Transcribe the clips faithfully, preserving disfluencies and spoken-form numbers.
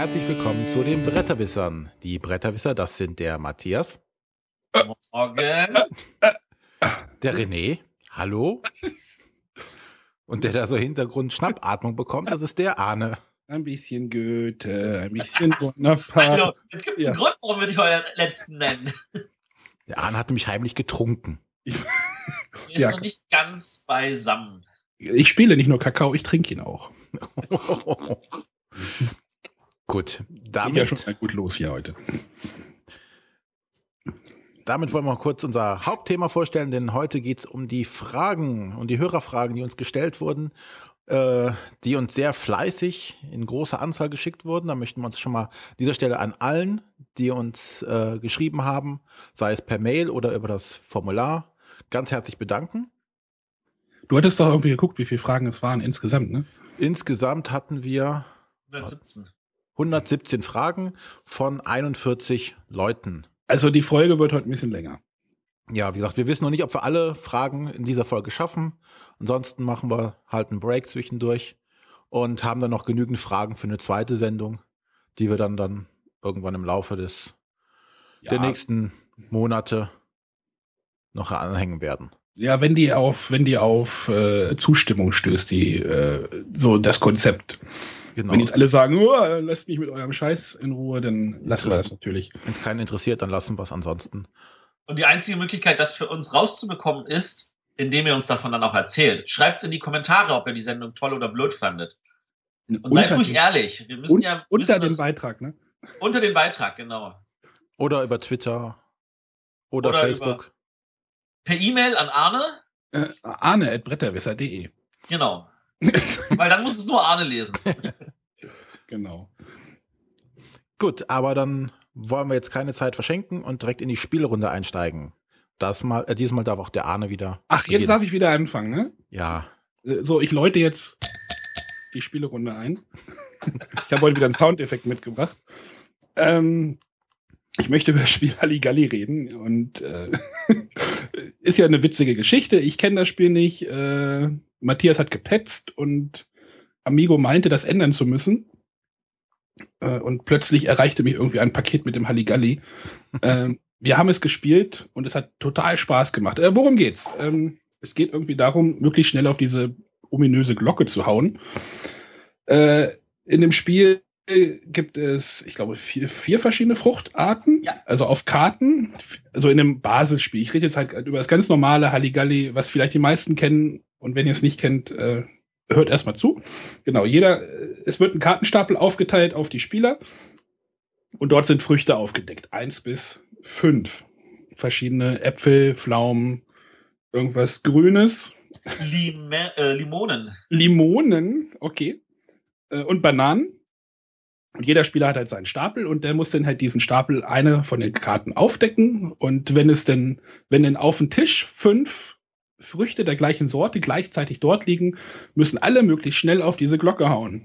herzlich willkommen zu den Bretterwissern. Die Bretterwisser, das sind der Matthias. Morgen. Der René. Hallo. Und der da so Hintergrund Schnappatmung bekommt, das ist der Arne. Ein bisschen Goethe, ein bisschen Bonaparte. Also, es gibt einen Ja. Grund, warum wir dich heute als letzten nennen. Der Arne hat nämlich heimlich getrunken. Er ist Ja. noch nicht ganz beisammen. Ich spiele nicht nur Kakao, ich trinke ihn auch. Gut, Geht damit, ja schon mal gut los hier heute. damit wollen wir kurz unser Hauptthema vorstellen, denn heute geht es um die Fragen und die Hörerfragen, die uns gestellt wurden, äh, die uns sehr fleißig in großer Anzahl geschickt wurden. Da möchten wir uns schon mal an dieser Stelle an allen, die uns äh, geschrieben haben, sei es per Mail oder über das Formular, ganz herzlich bedanken. Du hattest doch irgendwie geguckt, wie viele Fragen es waren insgesamt, ne? Insgesamt hatten wir hundertsiebzehn. hundertsiebzehn Fragen von einundvierzig Leuten. Also die Folge wird heute ein bisschen länger. Ja, wie gesagt, wir wissen noch nicht, ob wir alle Fragen in dieser Folge schaffen. Ansonsten machen wir halt einen Break zwischendurch und haben dann noch genügend Fragen für eine zweite Sendung, die wir dann dann irgendwann im Laufe des Ja, der nächsten Monate noch anhängen werden. ja, wenn die auf, wenn die auf äh, Zustimmung stößt, die äh, so das Konzept. Genau. Wenn jetzt alle sagen, oh, lasst mich mit eurem Scheiß in Ruhe, dann lassen wir das natürlich. Wenn es keinen interessiert, dann lassen wir es ansonsten. Und die einzige Möglichkeit, das für uns rauszubekommen, ist, indem ihr uns davon dann auch erzählt. Schreibt es in die Kommentare, ob ihr die Sendung toll oder blöd fandet. Und seid ruhig ehrlich. Wir müssen un ja unter wissen, dem dass- Beitrag, ne? Unter den Beitrag, genau. Oder über Twitter oder, Oder Facebook. Per E-Mail an Arne. Äh, Arne at bretterwisser punkt de. Genau. Weil dann muss es nur Arne lesen. Genau. Gut, aber dann wollen wir jetzt keine Zeit verschenken und direkt in die Spielrunde einsteigen. Das mal, äh, dieses Mal darf auch der Arne wieder. Ach, jetzt beginnen. darf ich wieder anfangen, ne? Ja. Äh, So, ich läute jetzt die Spielerunde ein. Ich habe heute wieder einen Soundeffekt mitgebracht. Ähm, ich möchte über das Spiel Halligalli reden und äh, ist ja eine witzige Geschichte. Ich kenne das Spiel nicht. Äh, Matthias hat gepetzt und Amigo meinte, das ändern zu müssen. Äh, und plötzlich erreichte mich irgendwie ein Paket mit dem Halligalli. ähm, wir haben es gespielt und es hat total Spaß gemacht. Äh, worum geht's? Ähm, es geht irgendwie darum, möglichst schnell auf diese ominöse Glocke zu hauen. Äh, in dem Spiel gibt es, ich glaube, vier, vier verschiedene Fruchtarten. Ja. Also auf Karten. Also in einem Basisspiel. Ich rede jetzt halt über das ganz normale Halligalli, was vielleicht die meisten kennen. Und wenn ihr es nicht kennt, äh, hört erstmal zu. Genau, jeder, es wird ein Kartenstapel aufgeteilt auf die Spieler. Und dort sind Früchte aufgedeckt. Eins bis fünf. Verschiedene Äpfel, Pflaumen, irgendwas Grünes. Lime äh, Limonen. Limonen, okay. Äh, und Bananen. Und jeder Spieler hat halt seinen Stapel und der muss dann halt diesen Stapel eine von den Karten aufdecken. Und wenn es denn, wenn denn auf dem Tisch fünf Früchte der gleichen Sorte gleichzeitig dort liegen, müssen alle möglichst schnell auf diese Glocke hauen.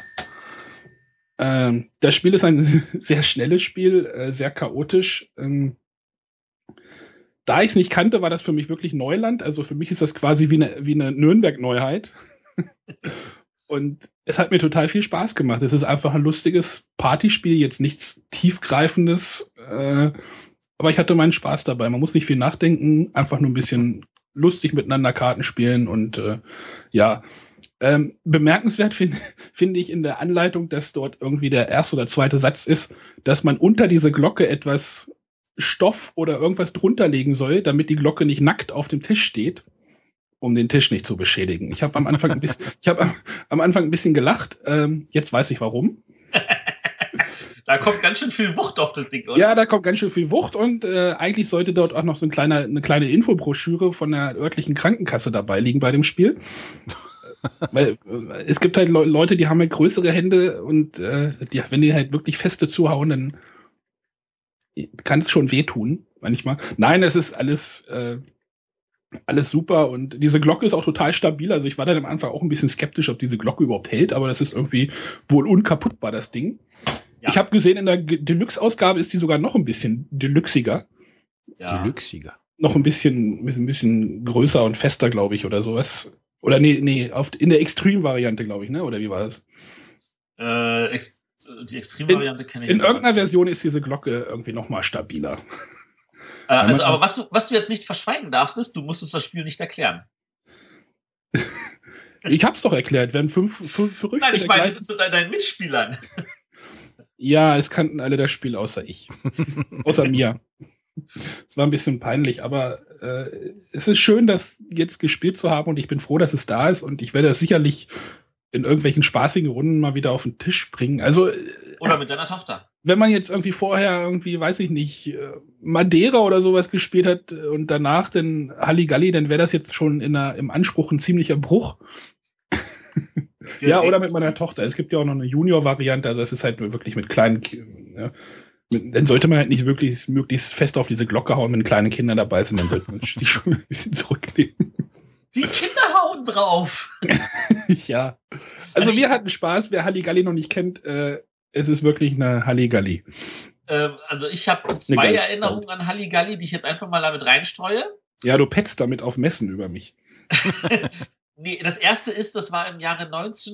Ähm, das Spiel ist ein sehr schnelles Spiel, äh, sehr chaotisch. Ähm, da ich es nicht kannte, war das für mich wirklich Neuland. Also für mich ist das quasi wie eine, wie eine Nürnberg-Neuheit. Und es hat mir total viel Spaß gemacht. Es ist einfach ein lustiges Partyspiel, jetzt nichts Tiefgreifendes. Äh, aber ich hatte meinen Spaß dabei. Man muss nicht viel nachdenken, einfach nur ein bisschen lustig miteinander Karten spielen. Und äh, ja, ähm, bemerkenswert finde find ich in der Anleitung, dass dort irgendwie der erste oder zweite Satz ist, dass man unter diese Glocke etwas Stoff oder irgendwas drunter legen soll, damit die Glocke nicht nackt auf dem Tisch steht, um den Tisch nicht zu beschädigen. Ich habe am Anfang ein bisschen, ich habe am, am Anfang ein bisschen gelacht. Ähm, jetzt weiß ich warum. Da kommt ganz schön viel Wucht auf das Ding, oder? Ja, da kommt ganz schön viel Wucht und äh, eigentlich sollte dort auch noch so ein kleiner, eine kleine Infobroschüre von der örtlichen Krankenkasse dabei liegen bei dem Spiel. Weil äh, es gibt halt Le Leute, die haben halt größere Hände und äh, die, wenn die halt wirklich feste zuhauen, dann kann es schon wehtun, manchmal. Nein, es ist alles, äh, alles super und diese Glocke ist auch total stabil. Also ich war dann am Anfang auch ein bisschen skeptisch, ob diese Glocke überhaupt hält, aber das ist irgendwie wohl unkaputtbar, das Ding. Ja. Ich habe gesehen, in der Deluxe-Ausgabe ist die sogar noch ein bisschen deluxiger. Ja. Deluxiger. Noch ein bisschen, ein bisschen größer und fester, glaube ich, oder sowas. Oder nee, nee, auf, in der Extreme-Variante, glaube ich, ne? Oder wie war das? Äh, Ex Die Extremvariante kenne ich In jetzt irgendeiner aber nicht. Version ist diese Glocke irgendwie noch mal stabiler. Äh, also, aber was du, was du jetzt nicht verschweigen darfst, ist, du musst uns das Spiel nicht erklären. Ich hab's doch erklärt, wenn fünf, fünf Früchte. Nein, ich der meinte gleichen- zu de- deinen Mitspielern. Ja, es kannten alle das Spiel außer ich. Außer mir. Es war ein bisschen peinlich, aber äh, es ist schön, das jetzt gespielt zu haben und ich bin froh, dass es da ist und ich werde es sicherlich in irgendwelchen spaßigen Runden mal wieder auf den Tisch bringen. Also, äh, Oder mit deiner Tochter. wenn man jetzt irgendwie vorher irgendwie, weiß ich nicht, äh, Madeira oder sowas gespielt hat und danach dann Halligalli, dann wäre das jetzt schon in einer, im Anspruch ein ziemlicher Bruch. Ja, oder mit meiner Tochter. Es gibt ja auch noch eine Junior-Variante, also es ist halt wirklich mit kleinen Kindern. Ja. Mit, dann sollte man halt nicht wirklich möglichst fest auf diese Glocke hauen, wenn kleine Kinder dabei sind, dann sollte man sich schon ein bisschen zurücknehmen. Die Kinder hauen drauf. Ja. Also wir hatten Spaß, wer Halligalli noch nicht kennt, äh, es ist wirklich eine Halligalli. Ähm, also ich habe zwei Egal. Erinnerungen an Halligalli, die ich jetzt einfach mal damit reinstreue. Ja, du petzt damit auf Messen über mich. Nee, das erste ist, das war im Jahre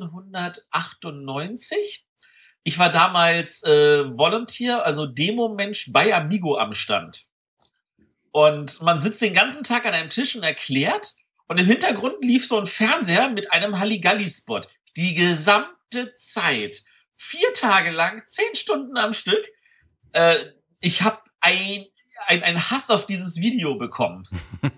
neunzehnhundertachtundneunzig. Ich war damals äh, Volunteer, also Demo-Mensch bei Amigo am Stand. Und man sitzt den ganzen Tag an einem Tisch und erklärt. Und im Hintergrund lief so ein Fernseher mit einem Halligalli-Spot. Die gesamte Zeit. Vier Tage lang, zehn Stunden am Stück. Äh, ich habe ein, ein, ein Hass auf dieses Video bekommen.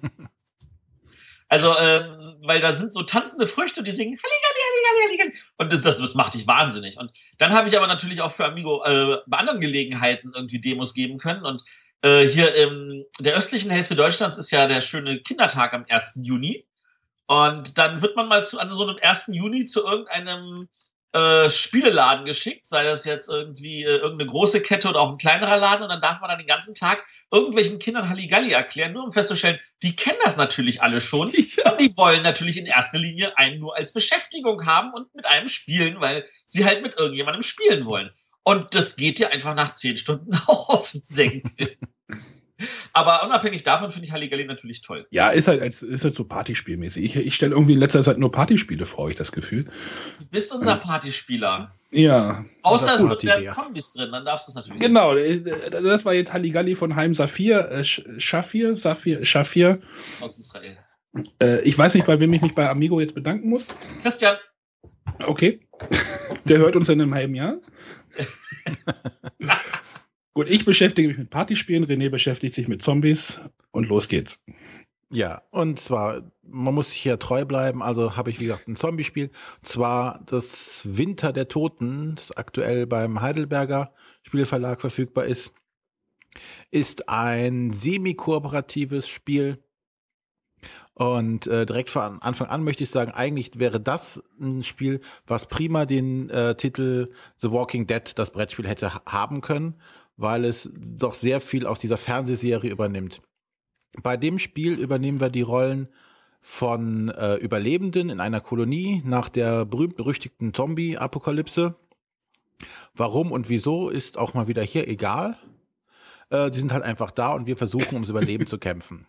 Also, ähm, weil da sind so tanzende Früchte und die singen Halligalli, Halligalli, Halligalli. Und das, das, das macht dich wahnsinnig. Und dann habe ich aber natürlich auch für Amigo äh, bei anderen Gelegenheiten irgendwie Demos geben können. Und äh, hier in der östlichen Hälfte Deutschlands ist ja der schöne Kindertag am ersten Juni. Und dann wird man mal zu, an so einem ersten Juni zu irgendeinem äh, Spieleladen geschickt, sei das jetzt irgendwie äh, irgendeine große Kette oder auch ein kleinerer Laden. Und dann darf man dann den ganzen Tag irgendwelchen Kindern Halligalli erklären, nur um festzustellen, die kennen das natürlich alle schon. Ja. Und die wollen natürlich in erster Linie einen nur als Beschäftigung haben und mit einem spielen, weil sie halt mit irgendjemandem spielen wollen. Und das geht dir einfach nach zehn Stunden auch auf den Senkel. Aber unabhängig davon finde ich Halligalli natürlich toll. Ja, ist halt, als, ist halt so Partyspielmäßig. Ich, ich stelle irgendwie in letzter Zeit nur Partyspiele vor, habe ich das Gefühl. Du bist unser Partyspieler. Ja. Außer es Unser werden Party-Bär. Zombies drin, dann darfst du es natürlich. Genau, äh, das war jetzt Halligalli von Heim Saphir, äh, Sch- Schafir, Saphir, Schafir. Aus Israel. Äh, ich weiß nicht, bei wem ich mich bei Amigo jetzt bedanken muss. Christian, Okay. Der hört uns in einem halben Jahr. Gut, ich beschäftige mich mit Partyspielen, René beschäftigt sich mit Zombies und los geht's. Ja, und zwar, man muss sich hier treu bleiben, also habe ich, wie gesagt, ein Zombie-Spiel. Zwar das Winter der Toten, das aktuell beim Heidelberger Spieleverlag verfügbar ist, ist ein semi-kooperatives Spiel. Und äh, direkt von Anfang an möchte ich sagen, eigentlich wäre das ein Spiel, was prima den äh, Titel The Walking Dead, das Brettspiel, hätte ha- haben können, weil es doch sehr viel aus dieser Fernsehserie übernimmt. Bei dem Spiel übernehmen wir die Rollen von äh, Überlebenden in einer Kolonie nach der berühmt-berüchtigten Zombie-Apokalypse. Warum und wieso ist auch mal wieder hier egal. Äh, die sind halt einfach da und wir versuchen, ums Überleben zu kämpfen.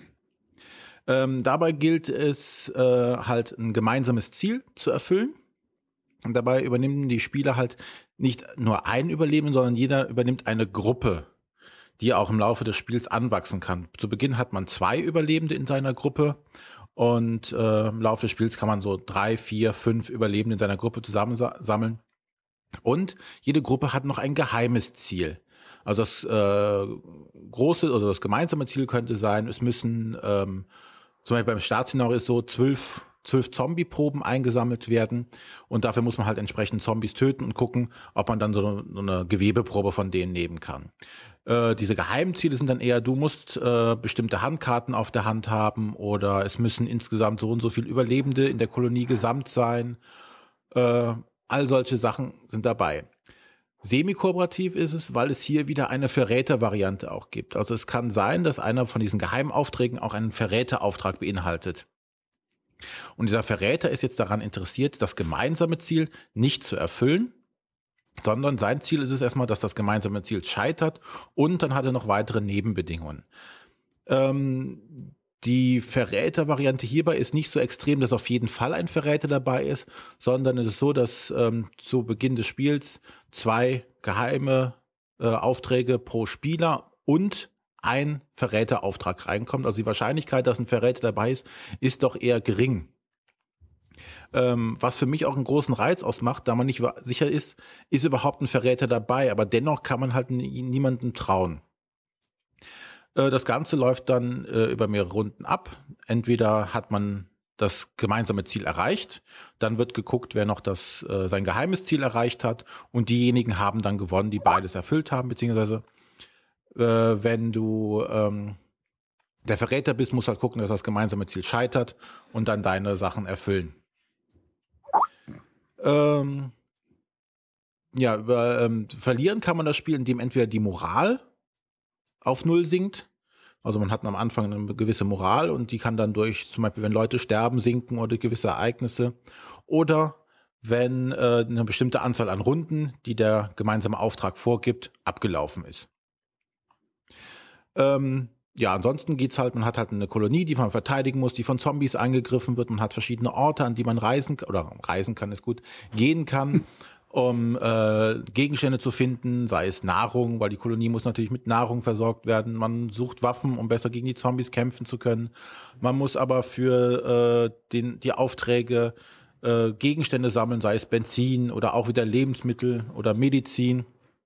Ähm, dabei gilt es äh, halt ein gemeinsames Ziel zu erfüllen. Und dabei übernehmen die Spieler halt nicht nur einen Überlebenden, sondern jeder übernimmt eine Gruppe, die auch im Laufe des Spiels anwachsen kann. Zu Beginn hat man zwei Überlebende in seiner Gruppe und äh, im Laufe des Spiels kann man so drei, vier, fünf Überlebende in seiner Gruppe zusammensammeln. Und jede Gruppe hat noch ein geheimes Ziel. Also das äh, große oder das gemeinsame Ziel könnte sein, es müssen ähm, zum Beispiel beim Startszenario ist so zwölf, zwölf Zombie-Proben eingesammelt werden und dafür muss man halt entsprechend Zombies töten und gucken, ob man dann so eine, so eine Gewebeprobe von denen nehmen kann. Äh, diese Geheimziele sind dann eher, du musst äh, bestimmte Handkarten auf der Hand haben oder es müssen insgesamt so und so viele Überlebende in der Kolonie gesamt sein. Äh, all solche Sachen sind dabei. Semi-kooperativ ist es, weil es hier wieder eine Verräter-Variante auch gibt. Also es kann sein, dass einer von diesen Geheimaufträgen auch einen Verräterauftrag beinhaltet. Und dieser Verräter ist jetzt daran interessiert, das gemeinsame Ziel nicht zu erfüllen, sondern sein Ziel ist es erstmal, dass das gemeinsame Ziel scheitert und dann hat er noch weitere Nebenbedingungen. Ähm, Die Verräter-Variante hierbei ist nicht so extrem, dass auf jeden Fall ein Verräter dabei ist, sondern es ist so, dass ähm, zu Beginn des Spiels zwei geheime äh, Aufträge pro Spieler und ein Verräterauftrag reinkommt. Also die Wahrscheinlichkeit, dass ein Verräter dabei ist, ist doch eher gering. Ähm, was für mich auch einen großen Reiz ausmacht, da man nicht sicher ist, ist überhaupt ein Verräter dabei, aber dennoch kann man halt nie, niemandem trauen. Äh, das Ganze läuft dann äh, über mehrere Runden ab. Entweder hat man das gemeinsame Ziel erreicht, dann wird geguckt, wer noch das äh, sein geheimes Ziel erreicht hat und diejenigen haben dann gewonnen, die beides erfüllt haben, beziehungsweise äh, wenn du ähm, der Verräter bist, musst du halt gucken, dass das gemeinsame Ziel scheitert und dann deine Sachen erfüllen. Ähm, ja, über ähm, verlieren kann man das Spiel, indem entweder die Moral auf Null sinkt. Also man hat am Anfang eine gewisse Moral und die kann dann durch, zum Beispiel wenn Leute sterben, sinken oder gewisse Ereignisse. Oder wenn äh, eine bestimmte Anzahl an Runden, die der gemeinsame Auftrag vorgibt, abgelaufen ist. Ähm, ja, ansonsten geht's halt, man hat halt eine Kolonie, die man verteidigen muss, die von Zombies angegriffen wird. Man hat verschiedene Orte, an die man reisen oder reisen kann, ist gut, gehen kann, um äh, Gegenstände zu finden, sei es Nahrung, weil die Kolonie muss natürlich mit Nahrung versorgt werden. Man sucht Waffen, um besser gegen die Zombies kämpfen zu können. Man muss aber für äh, den, die Aufträge äh, Gegenstände sammeln, sei es Benzin oder auch wieder Lebensmittel oder Medizin.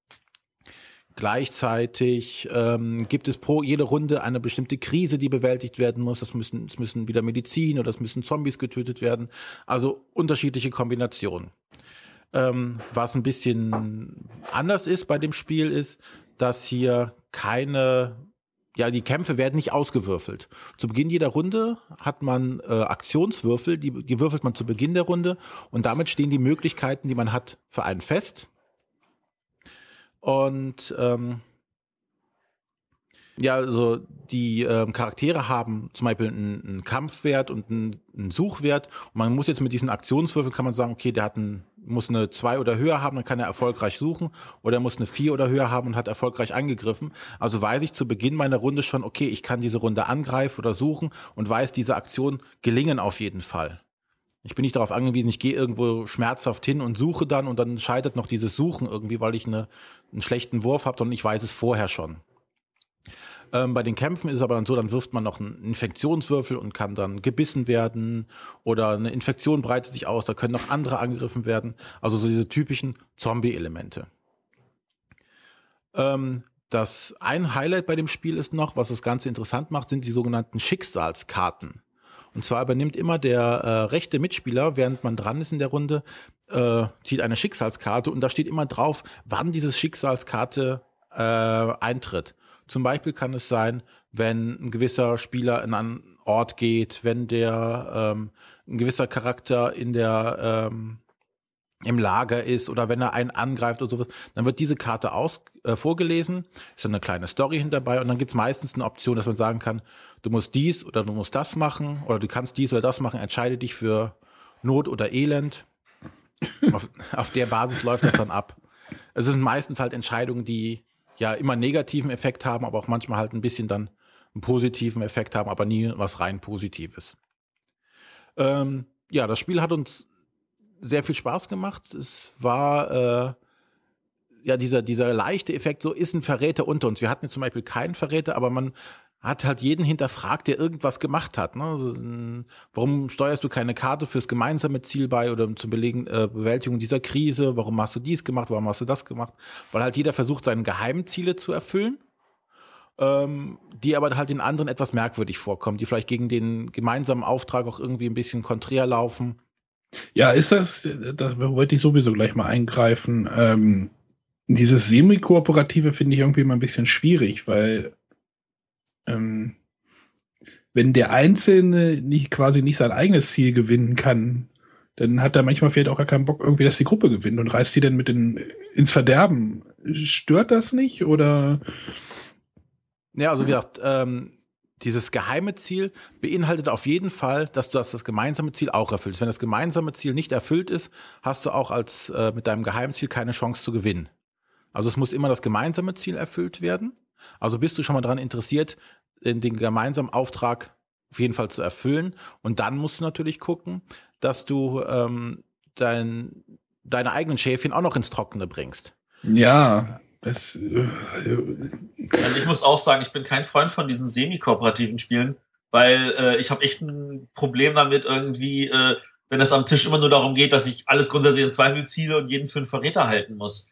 Gleichzeitig ähm, gibt es pro jede Runde eine bestimmte Krise, die bewältigt werden muss. Das müssen, es müssen wieder Medizin oder es müssen Zombies getötet werden. Also unterschiedliche Kombinationen. Ähm, was ein bisschen anders ist bei dem Spiel ist, dass hier keine, ja, die Kämpfe werden nicht ausgewürfelt. Zu Beginn jeder Runde hat man äh, Aktionswürfel, die, die würfelt man zu Beginn der Runde und damit stehen die Möglichkeiten, die man hat, für einen fest. Und ähm, ja, also die ähm, Charaktere haben zum Beispiel einen, einen Kampfwert und einen, einen Suchwert. Und man muss jetzt mit diesen Aktionswürfeln, kann man sagen, okay, der hat einen, muss eine zwei oder höher haben, dann kann er erfolgreich suchen. Oder er muss eine vier oder höher haben und hat erfolgreich angegriffen. Also weiß ich zu Beginn meiner Runde schon, okay, ich kann diese Runde angreifen oder suchen und weiß, diese Aktionen gelingen auf jeden Fall. Ich bin nicht darauf angewiesen, ich gehe irgendwo schmerzhaft hin und suche dann und dann scheitert noch dieses Suchen irgendwie, weil ich eine, einen schlechten Wurf habe, sondern ich weiß es vorher schon. Ähm, bei den Kämpfen ist es aber dann so, dann wirft man noch einen Infektionswürfel und kann dann gebissen werden oder eine Infektion breitet sich aus, da können noch andere angegriffen werden. Also so diese typischen Zombie-Elemente. Ähm, das ein Highlight bei dem Spiel ist noch, was das Ganze interessant macht, sind die sogenannten Schicksalskarten. Und zwar übernimmt immer der äh, rechte Mitspieler, während man dran ist in der Runde, äh, zieht eine Schicksalskarte und da steht immer drauf, wann diese Schicksalskarte äh, eintritt. Zum Beispiel kann es sein, wenn ein gewisser Spieler in einen Ort geht, wenn der ähm, ein gewisser Charakter in der ähm, im Lager ist oder wenn er einen angreift oder sowas, dann wird diese Karte aus, äh, vorgelesen, ist dann eine kleine Story hinterbei und dann gibt es meistens eine Option, dass man sagen kann, du musst dies oder du musst das machen oder du kannst dies oder das machen, entscheide dich für Not oder Elend. auf, auf der Basis läuft das dann ab. Es sind meistens halt Entscheidungen, die ja immer einen negativen Effekt haben, aber auch manchmal halt ein bisschen dann einen positiven Effekt haben, aber nie was rein Positives. Ähm, ja, das Spiel hat uns sehr viel Spaß gemacht. Es war äh, ja dieser, dieser leichte Effekt, so ist ein Verräter unter uns. Wir hatten zum Beispiel keinen Verräter, aber man hat halt jeden hinterfragt, der irgendwas gemacht hat. Ne? Also, warum steuerst du keine Karte fürs gemeinsame Ziel bei oder zur Belegen, äh, Bewältigung dieser Krise? Warum hast du dies gemacht? Warum hast du das gemacht? Weil halt jeder versucht, seine geheimen Ziele zu erfüllen, ähm, die aber halt den anderen etwas merkwürdig vorkommen, die vielleicht gegen den gemeinsamen Auftrag auch irgendwie ein bisschen konträr laufen. Ja, ist das, das wollte ich sowieso gleich mal eingreifen. Ähm, dieses Semi-Kooperative finde ich irgendwie mal ein bisschen schwierig, weil ähm, wenn der Einzelne nicht quasi nicht sein eigenes Ziel gewinnen kann, dann hat er manchmal vielleicht auch gar keinen Bock irgendwie, dass die Gruppe gewinnt und reißt die dann mit den, ins Verderben. Stört das nicht oder? Ja, also wie gesagt, ähm, dieses geheime Ziel beinhaltet auf jeden Fall, dass du das, das gemeinsame Ziel auch erfüllst. Wenn das gemeinsame Ziel nicht erfüllt ist, hast du auch als äh, mit deinem Geheimziel keine Chance zu gewinnen. Also es muss immer das gemeinsame Ziel erfüllt werden. Also bist du schon mal daran interessiert, in den gemeinsamen Auftrag auf jeden Fall zu erfüllen. Und dann musst du natürlich gucken, dass du ähm, dein, deine eigenen Schäfchen auch noch ins Trockene bringst. Ja, das. Äh, also ich muss auch sagen, ich bin kein Freund von diesen semi-kooperativen Spielen, weil äh, ich habe echt ein Problem damit irgendwie, äh, wenn es am Tisch immer nur darum geht, dass ich alles grundsätzlich in Zweifel ziehe und jeden für einen Verräter halten muss.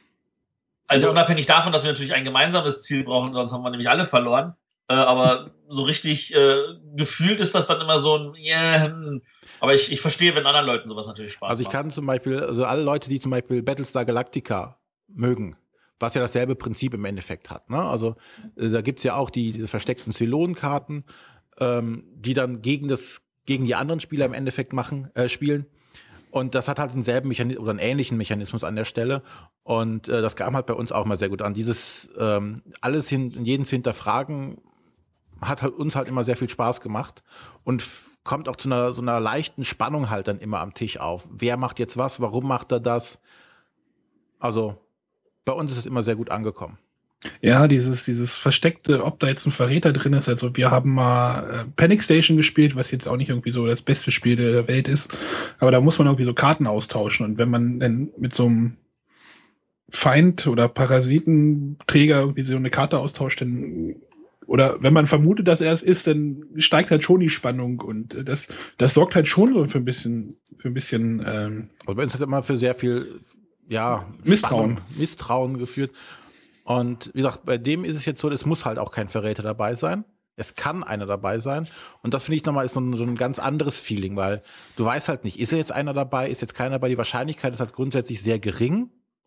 Also ja. Unabhängig davon, dass wir natürlich ein gemeinsames Ziel brauchen, sonst haben wir nämlich alle verloren. Äh, aber so richtig äh, gefühlt ist das dann immer so ein, yeah, hm. Aber ich, ich verstehe, wenn anderen Leuten sowas natürlich Spaß macht. Also ich kann zum Beispiel, also alle Leute, die zum Beispiel Battlestar Galactica mögen, was ja dasselbe Prinzip im Endeffekt hat, ne? Also äh, da gibt's ja auch die diese versteckten Zylonenkarten, ähm, die dann gegen das gegen die anderen Spieler im Endeffekt machen äh, spielen. Und das hat halt denselben Mechanismus oder einen ähnlichen Mechanismus an der Stelle. Und äh, das kam halt bei uns auch mal sehr gut an. Dieses ähm, alles hin, jeden zu hinterfragen, hat halt uns halt immer sehr viel Spaß gemacht und f- kommt auch zu einer so einer leichten Spannung halt dann immer am Tisch auf. Wer macht jetzt was? Warum macht er das? Also bei uns ist es immer sehr gut angekommen. Ja, dieses, dieses versteckte, ob da jetzt ein Verräter drin ist. Also wir haben mal äh, Panic Station gespielt, was jetzt auch nicht irgendwie so das beste Spiel der Welt ist. Aber da muss man irgendwie so Karten austauschen. Und wenn man dann mit so einem Feind oder Parasitenträger irgendwie so eine Karte austauscht, dann oder wenn man vermutet, dass er es ist, dann steigt halt schon die Spannung und das, das sorgt halt schon so für ein bisschen, für ein bisschen ähm, also bei uns hat immer für sehr viel ja, Misstrauen. Spannung, Misstrauen geführt. Und wie gesagt, bei dem ist es jetzt so, es muss halt auch kein Verräter dabei sein. Es kann einer dabei sein. Und das finde ich nochmal ist so ein, so ein ganz anderes Feeling, weil du weißt halt nicht, ist jetzt einer dabei, ist jetzt keiner dabei. Die Wahrscheinlichkeit ist halt grundsätzlich sehr gering,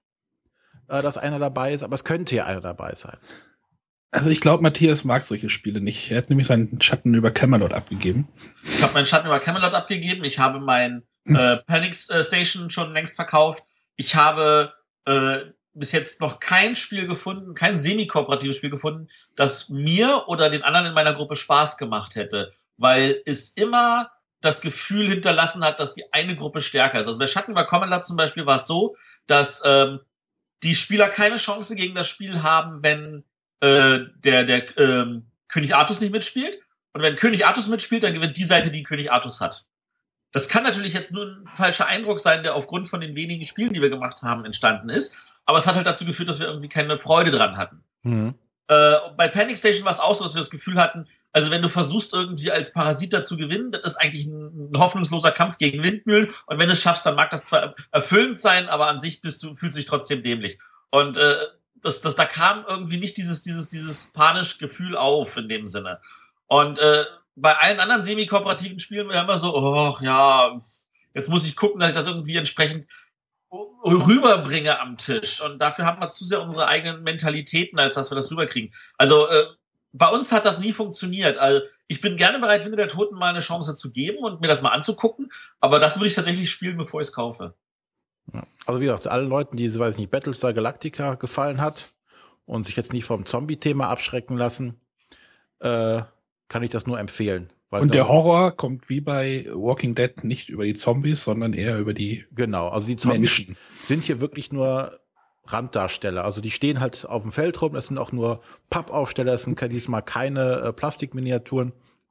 äh, dass einer dabei ist, aber es könnte ja einer dabei sein. Also ich glaube, Matthias mag solche Spiele nicht. Er hat nämlich seinen Schatten über Camelot abgegeben. Ich habe meinen Schatten über Camelot abgegeben. Ich habe mein äh, Panic Station schon längst verkauft. Ich habe äh, bis jetzt noch kein Spiel gefunden, kein semi-kooperatives Spiel gefunden, das mir oder den anderen in meiner Gruppe Spaß gemacht hätte. Weil es immer das Gefühl hinterlassen hat, dass die eine Gruppe stärker ist. Also bei Schatten über Camelot zum Beispiel war es so, dass ähm, die Spieler keine Chance gegen das Spiel haben, wenn äh, der, der ähm, König Artus nicht mitspielt. Und wenn König Artus mitspielt, dann gewinnt die Seite, die König Artus hat. Das kann natürlich jetzt nur ein falscher Eindruck sein, der aufgrund von den wenigen Spielen, die wir gemacht haben, entstanden ist. Aber es hat halt dazu geführt, dass wir irgendwie keine Freude dran hatten. Mhm. Äh, bei Panic Station war es auch so, dass wir das Gefühl hatten, also wenn du versuchst, irgendwie als Parasit da zu gewinnen, das ist eigentlich ein, ein hoffnungsloser Kampf gegen Windmühlen. Und wenn du es schaffst, dann mag das zwar erfüllend sein, aber an sich bist du, fühlst dich trotzdem dämlich. Und äh, das, das, da kam irgendwie nicht dieses, dieses, dieses panische Gefühl auf in dem Sinne. Und äh, bei allen anderen semi-kooperativen Spielen war ja immer so, oh ja, jetzt muss ich gucken, dass ich das irgendwie entsprechend rüberbringe am Tisch. Und dafür haben wir zu sehr unsere eigenen Mentalitäten, als dass wir das rüberkriegen. Also äh, bei uns hat das nie funktioniert. Also, ich bin gerne bereit, Winde der Toten mal eine Chance zu geben und mir das mal anzugucken. Aber das würde ich tatsächlich spielen, bevor ich es kaufe. Also wie gesagt, allen Leuten, die, weiß ich nicht, Battlestar Galactica gefallen hat und sich jetzt nicht vom Zombie-Thema abschrecken lassen, äh, kann ich das nur empfehlen. Weil und der Horror kommt wie bei Walking Dead nicht über die Zombies, sondern eher über die Genau, also die Zombies Menschen. Sind hier wirklich nur Randdarsteller. Also die stehen halt auf dem Feld rum, das sind auch nur Pappaufsteller, das sind diesmal keine äh, Plastikminiaturen.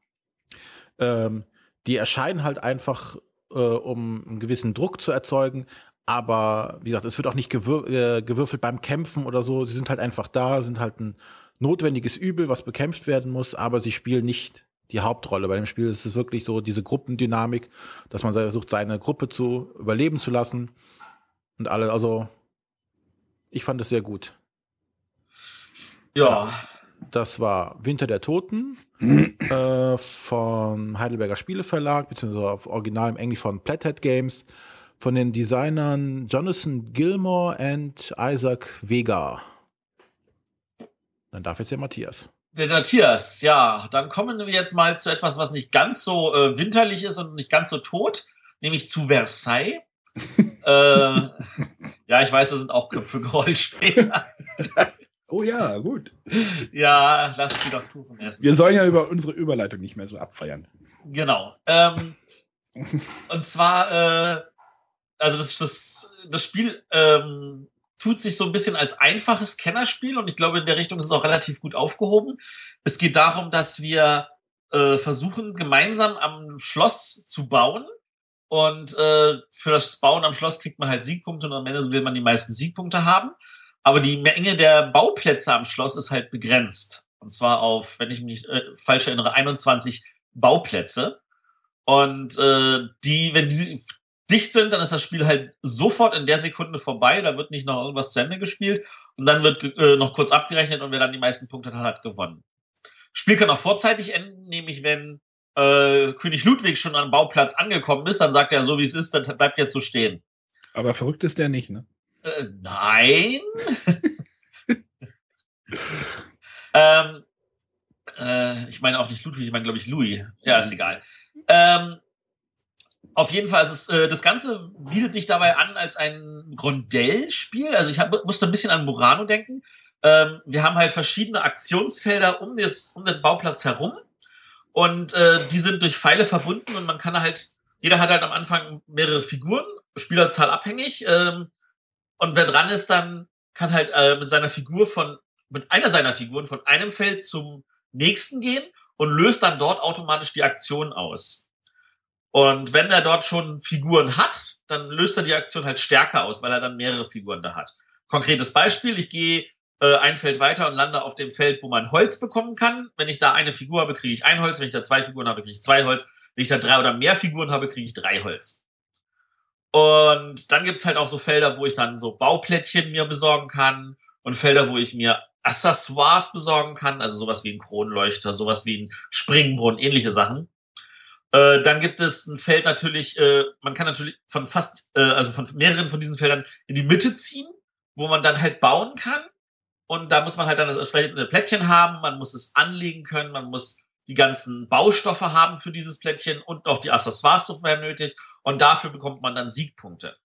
Ähm, die erscheinen halt einfach, äh, um einen gewissen Druck zu erzeugen, aber wie gesagt, es wird auch nicht gewür- äh, gewürfelt beim Kämpfen oder so. Sie sind halt einfach da, sind halt ein notwendiges Übel, was bekämpft werden muss, aber sie spielen nicht die Hauptrolle. Bei dem Spiel ist es wirklich so diese Gruppendynamik, dass man versucht, seine Gruppe zu überleben zu lassen und alle, also ich fand es sehr gut. Ja. ja das war Winter der Toten äh, vom Heidelberger Spieleverlag, beziehungsweise auf Original im Englisch von Plathead Games, von den Designern Jonathan Gilmore und Isaac Vega. Dann darf jetzt der Matthias. Der Matthias, ja. Dann kommen wir jetzt mal zu etwas, was nicht ganz so äh, winterlich ist und nicht ganz so tot, nämlich zu Versailles. äh, ja, ich weiß, da sind auch Köpfe gerollt später. Oh ja, gut. Ja, lass die doch Kuchen essen. Wir sollen ja über unsere Überleitung nicht mehr so abfeiern. Genau. Ähm, und zwar, äh, also das, das, das Spiel ähm, tut sich so ein bisschen als einfaches Kennerspiel und ich glaube, in der Richtung ist es auch relativ gut aufgehoben. Es geht darum, dass wir äh, versuchen, gemeinsam am Schloss zu bauen. Und äh, für das Bauen am Schloss kriegt man halt Siegpunkte und am Ende will man die meisten Siegpunkte haben. Aber die Menge der Bauplätze am Schloss ist halt begrenzt. Und zwar auf, wenn ich mich äh, falsch erinnere, einundzwanzig Bauplätze. Und äh, die, wenn die dicht sind, dann ist das Spiel halt sofort in der Sekunde vorbei. Da wird nicht noch irgendwas zu Ende gespielt. Und dann wird äh, noch kurz abgerechnet und wer dann die meisten Punkte hat, hat gewonnen. Spiel kann auch vorzeitig enden, nämlich wenn äh, König Ludwig schon am Bauplatz angekommen ist, dann sagt er, so wie es ist, dann bleibt er so stehen. Aber verrückt ist der nicht, ne? Äh, nein. ähm, äh, ich meine auch nicht Ludwig, ich meine, glaube ich, Louis. Ja, ist egal. Ähm, auf jeden Fall ist es, äh, das Ganze bietet sich dabei an als ein Rondellspiel. Also ich hab, musste ein bisschen an Murano denken. Ähm, wir haben halt verschiedene Aktionsfelder um, das, um den Bauplatz herum. Und äh, die sind durch Pfeile verbunden und man kann halt, jeder hat halt am Anfang mehrere Figuren, Spielerzahl abhängig. Ähm, und wer dran ist, dann kann halt äh, mit seiner Figur von, mit einer seiner Figuren von einem Feld zum nächsten gehen und löst dann dort automatisch die Aktion aus. Und wenn er dort schon Figuren hat, dann löst er die Aktion halt stärker aus, weil er dann mehrere Figuren da hat. Konkretes Beispiel, ich gehe äh, ein Feld weiter und lande auf dem Feld, wo man Holz bekommen kann. Wenn ich da eine Figur habe, kriege ich ein Holz. Wenn ich da zwei Figuren habe, kriege ich zwei Holz. Wenn ich da drei oder mehr Figuren habe, kriege ich drei Holz. Und dann gibt's halt auch so Felder, wo ich dann so Bauplättchen mir besorgen kann und Felder, wo ich mir Accessoires besorgen kann, also sowas wie ein Kronleuchter, sowas wie ein Springbrunnen, ähnliche Sachen. Äh, dann gibt es ein Feld natürlich, äh, man kann natürlich von fast, äh, also von mehreren von diesen Feldern in die Mitte ziehen, wo man dann halt bauen kann. Und da muss man halt dann das entsprechende Plättchen haben, man muss es anlegen können, man muss die ganzen Baustoffe haben für dieses Plättchen und auch die Accessoires werden nötig. Und dafür bekommt man dann Siegpunkte.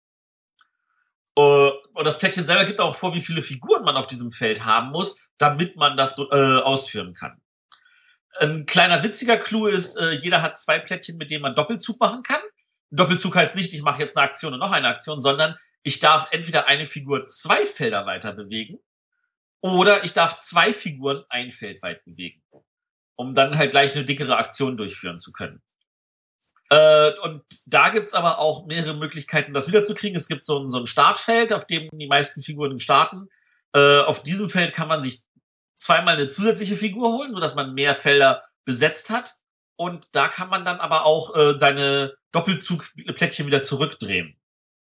Uh, und das Plättchen selber gibt auch vor, wie viele Figuren man auf diesem Feld haben muss, damit man das äh, ausführen kann. Ein kleiner witziger Clou ist, äh, jeder hat zwei Plättchen, mit denen man Doppelzug machen kann. Ein Doppelzug heißt nicht, ich mache jetzt eine Aktion und noch eine Aktion, sondern ich darf entweder eine Figur zwei Felder weiter bewegen oder ich darf zwei Figuren ein Feld weit bewegen, um dann halt gleich eine dickere Aktion durchführen zu können. Äh, und da gibt's aber auch mehrere Möglichkeiten, das wiederzukriegen. Es gibt so ein, so ein Startfeld, auf dem die meisten Figuren starten. Äh, auf diesem Feld kann man sich zweimal eine zusätzliche Figur holen, sodass man mehr Felder besetzt hat. Und da kann man dann aber auch äh, seine Doppelzugplättchen wieder zurückdrehen.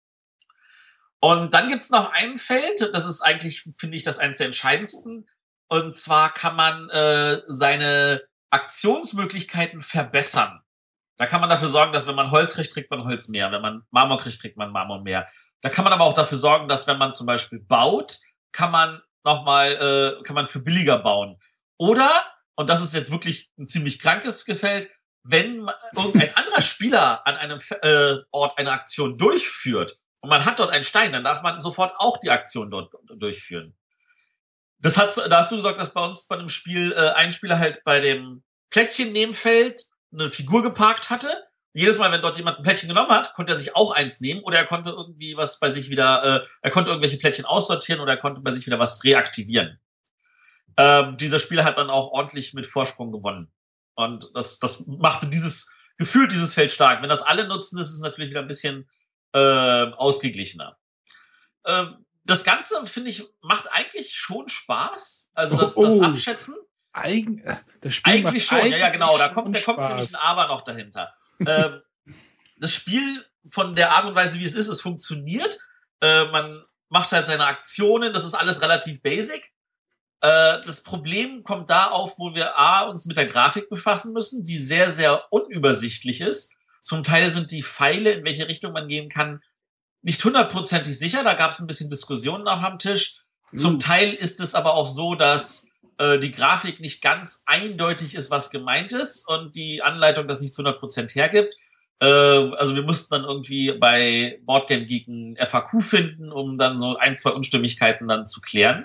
Und dann gibt's noch ein Feld, das ist eigentlich, finde ich, das eines der entscheidendsten. Und zwar kann man äh, seine Aktionsmöglichkeiten verbessern. Da kann man dafür sorgen, dass wenn man Holz kriegt, kriegt man Holz mehr. Wenn man Marmor kriegt, kriegt man Marmor mehr. Da kann man aber auch dafür sorgen, dass wenn man zum Beispiel baut, kann man nochmal, äh, kann man für billiger bauen. Oder, und das ist jetzt wirklich ein ziemlich krankes Gefällt, wenn irgendein anderer Spieler an einem äh, Ort eine Aktion durchführt und man hat dort einen Stein, dann darf man sofort auch die Aktion dort durchführen. Das hat dazu gesorgt, dass bei uns bei einem Spiel äh, ein Spieler halt bei dem Plättchen neben Feld eine Figur geparkt hatte. Und jedes Mal, wenn dort jemand ein Plättchen genommen hat, konnte er sich auch eins nehmen oder er konnte irgendwie was bei sich wieder, äh, er konnte irgendwelche Plättchen aussortieren oder er konnte bei sich wieder was reaktivieren. Ähm, dieser Spieler hat dann auch ordentlich mit Vorsprung gewonnen. Und das, das machte dieses Gefühl, dieses Feld stark. Wenn das alle nutzen, ist es natürlich wieder ein bisschen äh, ausgeglichener. Ähm, das Ganze, finde ich, macht eigentlich schon Spaß. Also das, Oh, oh. das Abschätzen. Eigen, das Spiel Eigentlich schon, macht ja, ja, genau. Da schon kommt, da kommt nämlich ein Spaß. Aber noch dahinter. ähm, das Spiel von der Art und Weise, wie es ist, es funktioniert. Äh, man macht halt seine Aktionen, das ist alles relativ basic. Äh, das Problem kommt da auf, wo wir A, uns mit der Grafik befassen müssen, die sehr, sehr unübersichtlich ist. Zum Teil sind die Pfeile, in welche Richtung man gehen kann, nicht hundertprozentig sicher. Da gab es ein bisschen Diskussionen noch am Tisch. Zum Uh. Teil ist es aber auch so, dass äh, die Grafik nicht ganz eindeutig ist, was gemeint ist und die Anleitung das nicht zu hundert Prozent hergibt. Äh, also wir mussten dann irgendwie bei Boardgame Geek ein F A Q finden, um dann so ein, zwei Unstimmigkeiten dann zu klären.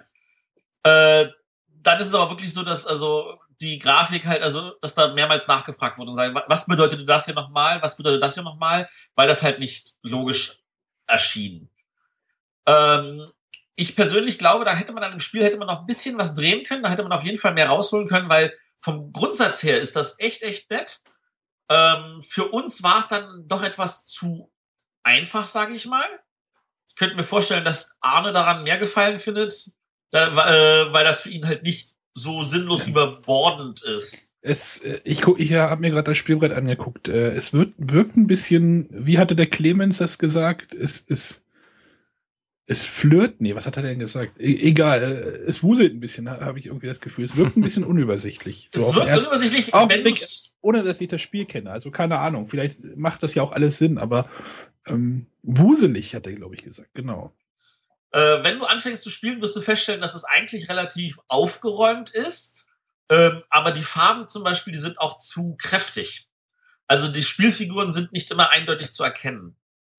Äh, dann ist es aber wirklich so, dass also die Grafik halt, also dass da mehrmals nachgefragt wurde und sagen, was bedeutet das hier nochmal, was bedeutet das hier nochmal, weil das halt nicht logisch erschien. Ähm, ich persönlich glaube, da hätte man an dem Spiel hätte man noch ein bisschen was drehen können, da hätte man auf jeden Fall mehr rausholen können, weil vom Grundsatz her ist das echt, echt nett. Ähm, für uns war es dann doch etwas zu einfach, sage ich mal. Ich könnte mir vorstellen, dass Arne daran mehr Gefallen findet, da, äh, weil das für ihn halt nicht so sinnlos ja. überbordend ist. Es, äh, ich guck, ich habe mir gerade das Spielbrett angeguckt. Äh, es wird, wirkt ein bisschen, wie hatte der Clemens das gesagt? Es ist Es flirt, nee, was hat er denn gesagt? E- egal, äh, es wuselt ein bisschen, habe ich irgendwie das Gefühl. Es wirkt ein bisschen unübersichtlich. So es wirkt erst, unübersichtlich, wenn Blick, ohne dass ich das Spiel kenne. Also keine Ahnung, vielleicht macht das ja auch alles Sinn, aber ähm, wuselig hat er, glaube ich, gesagt. Genau. Äh, wenn du anfängst zu spielen, wirst du feststellen, dass es eigentlich relativ aufgeräumt ist, ähm, aber die Farben zum Beispiel, die sind auch zu kräftig. Also die Spielfiguren sind nicht immer eindeutig zu erkennen.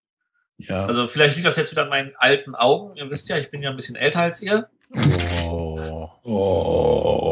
Ja. Also vielleicht liegt das jetzt wieder an meinen alten Augen. Ihr wisst ja, ich bin ja ein bisschen älter als ihr. Oh. Oh.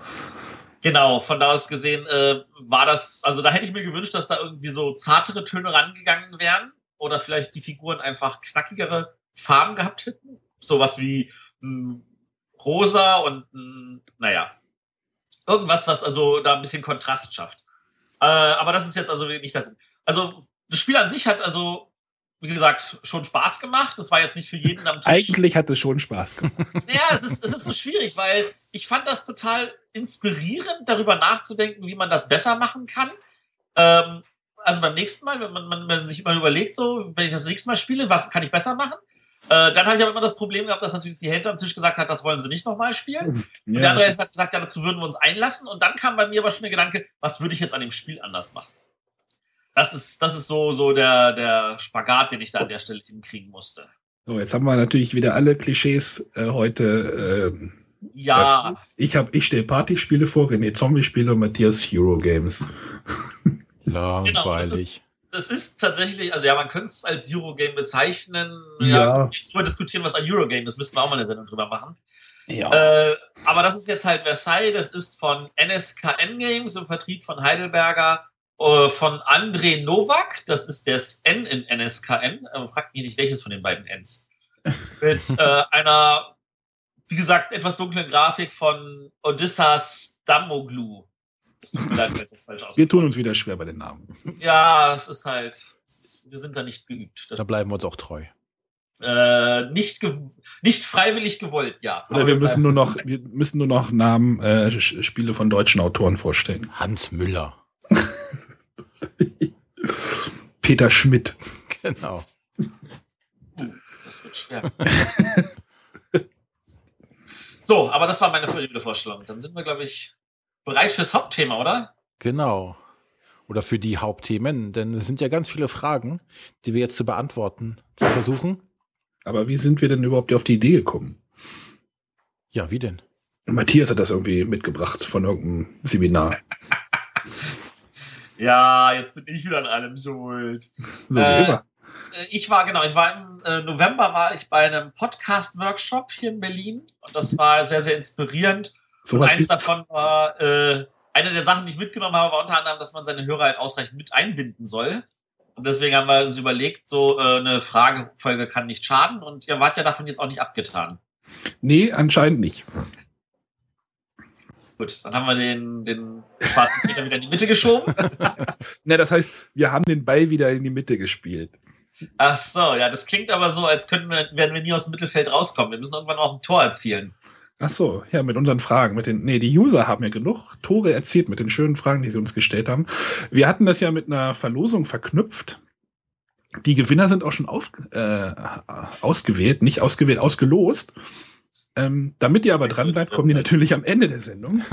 Genau, von da aus gesehen äh, war das, also da hätte ich mir gewünscht, dass da irgendwie so zartere Töne rangegangen wären oder vielleicht die Figuren einfach knackigere Farben gehabt hätten. Sowas wie mh, rosa und mh, naja, irgendwas, was also da ein bisschen Kontrast schafft. Äh, aber das ist jetzt also nicht das. Also das Spiel an sich hat also wie gesagt, schon Spaß gemacht. Das war jetzt nicht für jeden am Tisch. Eigentlich hat es schon Spaß gemacht. Ja, es ist, es ist so schwierig, weil ich fand das total inspirierend, darüber nachzudenken, wie man das besser machen kann. Ähm, also beim nächsten Mal, wenn man, man, man sich immer überlegt, so, wenn ich das nächste Mal spiele, was kann ich besser machen? Äh, dann habe ich aber immer das Problem gehabt, dass natürlich die Hälfte am Tisch gesagt hat, das wollen sie nicht nochmal spielen. Und ja, der andere hat gesagt, ja, dazu würden wir uns einlassen. Und dann kam bei mir aber schon der Gedanke, was würde ich jetzt an dem Spiel anders machen? Das ist, das ist so, so der, der Spagat, den ich da an der Stelle hinkriegen musste. So, jetzt haben wir natürlich wieder alle Klischees äh, heute. Äh, ja. Öffnet. Ich habe, ich stelle Partyspiele vor, René Zombie-Spiele und Matthias Eurogames. Langweilig. Genau, das ist, das ist tatsächlich, also ja, man könnte es als Eurogame bezeichnen. Ja. ja. Jetzt nur diskutieren, was ein Eurogame ist, müssten wir auch mal eine Sendung drüber machen. Ja. Äh, aber das ist jetzt halt Versailles, das ist von N S K N Games im Vertrieb von Heidelberger. Von André Nowak, das ist das N in N S K N, äh, fragt mich nicht, welches von den beiden Ns. Mit äh, einer, wie gesagt, etwas dunklen Grafik von Odysseas Damoglu. Es tut mir leid, wenn ich das falsch ausgesprochen habe. Wir tun uns wieder schwer bei den Namen. Ja, es ist halt, es ist, wir sind da nicht geübt. Da bleiben wir uns auch treu. Äh, nicht, ge- nicht freiwillig gewollt, ja. Oder wir müssen nur noch, wir müssen nur noch Namen, äh, Spiele von deutschen Autoren vorstellen. Hans Müller. Peter Schmidt. Genau. Das wird schwer. So, aber das war meine vorherige Vorstellung. Dann sind wir, glaube ich, bereit fürs Hauptthema, oder? Genau. Oder für die Hauptthemen, denn es sind ja ganz viele Fragen, die wir jetzt zu beantworten zu versuchen. Aber wie sind wir denn überhaupt auf die Idee gekommen? Ja, wie denn? Matthias hat das irgendwie mitgebracht von irgendeinem Seminar. Ja, jetzt bin ich wieder an allem schuld. So äh, immer. Ich war, genau, ich war im äh, November war ich bei einem Podcast-Workshop hier in Berlin und das war sehr, sehr inspirierend. So und was eins gibt's. davon war, äh, eine der Sachen, die ich mitgenommen habe, war unter anderem, dass man seine Hörer halt ausreichend mit einbinden soll. Und deswegen haben wir uns überlegt, so äh, eine Fragefolge kann nicht schaden und ihr wart ja davon jetzt auch nicht abgetan. Nee, anscheinend nicht. Gut, dann haben wir den, den schwarzen Peter wieder in die Mitte geschoben. Ne, das heißt, wir haben den Ball wieder in die Mitte gespielt. Ach so, ja, das klingt aber so, als könnten wir, werden wir nie aus dem Mittelfeld rauskommen. Wir müssen irgendwann auch ein Tor erzielen. Ach so, ja, mit unseren Fragen. Mit den, nee, die User haben ja genug Tore erzielt mit den schönen Fragen, die sie uns gestellt haben. Wir hatten das ja mit einer Verlosung verknüpft. Die Gewinner sind auch schon auf, äh, ausgewählt, nicht ausgewählt, ausgelost. Ähm, damit ihr aber dran bleibt, kommen die natürlich am Ende der Sendung.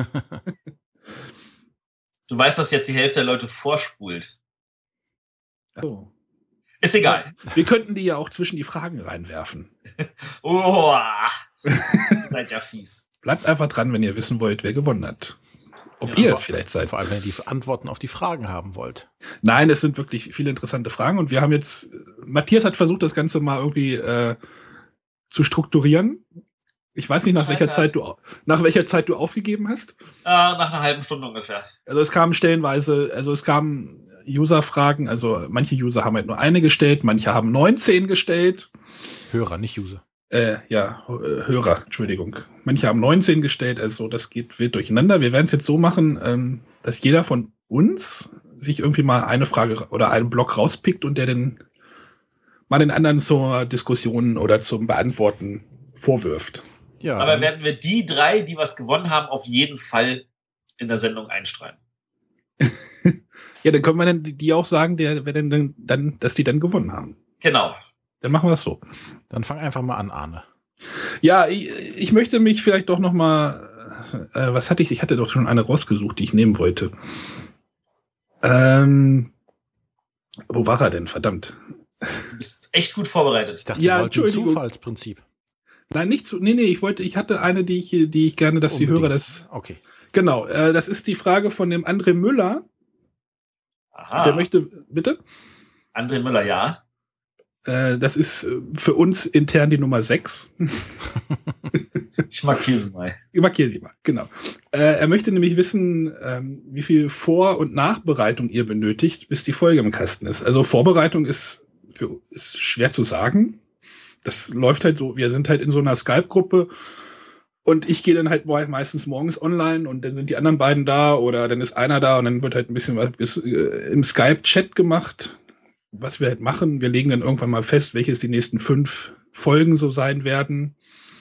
Du weißt, dass jetzt die Hälfte der Leute vorspult. So. Ist egal. Wir könnten die ja auch zwischen die Fragen reinwerfen. Oh, ihr seid ja fies. Bleibt einfach dran, wenn ihr wissen wollt, wer gewonnen hat. Ob Ja, ihr es vielleicht seid. Vor allem, wenn ihr die Antworten auf die Fragen haben wollt. Nein, es sind wirklich viele interessante Fragen und wir haben jetzt, Matthias hat versucht, das Ganze mal irgendwie äh, zu strukturieren. Ich weiß nicht, nach welcher Zeit du nach welcher Zeit du aufgegeben hast. Äh, nach einer halben Stunde ungefähr. Also es kamen stellenweise, also es kamen User-Fragen, also manche User haben halt nur eine gestellt, manche haben neunzehn gestellt. Hörer, nicht User. Äh, ja, Hörer, Entschuldigung. Manche haben neunzehn gestellt, also das geht wild durcheinander. Wir werden es jetzt so machen, ähm, dass jeder von uns sich irgendwie mal eine Frage oder einen Block rauspickt und der den mal den anderen zur Diskussion oder zum Beantworten vorwirft. Ja, aber dann werden wir die drei, die was gewonnen haben, auf jeden Fall in der Sendung einstreuen. Ja, dann können wir dann die auch sagen, der, wer denn dann, dass die dann gewonnen haben. Genau. Dann machen wir das so. Dann fang einfach mal an, Arne. Ja, ich, ich möchte mich vielleicht doch noch mal, äh, was hatte ich? Ich hatte doch schon eine rausgesucht, die ich nehmen wollte. Ähm, wo war er denn? Verdammt. Du bist echt gut vorbereitet. Ich dachte, ja, du wolltest ein Zufallsprinzip. Nein, nicht zu, nee, nee, ich wollte, ich hatte eine, die ich, die ich gerne, dass Unbedingt. die Hörer das. Okay. Genau, äh, das ist die Frage von dem André Müller. Aha. Der möchte, bitte? André Müller, ja. Äh, das ist für uns intern die Nummer sechs. Ich markiere sie mal. Ich markiere sie mal, genau. Äh, er möchte nämlich wissen, ähm, wie viel Vor- und Nachbereitung ihr benötigt, bis die Folge im Kasten ist. Also Vorbereitung ist, für, ist schwer zu sagen. Das läuft halt so, wir sind halt in so einer Skype-Gruppe und ich gehe dann halt meistens morgens online und dann sind die anderen beiden da oder dann ist einer da und dann wird halt ein bisschen was äh, im Skype-Chat gemacht, was wir halt machen. Wir legen dann irgendwann mal fest, welches die nächsten fünf Folgen so sein werden.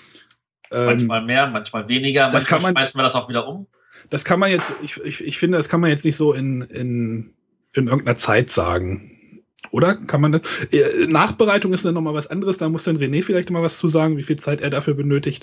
Manchmal mehr, manchmal weniger. Das manchmal kann man, schmeißen wir das auch wieder um. Das kann man jetzt, ich, ich, ich finde, das kann man jetzt nicht so in, in, in irgendeiner Zeit sagen. Oder? Kann man das? Äh, Nachbereitung ist dann nochmal was anderes. Da muss dann René vielleicht mal was zu sagen, wie viel Zeit er dafür benötigt.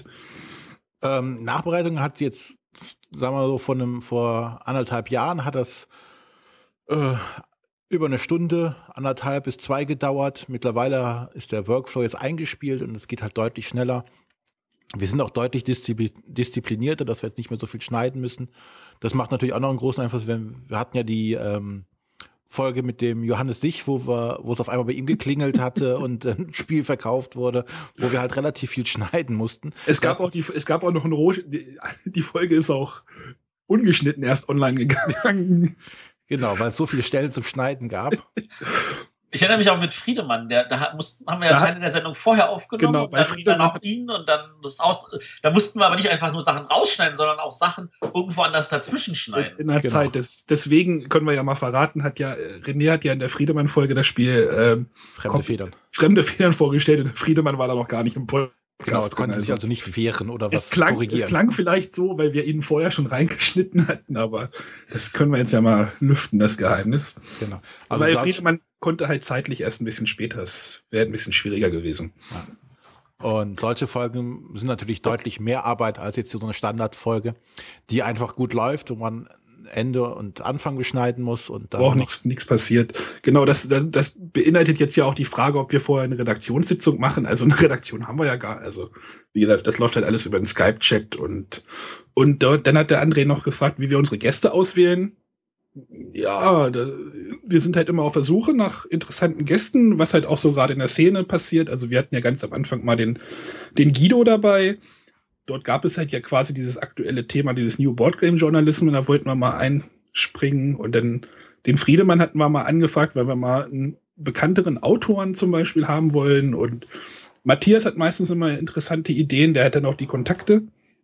Ähm, Nachbereitung hat jetzt, sagen wir so, von einem, vor anderthalb Jahren hat das äh, über eine Stunde, anderthalb bis zwei gedauert. Mittlerweile ist der Workflow jetzt eingespielt und es geht halt deutlich schneller. Wir sind auch deutlich disziplin- disziplinierter, dass wir jetzt nicht mehr so viel schneiden müssen. Das macht natürlich auch noch einen großen Einfluss. Wir, wir hatten ja die ähm, Folge mit dem Johannes Sich, wo wir, wo es auf einmal bei ihm geklingelt hatte und ein Spiel verkauft wurde, wo wir halt relativ viel schneiden mussten. Es gab auch die, es gab auch noch ein Roh, die, die Folge ist auch ungeschnitten erst online gegangen. Genau, weil es so viele Stellen zum Schneiden gab. Ich erinnere mich auch mit Friedemann, der, da mussten, haben wir ja da Teile der Sendung vorher aufgenommen, genau, und dann, Friedemann dann auch ihn und dann das auch, da mussten wir aber nicht einfach nur Sachen rausschneiden, sondern auch Sachen irgendwo anders dazwischen schneiden. In der genau. Zeit. Des, deswegen können wir ja mal verraten, hat ja, René hat ja in der Friedemann-Folge das Spiel ähm, Fremde Federn. Fremde Federn vorgestellt und Friedemann war da noch gar nicht im Podcast. Genau, konnte sich also nicht wehren oder was es klang, korrigieren. Es klang vielleicht so, weil wir ihn vorher schon reingeschnitten hatten, aber das können wir jetzt ja mal lüften, das Geheimnis. Genau. Also weil Friedemann konnte halt zeitlich erst ein bisschen später, es wäre ein bisschen schwieriger gewesen. Ja. Und solche Folgen sind natürlich deutlich mehr Arbeit als jetzt so eine Standardfolge, die einfach gut läuft, wo man Ende und Anfang beschneiden muss und dann wo auch nichts nichts passiert. Genau, das, das das beinhaltet jetzt ja auch die Frage, ob wir vorher eine Redaktionssitzung machen. Also eine Redaktion haben wir ja gar. Also wie gesagt, das läuft halt alles über den Skype-Chat und und dort, dann hat der André noch gefragt, wie wir unsere Gäste auswählen. Ja, da, wir sind halt immer auf der Suche nach interessanten Gästen, was halt auch so gerade in der Szene passiert. Also wir hatten ja ganz am Anfang mal den den Guido dabei. Dort gab es halt ja quasi dieses aktuelle Thema, dieses New Board Game Journalism, und da wollten wir mal einspringen. Und dann den Friedemann hatten wir mal angefragt, weil wir mal einen bekannteren Autoren zum Beispiel haben wollen. Und Matthias hat meistens immer interessante Ideen, der hat dann auch die Kontakte.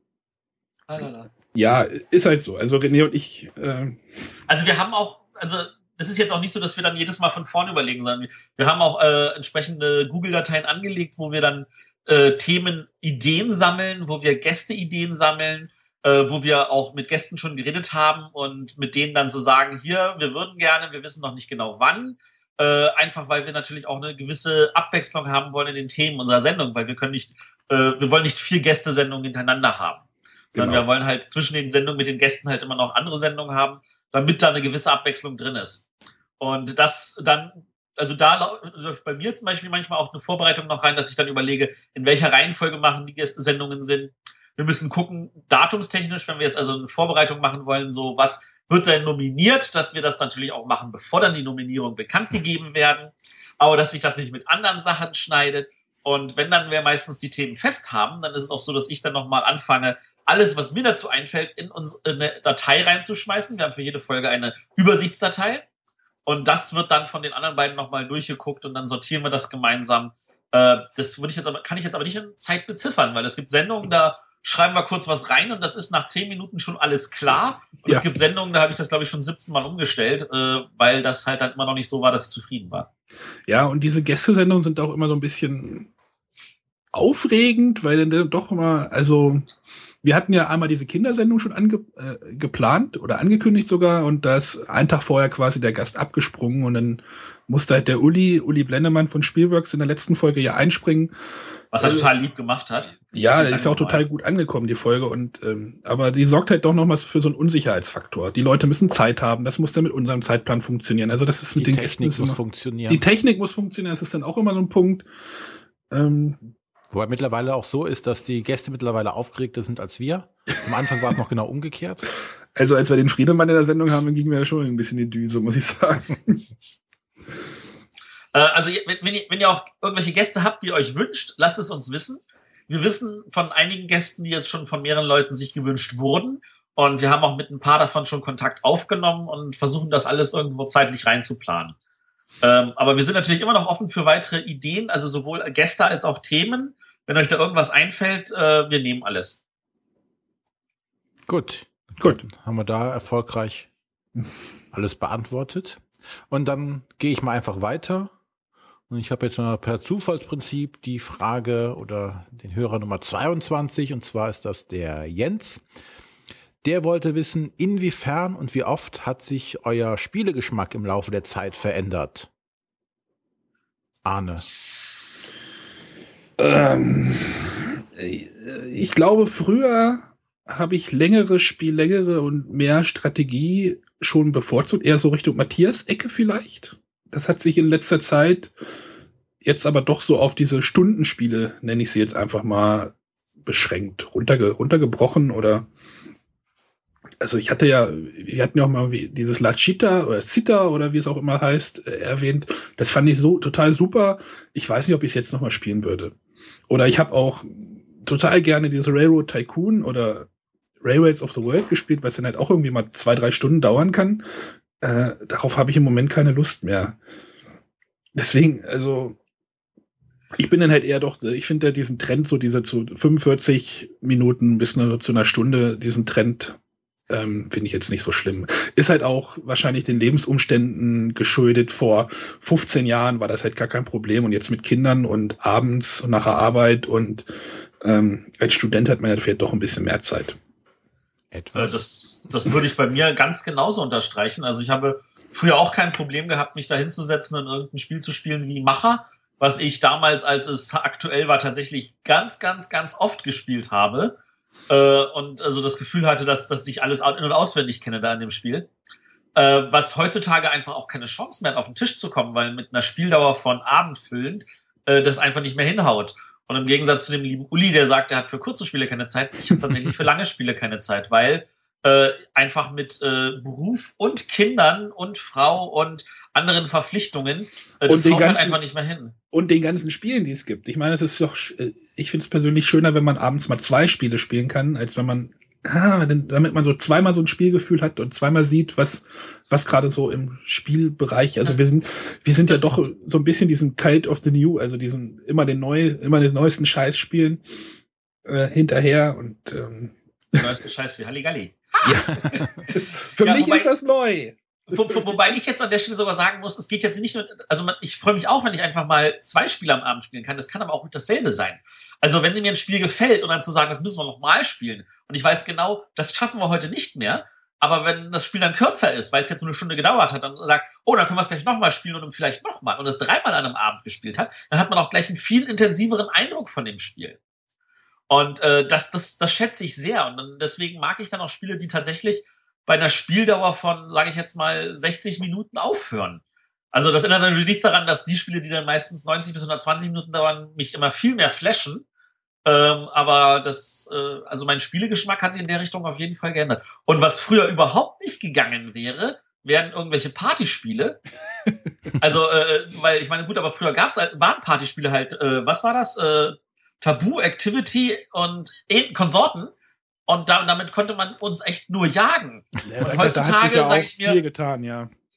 Ah, la, la. Ja, ist halt so. Also René und ich. Äh also wir haben auch, also das ist jetzt auch nicht so, dass wir dann jedes Mal von vorne überlegen, sondern wir haben auch äh, entsprechende Google-Dateien angelegt, wo wir dann Äh, Themen Ideen sammeln, wo wir Gäste-Ideen sammeln, äh, wo wir auch mit Gästen schon geredet haben und mit denen dann so sagen, hier, wir würden gerne, wir wissen noch nicht genau wann, äh, einfach weil wir natürlich auch eine gewisse Abwechslung haben wollen in den Themen unserer Sendung, weil wir können nicht, äh, wir wollen nicht vier Gästesendungen hintereinander haben, sondern Genau. wir wollen halt zwischen den Sendungen mit den Gästen halt immer noch andere Sendungen haben, damit da eine gewisse Abwechslung drin ist. Und das dann Also da läuft bei mir zum Beispiel manchmal auch eine Vorbereitung noch rein, dass ich dann überlege, in welcher Reihenfolge machen die Sendungen Sinn. Wir müssen gucken, datumstechnisch, wenn wir jetzt also eine Vorbereitung machen wollen, so was wird denn nominiert, dass wir das natürlich auch machen, bevor dann die Nominierungen bekannt gegeben werden, aber dass sich das nicht mit anderen Sachen schneidet. Und wenn dann wir meistens die Themen fest haben, dann ist es auch so, dass ich dann nochmal anfange, alles, was mir dazu einfällt, in eine Datei reinzuschmeißen. Wir haben für jede Folge eine Übersichtsdatei. Und das wird dann von den anderen beiden nochmal durchgeguckt und dann sortieren wir das gemeinsam Äh, das würde ich jetzt aber, kann ich jetzt aber nicht in Zeit beziffern, weil es gibt Sendungen, da schreiben wir kurz was rein und das ist nach zehn Minuten schon alles klar. Und ja. Es gibt Sendungen, da habe ich das, glaube ich, schon siebzehn Mal umgestellt, äh, weil das halt dann immer noch nicht so war, dass ich zufrieden war. Ja, und diese Gästesendungen sind auch immer so ein bisschen aufregend, weil dann doch immer, also wir hatten ja einmal diese Kindersendung schon ange, äh, geplant oder angekündigt sogar und da ist ein Tag vorher quasi der Gast abgesprungen und dann musste halt der Uli, Uli Blendemann von Spielworks in der letzten Folge ja einspringen. Was er also, total lieb gemacht hat. Ja, der ist ja auch total gut angekommen, die Folge. Und ähm, aber die sorgt halt doch noch mal für so einen Unsicherheitsfaktor. Die Leute müssen Zeit haben, das muss dann mit unserem Zeitplan funktionieren. Also das ist mit die den Technik Gästen muss immer, funktionieren. Die Technik muss funktionieren, das ist dann auch immer so ein Punkt. Ähm, Wobei mittlerweile auch so ist, dass die Gäste mittlerweile aufgeregter sind als wir. Am Anfang war es noch genau umgekehrt. Also als wir den Friedemann in der Sendung haben, ging mir ja schon ein bisschen die Düse, muss ich sagen. Also wenn ihr, wenn ihr auch irgendwelche Gäste habt, die ihr euch wünscht, lasst es uns wissen. Wir wissen von einigen Gästen, die jetzt schon von mehreren Leuten sich gewünscht wurden. Und wir haben auch mit ein paar davon schon Kontakt aufgenommen und versuchen das alles irgendwo zeitlich reinzuplanen. Ähm, aber wir sind natürlich immer noch offen für weitere Ideen, also sowohl Gäste als auch Themen. Wenn euch da irgendwas einfällt, äh, wir nehmen alles. Gut. Gut. Dann haben wir da erfolgreich alles beantwortet. Und dann gehe ich mal einfach weiter. Und ich habe jetzt mal per Zufallsprinzip die Frage oder den Hörer Nummer zweiundzwanzig. Und zwar ist das der Jens. Der wollte wissen, inwiefern und wie oft hat sich euer Spielegeschmack im Laufe der Zeit verändert? Arne. Ähm, ich glaube, früher habe ich längere Spiel, längere und mehr Strategie schon bevorzugt. Eher so Richtung Matthias-Ecke vielleicht. Das hat sich in letzter Zeit jetzt aber doch so auf diese Stundenspiele, nenne ich sie jetzt einfach mal, beschränkt, runterge runtergebrochen oder also ich hatte ja, wir hatten ja auch mal wie dieses La Cita oder Cita oder wie es auch immer heißt, äh, erwähnt. Das fand ich so total super. Ich weiß nicht, ob ich es jetzt noch mal spielen würde. Oder ich habe auch total gerne diese Railroad Tycoon oder Railways of the World gespielt, was dann halt auch irgendwie mal zwei, drei Stunden dauern kann. Äh, darauf habe ich im Moment keine Lust mehr. Deswegen, also ich bin dann halt eher doch, ich finde ja diesen Trend, so diese zu fünfundvierzig Minuten bis eine, zu einer Stunde, diesen Trend ähm, finde ich jetzt nicht so schlimm. Ist halt auch wahrscheinlich den Lebensumständen geschuldet. Vor fünfzehn Jahren war das halt gar kein Problem und jetzt mit Kindern und abends und nach der Arbeit und ähm, als Student hat man ja vielleicht doch ein bisschen mehr Zeit. Etwas. Das, das würde ich bei mir ganz genauso unterstreichen. Also ich habe früher auch kein Problem gehabt, mich da hinzusetzen und irgendein Spiel zu spielen wie Macher, was ich damals, als es aktuell war, tatsächlich ganz, ganz, ganz oft gespielt habe. Äh, und also das Gefühl hatte, dass, dass ich alles in- und auswendig kenne da in dem Spiel. Äh, was heutzutage einfach auch keine Chance mehr hat, auf den Tisch zu kommen, weil mit einer Spieldauer von abendfüllend äh, das einfach nicht mehr hinhaut. Und im Gegensatz zu dem lieben Uli, der sagt, er hat für kurze Spiele keine Zeit, ich habe tatsächlich für lange Spiele keine Zeit, weil äh, einfach mit äh, Beruf und Kindern und Frau und anderen Verpflichtungen äh, das haut halt einfach nicht mehr hin. Und den ganzen Spielen, die es gibt. Ich meine, es ist doch, ich finde es persönlich schöner, wenn man abends mal zwei Spiele spielen kann, als wenn man, ah, damit man so zweimal so ein Spielgefühl hat und zweimal sieht, was, was gerade so im Spielbereich, also das, wir sind, wir sind ja doch so ein bisschen diesen Cult of the New, also diesen, immer den neu, immer den neuesten Scheiß spielen, äh, hinterher und, ähm, den neuesten Scheiß wie Halligalli. Ja. Für ja, mich wobei, ist das neu. Wo, wo, wobei ich jetzt an der Stelle sogar sagen muss, es geht jetzt nicht nur, also man, ich freue mich auch, wenn ich einfach mal zwei Spiele am Abend spielen kann. Das kann aber auch dasselbe sein. Also wenn mir ein Spiel gefällt und dann zu sagen, das müssen wir noch mal spielen und ich weiß genau, das schaffen wir heute nicht mehr, aber wenn das Spiel dann kürzer ist, weil es jetzt nur eine Stunde gedauert hat, dann sagt, oh, dann können wir es gleich noch mal spielen und dann vielleicht noch mal und es dreimal an einem Abend gespielt hat, dann hat man auch gleich einen viel intensiveren Eindruck von dem Spiel. Und äh, das, das, das schätze ich sehr und dann, deswegen mag ich dann auch Spiele, die tatsächlich bei einer Spieldauer von, sage ich jetzt mal, sechzig Minuten aufhören. Also das ändert natürlich nichts daran, dass die Spiele, die dann meistens neunzig bis hundertzwanzig Minuten dauern, mich immer viel mehr flashen. Ähm, aber das, äh, also mein Spielegeschmack hat sich in der Richtung auf jeden Fall geändert. Und was früher überhaupt nicht gegangen wäre, wären irgendwelche Partyspiele. Also, äh, weil ich meine, gut, aber früher gab's halt, waren Partyspiele halt, äh, was war das? Äh, Tabu, Activity und e- Konsorten. Und da, damit konnte man uns echt nur jagen. Ja, und heutzutage ja sage ich mir, viel getan, ja.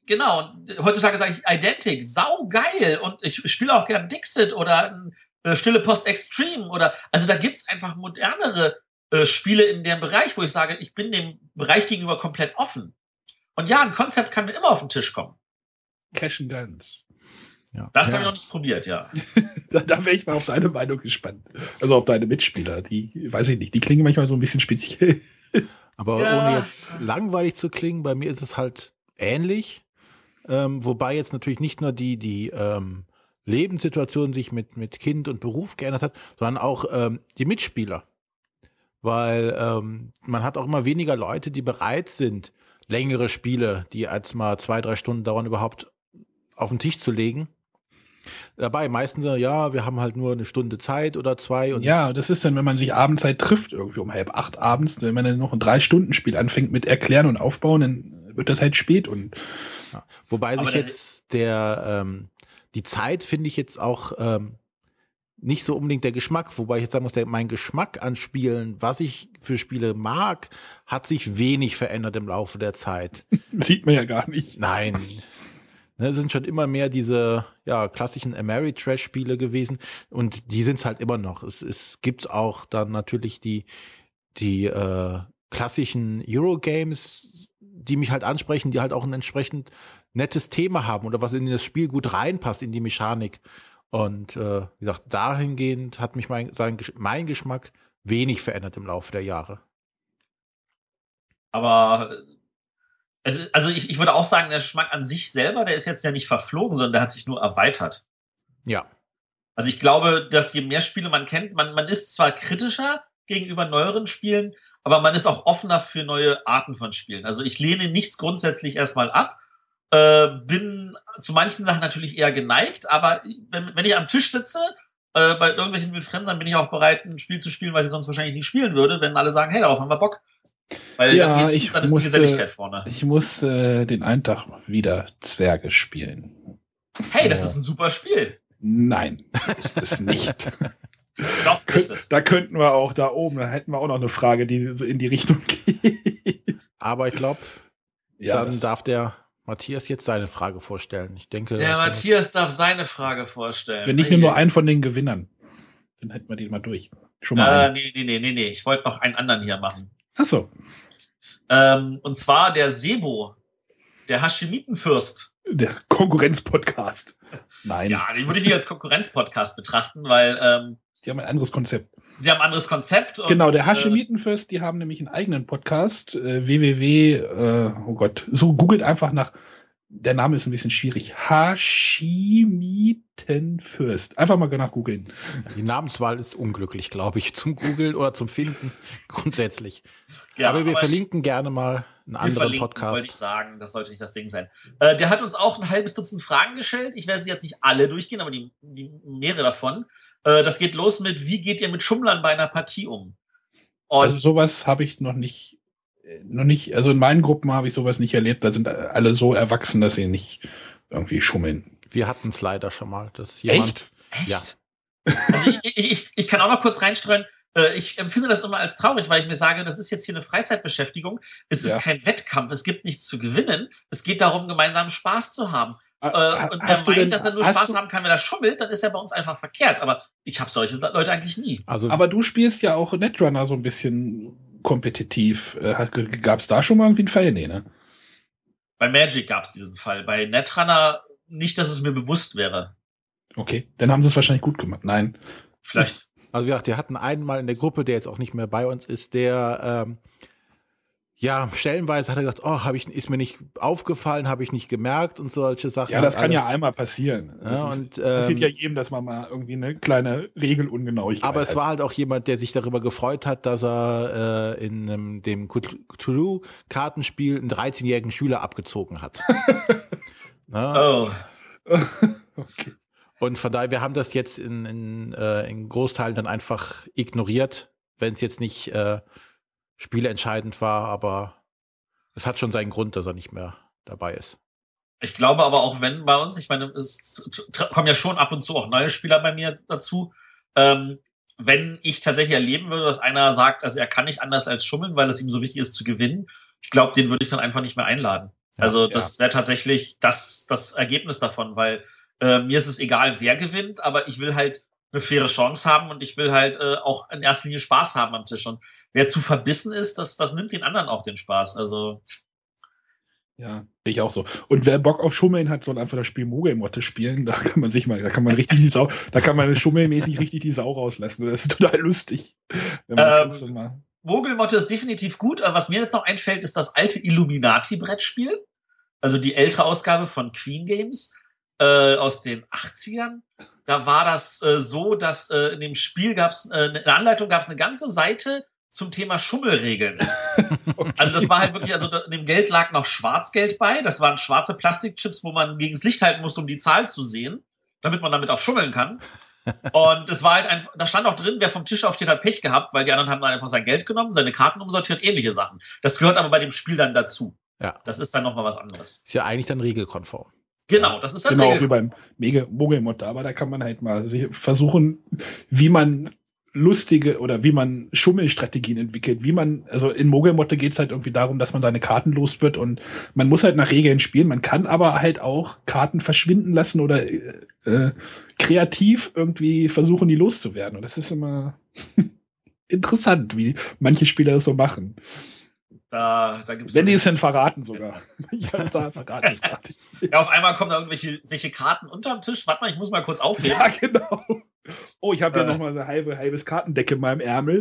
Genau, und heutzutage sage ich Identic, saugeil. Und ich spiele auch gern Dixit oder äh, Stille Post Extreme. Oder, also da gibt's einfach modernere äh, Spiele in dem Bereich, wo ich sage, ich bin dem Bereich gegenüber komplett offen. Und ja, ein Konzept kann mir immer auf den Tisch kommen. Cash and Guns. Ja. Das ja. habe ich noch nicht probiert, ja. da da wäre ich mal auf deine Meinung gespannt. Also auf deine Mitspieler. Die, weiß ich nicht, die klingen manchmal so ein bisschen speziell. Aber ja. ohne jetzt langweilig zu klingen, bei mir ist es halt ähnlich. Ähm, wobei jetzt natürlich nicht nur die, die ähm, Lebenssituation sich mit, mit Kind und Beruf geändert hat, sondern auch ähm, die Mitspieler. Weil ähm, man hat auch immer weniger Leute, die bereit sind, längere Spiele, die als mal zwei, drei Stunden dauern, überhaupt auf den Tisch zu legen. Dabei meistens, ja, wir haben halt nur eine Stunde Zeit oder zwei. Und ja, das ist dann, wenn man sich abends halt trifft, irgendwie um halb acht abends, wenn man dann noch ein Drei-Stunden-Spiel anfängt mit Erklären und Aufbauen, dann wird das halt spät. Und ja. Wobei Aber sich jetzt der, ähm, die Zeit finde ich jetzt auch ähm, nicht so unbedingt der Geschmack, wobei ich jetzt sagen muss, der, mein Geschmack an Spielen, was ich für Spiele mag, hat sich wenig verändert im Laufe der Zeit. sieht man ja gar nicht. Nein. Ne, sind schon immer mehr diese ja, klassischen Ameritrash-Spiele gewesen und die sind es halt immer noch. Es, es gibt auch dann natürlich die, die äh, klassischen Eurogames, die mich halt ansprechen, die halt auch ein entsprechend nettes Thema haben oder was in das Spiel gut reinpasst, in die Mechanik. Und äh, wie gesagt, dahingehend hat mich mein, sein, mein Geschmack wenig verändert im Laufe der Jahre. Aber also ich, ich würde auch sagen, der Geschmack an sich selber, der ist jetzt ja nicht verflogen, sondern der hat sich nur erweitert. Ja. Also ich glaube, dass je mehr Spiele man kennt, man, man ist zwar kritischer gegenüber neueren Spielen, aber man ist auch offener für neue Arten von Spielen. Also ich lehne nichts grundsätzlich erstmal ab, äh, bin zu manchen Sachen natürlich eher geneigt, aber wenn, wenn ich am Tisch sitze, äh, bei irgendwelchen Wildfremden, dann bin ich auch bereit, ein Spiel zu spielen, was ich sonst wahrscheinlich nicht spielen würde, wenn alle sagen, hey, darauf haben wir Bock. Weil ja, dann, geht, ich dann ist musste, die Geselligkeit vorne. Ich muss äh, den einen Tag wieder Zwerge spielen. Hey, das äh, ist ein super Spiel. Nein, ist es nicht. Doch, ist es. Da könnten wir auch da oben, da hätten wir auch noch eine Frage, die so in die Richtung geht. Aber ich glaube, Ja, dann das- darf der Matthias jetzt seine Frage vorstellen. Ich denke, Der das- Matthias darf seine Frage vorstellen. Wenn nicht, nimm nur einen von den Gewinnern. Dann hätten wir die mal durch. Schon mal Äh, einen. nee, nee, nee, nee, nee. Ich wollte noch einen anderen hier machen. Ach so. Ähm, und zwar der Sebo, der Haschimitenfürst. Der Konkurrenz-Podcast. Nein, Ja, den würde ich nicht als Konkurrenz-Podcast betrachten, weil ähm, die haben ein anderes Konzept. sie haben ein anderes Konzept. Und, Genau, der äh, Hashimitenfürst, die haben nämlich einen eigenen Podcast. Äh, www, äh, oh Gott, so googelt einfach nach, der Name ist ein bisschen schwierig. Hashimitenfürst. Einfach mal nach googeln. die Namenswahl ist unglücklich, glaube ich, zum Googlen oder zum Finden grundsätzlich. ja, aber wir verlinken gerne mal einen wir anderen verlinken, Podcast. wollte ich sagen. Das sollte nicht das Ding sein. Äh, der hat uns auch ein halbes Dutzend Fragen gestellt. Ich werde sie jetzt nicht alle durchgehen, aber die, die mehrere davon. Äh, das geht los mit, wie geht ihr mit Schummlern bei einer Partie um? Und Also sowas habe ich noch nicht, äh, noch nicht, also in meinen Gruppen habe ich sowas nicht erlebt. Da sind alle so erwachsen, dass sie nicht irgendwie schummeln. Wir hatten es leider schon mal, dass jemand. Echt? Echt? Ja. Also ich, ich, ich, ich kann auch noch kurz reinstreuen. Äh, Ich empfinde das immer als traurig, weil ich mir sage, das ist jetzt hier eine Freizeitbeschäftigung. Es ist Ja. kein Wettkampf. Es gibt nichts zu gewinnen. Es geht darum, gemeinsam Spaß zu haben. Ah, Äh, und wer hast du meint, denn- dass er nur hast Spaß du- haben kann, wenn er schummelt, dann ist er bei uns einfach verkehrt. Aber ich habe solche Leute eigentlich nie. Also Aber du spielst ja auch Netrunner so ein bisschen kompetitiv. Äh, Gab es da schon mal irgendwie einen Fall? Nee, ne? Bei Magic gab es diesen Fall. Bei Netrunner nicht, dass es mir bewusst wäre. Okay, dann haben sie es wahrscheinlich gut gemacht. Nein. Vielleicht. Also wie gesagt, wir hatten einen mal in der Gruppe, der jetzt auch nicht mehr bei uns ist, der ähm, ja, stellenweise hat er gesagt, oh, hab ich, ist mir nicht aufgefallen, habe ich nicht gemerkt und solche Sachen. Ja, das kann Also, ja einmal passieren. Das Ja, ist, und, passiert ähm, ja jedem, dass man mal irgendwie eine kleine Regelungenauigkeit aber es hat. war halt auch jemand, der sich darüber gefreut hat, dass er äh, in ähm, dem Cthulhu-Kartenspiel einen dreizehnjährigen Schüler abgezogen hat. Na, Oh. Okay. Und von daher, wir haben das jetzt in, in, äh, in Großteilen dann einfach ignoriert, wenn es jetzt nicht äh, spieleentscheidend war, aber es hat schon seinen Grund, dass er nicht mehr dabei ist. Ich glaube aber auch, wenn bei uns, ich meine, es tr- kommen ja schon ab und zu auch neue Spieler bei mir dazu. Ähm, wenn ich tatsächlich erleben würde, dass einer sagt, also er kann nicht anders als schummeln, weil es ihm so wichtig ist zu gewinnen, ich glaube, den würde ich dann einfach nicht mehr einladen. Ja, also das wäre tatsächlich das, das Ergebnis davon, weil äh, mir ist es egal, wer gewinnt, aber ich will halt eine faire Chance haben und ich will halt äh, auch in erster Linie Spaß haben am Tisch. Und wer zu verbissen ist, das, das nimmt den anderen auch den Spaß. Also ja, sehe ich auch so. Und wer Bock auf Schummeln hat, soll einfach das Spiel Mogelmotte spielen. Da kann man sich mal, da kann man richtig die Sau, da kann man schummelmäßig richtig die Sau rauslassen. Das ist total lustig. Wenn man ähm, das Ganze mal Mogelmotte ist definitiv gut, aber was mir jetzt noch einfällt, ist das alte Illuminati-Brettspiel. Also die ältere Ausgabe von Queen Games äh, aus den achtzigern. Da war das äh, so, dass äh, in dem Spiel gab es, äh, in der Anleitung gab es eine ganze Seite zum Thema Schummelregeln. Okay. Also das war halt wirklich, also in dem Geld lag noch Schwarzgeld bei. Das waren schwarze Plastikchips, wo man gegen das Licht halten musste, um die Zahl zu sehen, damit man damit auch schummeln kann. Und es war halt ein, da stand auch drin, wer vom Tisch aufsteht, hat Pech gehabt, weil die anderen haben dann einfach sein Geld genommen, seine Karten umsortiert, ähnliche Sachen. Das gehört aber bei dem Spiel dann dazu. Ja. Das ist dann nochmal was anderes. Ist ja eigentlich dann regelkonform. Genau, das ist dann genau wie beim Mogelmotte, aber da kann man halt mal versuchen, wie man lustige oder wie man Schummelstrategien entwickelt, wie man, also in Mogelmotte geht es halt irgendwie darum, dass man seine Karten los wird und man muss halt nach Regeln spielen, man kann aber halt auch Karten verschwinden lassen oder äh, kreativ irgendwie versuchen, die loszuwerden. Und das ist immer interessant, wie manche Spieler das so machen. Da, da gibt's Wenn die es denn verraten sogar. Ja, da verraten es gar nicht. Ja, auf einmal kommen da irgendwelche welche Karten unterm Tisch. Warte mal, ich muss mal kurz aufheben. Ja, genau. Oh, ich habe ja äh. noch mal eine halbe, halbes Kartendeck in meinem Ärmel.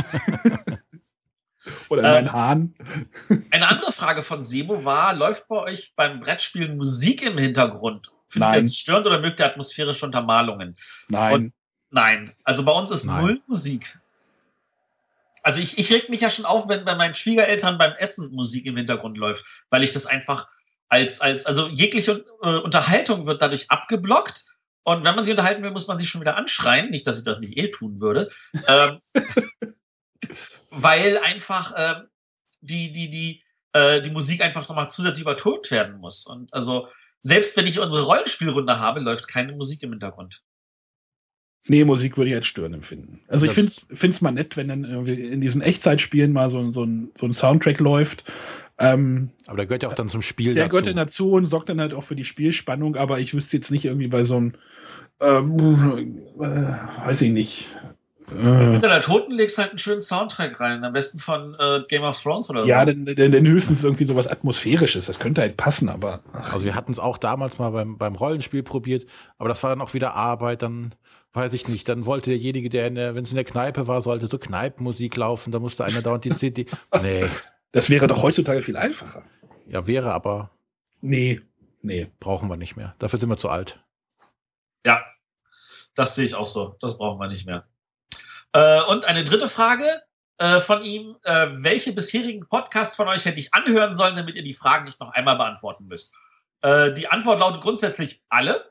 Oder in ähm, meinen Haaren. Eine andere Frage von Sebo war, läuft bei euch beim Brettspielen Musik im Hintergrund? Findet Nein. ihr es störend oder mögt ihr atmosphärische Untermalungen? Nein. Und nein. Also bei uns ist Nein. null Musik. Also ich, ich reg mich ja schon auf, wenn bei meinen Schwiegereltern beim Essen Musik im Hintergrund läuft, weil ich das einfach als, als also jegliche äh, Unterhaltung wird dadurch abgeblockt. Und wenn man sich unterhalten will, muss man sich schon wieder anschreien. Nicht, dass ich das nicht eh tun würde. ähm, weil einfach äh, die, die, die, äh, die Musik einfach nochmal zusätzlich übertont werden muss. Und also selbst wenn ich unsere Rollenspielrunde habe, läuft keine Musik im Hintergrund. Nee, Musik würde ich als störend empfinden. Also ich finde es mal nett, wenn dann irgendwie in diesen Echtzeitspielen mal so, so, ein, so ein Soundtrack läuft. Ähm, aber der gehört ja auch dann zum Spiel der dazu. Der gehört dann dazu und sorgt dann halt auch für die Spielspannung, aber ich wüsste jetzt nicht irgendwie bei so einem, ähm, äh, weiß ich nicht. Äh, Mit der Toten legst halt einen schönen Soundtrack rein, am besten von äh, Game of Thrones oder so. Ja, denn, denn, denn höchstens irgendwie sowas Atmosphärisches, das könnte halt passen, aber... Ach. Also wir hatten es auch damals mal beim, beim Rollenspiel probiert, aber das war dann auch wieder Arbeit, dann... Weiß ich nicht, dann wollte derjenige, der, wenn es in der Kneipe war, sollte so Kneipenmusik laufen, da musste einer dauernd die C D. Nee. Das wäre doch heutzutage viel einfacher. Ja, wäre, aber. Nee, nee. Brauchen wir nicht mehr. Dafür sind wir zu alt. Ja, das sehe ich auch so. Das brauchen wir nicht mehr. Äh, und eine dritte Frage äh, von ihm. Äh, welche bisherigen Podcasts von euch hätte ich anhören sollen, damit ihr die Fragen nicht noch einmal beantworten müsst? Äh, die Antwort lautet grundsätzlich alle.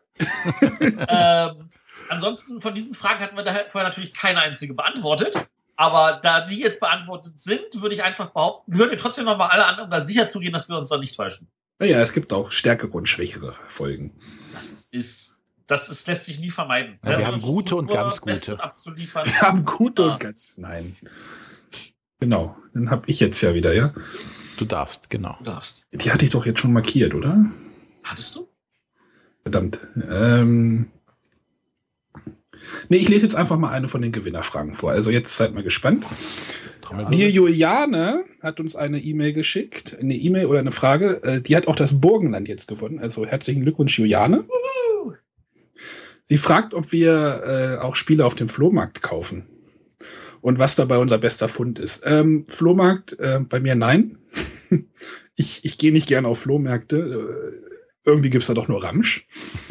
ähm, Ansonsten von diesen Fragen hatten wir daher vorher natürlich keine einzige beantwortet. Aber da die jetzt beantwortet sind, würde ich einfach behaupten, hört ihr trotzdem nochmal alle an, um da sicher zu gehen, dass wir uns da nicht täuschen. Naja, es gibt auch stärkere und schwächere Folgen. Das ist, das ist, lässt sich nie vermeiden. Ja, wir haben gute und ganz gute. Abzuliefern. Wir haben gute und ganz. Nein. Genau, dann habe ich jetzt ja wieder, ja? Du darfst, genau. Du darfst. Die hatte ich doch jetzt schon markiert, oder? Hattest du? Verdammt. Ähm. Nee, ich lese jetzt einfach mal eine von den Gewinnerfragen vor. Also jetzt seid mal gespannt. Die Juliane hat uns eine E-Mail geschickt, eine E-Mail oder eine Frage. Die hat auch das Burgenland jetzt gewonnen. Also herzlichen Glückwunsch, Juliane. Sie fragt, ob wir äh, auch Spiele auf dem Flohmarkt kaufen und was dabei unser bester Fund ist. Ähm, Flohmarkt, äh, bei mir nein. ich ich gehe nicht gerne auf Flohmärkte. Irgendwie gibt's da doch nur Ramsch.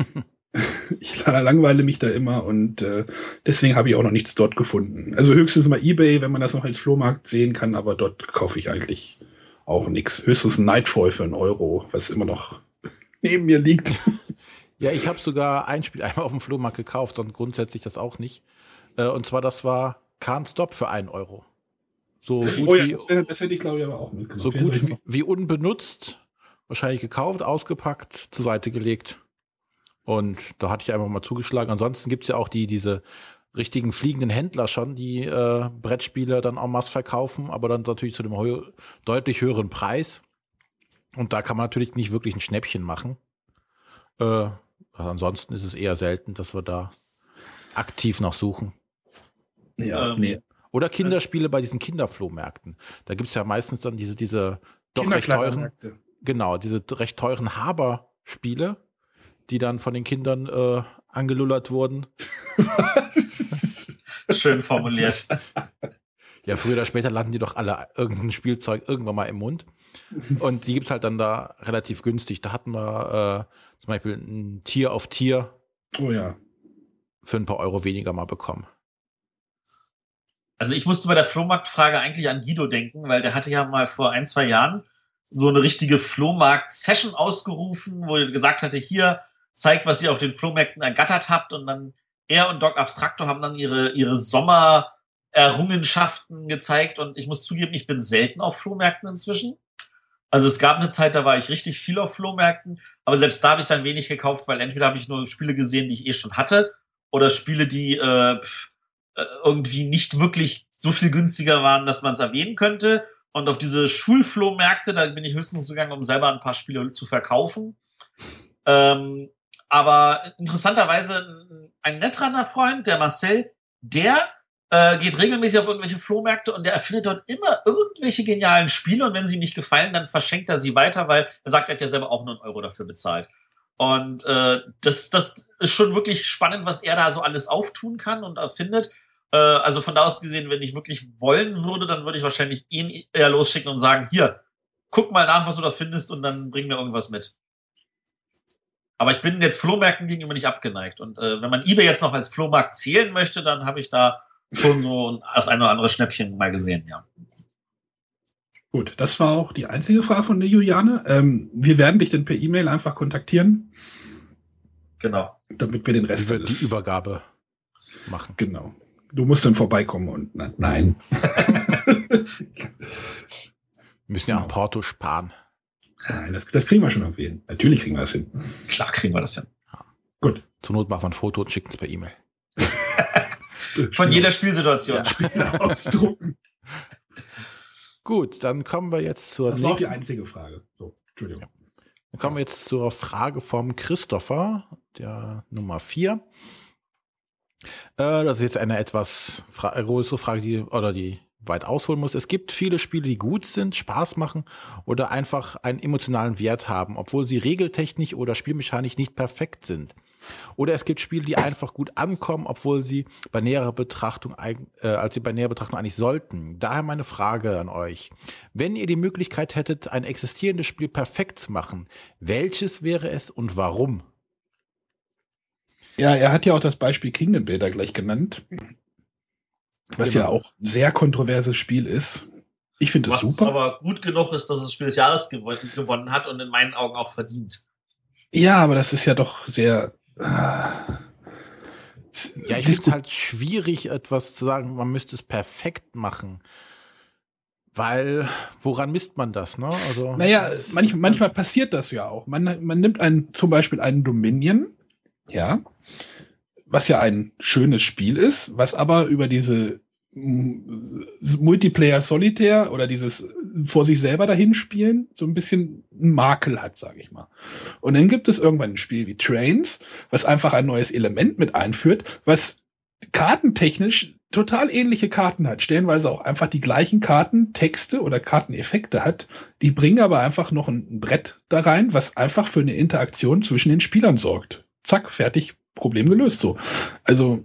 Ich langweile mich da immer und äh, deswegen habe ich auch noch nichts dort gefunden. Also höchstens mal eBay, wenn man das noch als Flohmarkt sehen kann, aber dort kaufe ich eigentlich auch nichts. Höchstens ein Nightfall für einen Euro, was immer noch neben mir liegt. Ja, ich habe sogar ein Spiel einmal auf dem Flohmarkt gekauft und grundsätzlich das auch nicht. Äh, und zwar, das war Can't Stop für einen Euro. So gut oh ja, wie, das, wär, das hätte ich glaube ich aber auch mitgenommen. So gut wie, wie unbenutzt, wahrscheinlich gekauft, ausgepackt, zur Seite gelegt. Und da hatte ich einfach mal zugeschlagen. Ansonsten gibt's ja auch die diese richtigen fliegenden Händler schon, die äh, Brettspiele dann en masse verkaufen, aber dann natürlich zu dem heu- deutlich höheren Preis. Und da kann man natürlich nicht wirklich ein Schnäppchen machen. Äh, also ansonsten ist es eher selten, dass wir da aktiv noch suchen. Ja, Ähm, nee. Oder Kinderspiele bei diesen Kinderflohmärkten. Da gibt es ja meistens dann diese, diese doch recht teuren, Kinderkleidermärkte. genau, diese recht teuren Haber-Spiele, die dann von den Kindern äh, angelullert wurden. Schön formuliert. Ja, früher oder später landen die doch alle irgendein Spielzeug irgendwann mal im Mund. Und die gibt's halt dann da relativ günstig. Da hatten wir äh, zum Beispiel ein Tier auf Tier Oh ja. für ein paar Euro weniger mal bekommen. Also ich musste bei der Flohmarktfrage eigentlich an Guido denken, weil der hatte ja mal vor ein, zwei Jahren so eine richtige Flohmarkt-Session ausgerufen, wo er gesagt hatte, hier, zeigt, was ihr auf den Flohmärkten ergattert habt. Und dann er und Doc Abstracto haben dann ihre, ihre Sommererrungenschaften gezeigt. Und ich muss zugeben, ich bin selten auf Flohmärkten inzwischen. Also es gab eine Zeit, da war ich richtig viel auf Flohmärkten, aber selbst da habe ich dann wenig gekauft, weil entweder habe ich nur Spiele gesehen, die ich eh schon hatte, oder Spiele, die äh, pff, irgendwie nicht wirklich so viel günstiger waren, dass man es erwähnen könnte. Und auf diese Schulflohmärkte, da bin ich höchstens gegangen, um selber ein paar Spiele zu verkaufen. Ähm, aber interessanterweise ein netterer Freund, der Marcel, der äh, geht regelmäßig auf irgendwelche Flohmärkte und der erfindet dort immer irgendwelche genialen Spiele und wenn sie ihm nicht gefallen, dann verschenkt er sie weiter, weil er sagt, er hat ja selber auch nur einen Euro dafür bezahlt. Und äh, das, das ist schon wirklich spannend, was er da so alles auftun kann und erfindet. Äh, also von da aus gesehen, wenn ich wirklich wollen würde, dann würde ich wahrscheinlich ihn eher losschicken und sagen, hier, guck mal nach, was du da findest und dann bring mir irgendwas mit. Aber ich bin jetzt Flohmärkten gegenüber nicht abgeneigt. Und äh, wenn man eBay jetzt noch als Flohmarkt zählen möchte, dann habe ich da schon so das eine oder andere Schnäppchen mal gesehen, ja. Gut, das war auch die einzige Frage von der Juliane. Ähm, wir werden dich dann per E-Mail einfach kontaktieren. Genau. Damit wir den Rest Wie wir die Übergabe machen. Genau. Du musst dann vorbeikommen und na, nein. Wir müssen ja Genau. am Porto sparen. Nein, das, das kriegen wir schon irgendwie hin. Natürlich kriegen wir das hin. Klar kriegen wir das hin. Gut. Zur Not machen wir ein Foto und schicken es per E-Mail. Von jeder Spielsituation. Ja. Spiele ausdrucken. Gut, dann kommen wir jetzt zur Das war auch die nächsten. einzige Frage. So, Entschuldigung. Dann kommen wir jetzt zur Frage vom Christopher, der Nummer vier. Äh, das ist jetzt eine etwas fra- größere Frage, die oder die weit ausholen muss. Es gibt viele Spiele, die gut sind, Spaß machen oder einfach einen emotionalen Wert haben, obwohl sie regeltechnisch oder spielmechanisch nicht perfekt sind. Oder es gibt Spiele, die einfach gut ankommen, obwohl sie bei näherer Betrachtung, eig- äh, als sie bei näherer Betrachtung eigentlich sollten. Daher meine Frage an euch. Wenn ihr die Möglichkeit hättet, ein existierendes Spiel perfekt zu machen, welches wäre es und warum? Ja, er hat ja auch das Beispiel Kingdom Builder gleich genannt. Was Genau. ja auch ein sehr kontroverses Spiel ist. Ich finde es Was super. aber gut genug ist, dass es das Spiel des Jahres gew gewonnen hat und in meinen Augen auch verdient. Ja, aber das ist ja doch sehr. Äh, Ja, ich finde es halt schwierig, etwas zu sagen, man müsste es perfekt machen. Weil, woran misst man das, ne? Also, Naja, das ist- manch, manchmal passiert das ja auch. Man, man nimmt ein, zum Beispiel einen Dominion, ja, was ja ein schönes Spiel ist, was aber über diese mm, Multiplayer-Solitär oder dieses vor sich selber dahinspielen so ein bisschen einen Makel hat, sage ich mal. Und dann gibt es irgendwann ein Spiel wie Trains, was einfach ein neues Element mit einführt, was kartentechnisch total ähnliche Karten hat, stellenweise auch einfach die gleichen Karten, Texte oder Karteneffekte hat, die bringen aber einfach noch ein Brett da rein, was einfach für eine Interaktion zwischen den Spielern sorgt. Zack, fertig, Problem gelöst so. Also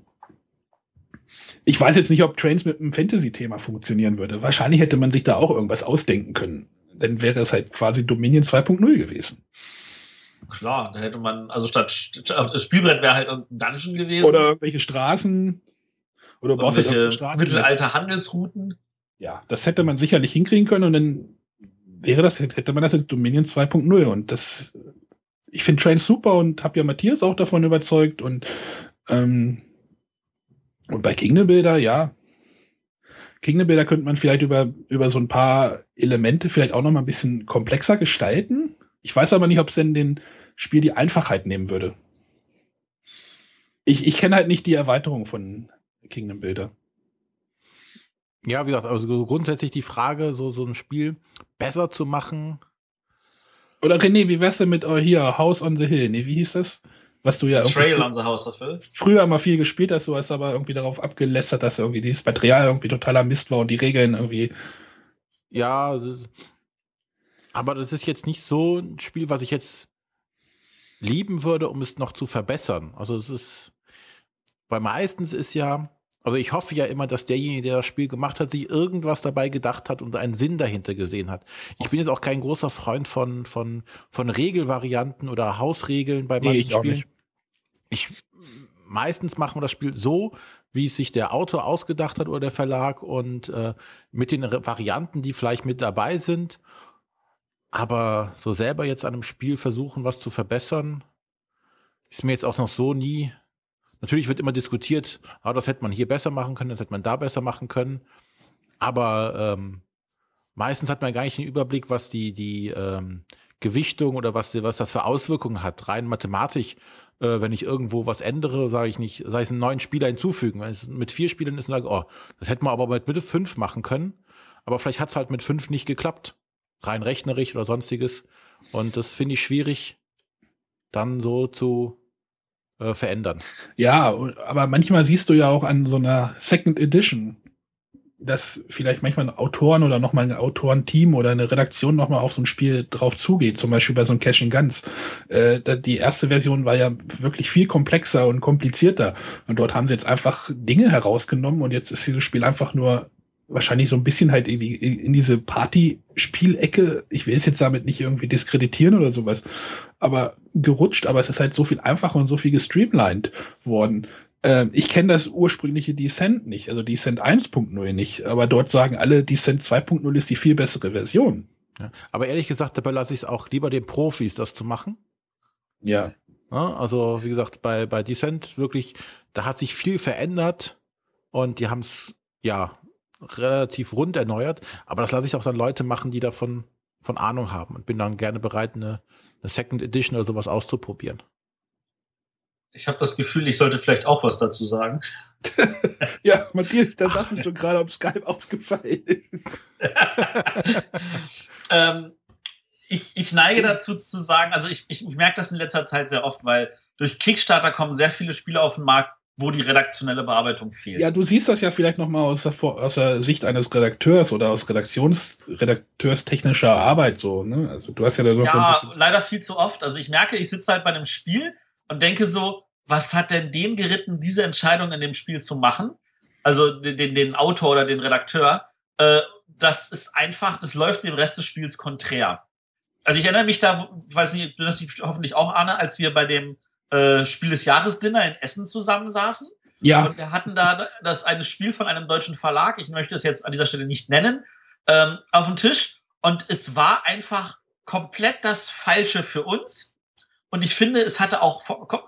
ich weiß jetzt nicht, ob Trains mit einem Fantasy-Thema funktionieren würde. Wahrscheinlich hätte man sich da auch irgendwas ausdenken können. Dann wäre es halt quasi Dominion zwei Punkt null gewesen. Klar, da hätte man, also statt, statt das Spielbrett wäre halt irgendein Dungeon gewesen. Oder irgendwelche Straßen. Oder du baust halt irgendeine irgendwelche Straßen. mittelalte Handelsrouten. Ja, das hätte man sicherlich hinkriegen können und dann wäre das, hätte man das als Dominion zwei Punkt null und das, ich finde Trains super und habe ja Matthias auch davon überzeugt und ähm, und bei Kingdom Builder, ja, Kingdom Builder könnte man vielleicht über, über so ein paar Elemente vielleicht auch noch mal ein bisschen komplexer gestalten. Ich weiß aber nicht, ob es denn den Spiel die Einfachheit nehmen würde. Ich, ich kenne halt nicht die Erweiterung von Kingdom Builder. Ja, wie gesagt, also grundsätzlich die Frage, so, so ein Spiel besser zu machen, Oder René, wie wär's denn mit uh, hier House on the Hill? Nee, wie hieß das? Was du ja Trail on the House of Hill. Früher mal viel gespielt hast, du hast aber irgendwie darauf abgelästert, dass irgendwie dieses Material irgendwie totaler Mist war und die Regeln irgendwie. Ja, das ist, aber das ist jetzt nicht so ein Spiel, was ich jetzt lieben würde, um es noch zu verbessern. Also es ist, weil meistens ist ja, also ich hoffe ja immer, dass derjenige, der das Spiel gemacht hat, sich irgendwas dabei gedacht hat und einen Sinn dahinter gesehen hat. Ich bin jetzt auch kein großer Freund von, von, von Regelvarianten oder Hausregeln bei Nee, manchen ich auch Spielen. nicht. Ich, meistens machen wir das Spiel so, wie es sich der Autor ausgedacht hat oder der Verlag und äh, mit den Re- Varianten, die vielleicht mit dabei sind. Aber so selber jetzt an einem Spiel versuchen, was zu verbessern, ist mir jetzt auch noch so nie. Natürlich wird immer diskutiert, ah, das hätte man hier besser machen können, das hätte man da besser machen können. Aber ähm, meistens hat man gar nicht den Überblick, was die, die ähm, Gewichtung oder was, die- was das für Auswirkungen hat. Rein mathematisch, äh, wenn ich irgendwo was ändere, sage ich nicht, sage ich einen neuen Spieler hinzufügen. Wenn es mit vier Spielern ist, sage ich, oh, das hätte man aber mit Mitte fünf machen können. Aber vielleicht hat es halt mit fünf nicht geklappt. Rein rechnerisch oder sonstiges. Und das finde ich schwierig, dann so zu äh, verändern. Ja, aber manchmal siehst du ja auch an so einer Second Edition, dass vielleicht manchmal Autoren oder nochmal ein Autorenteam oder eine Redaktion nochmal auf so ein Spiel drauf zugeht, zum Beispiel bei so einem Cash and Guns. Äh, die erste Version war ja wirklich viel komplexer und komplizierter und dort haben sie jetzt einfach Dinge herausgenommen und jetzt ist dieses Spiel einfach nur wahrscheinlich so ein bisschen halt in, die, in diese Party-Spielecke, ich will es jetzt damit nicht irgendwie diskreditieren oder sowas, aber gerutscht, aber es ist halt so viel einfacher und so viel gestreamlined worden. Ähm, ich kenne das ursprüngliche Descent nicht, also Descent eins Punkt null nicht, aber dort sagen alle, Descent zwei Punkt null ist die viel bessere Version. Ja. Aber ehrlich gesagt, dabei lasse ich es auch lieber den Profis, das zu machen. Ja. Ja, also wie gesagt, bei, bei Descent wirklich, da hat sich viel verändert und die haben es, ja, relativ rund erneuert, aber das lasse ich auch dann Leute machen, die davon von Ahnung haben und bin dann gerne bereit, eine, eine Second Edition oder sowas auszuprobieren. Ich habe das Gefühl, ich sollte vielleicht auch was dazu sagen. Ja, Matthias, da sagt mich schon gerade, ob Skype ausgefallen ist. ähm, ich, ich neige dazu zu sagen, also ich, ich, ich merke das in letzter Zeit sehr oft, weil durch Kickstarter kommen sehr viele Spiele auf den Markt, wo die redaktionelle Bearbeitung fehlt. Ja, du siehst das ja vielleicht noch mal aus der, aus der Sicht eines Redakteurs oder aus Redaktions, redakteurstechnischer Arbeit so, ne? Also du hast ja da noch ja, ein bisschen leider viel zu oft. Also ich merke, ich sitze halt bei einem Spiel und denke so, was hat denn den geritten, diese Entscheidung in dem Spiel zu machen? Also den, den, den Autor oder den Redakteur. Äh, das ist einfach, das läuft dem Rest des Spiels konträr. Also ich erinnere mich da, weiß nicht, du das hoffentlich auch, Arne, als wir bei dem äh, Spiel des Jahres Dinner in Essen zusammensaßen. Ja. Und wir hatten da das eine Spiel von einem deutschen Verlag, ich möchte es jetzt an dieser Stelle nicht nennen, ähm, auf dem Tisch. Und es war einfach komplett das Falsche für uns. Und ich finde, es hatte auch,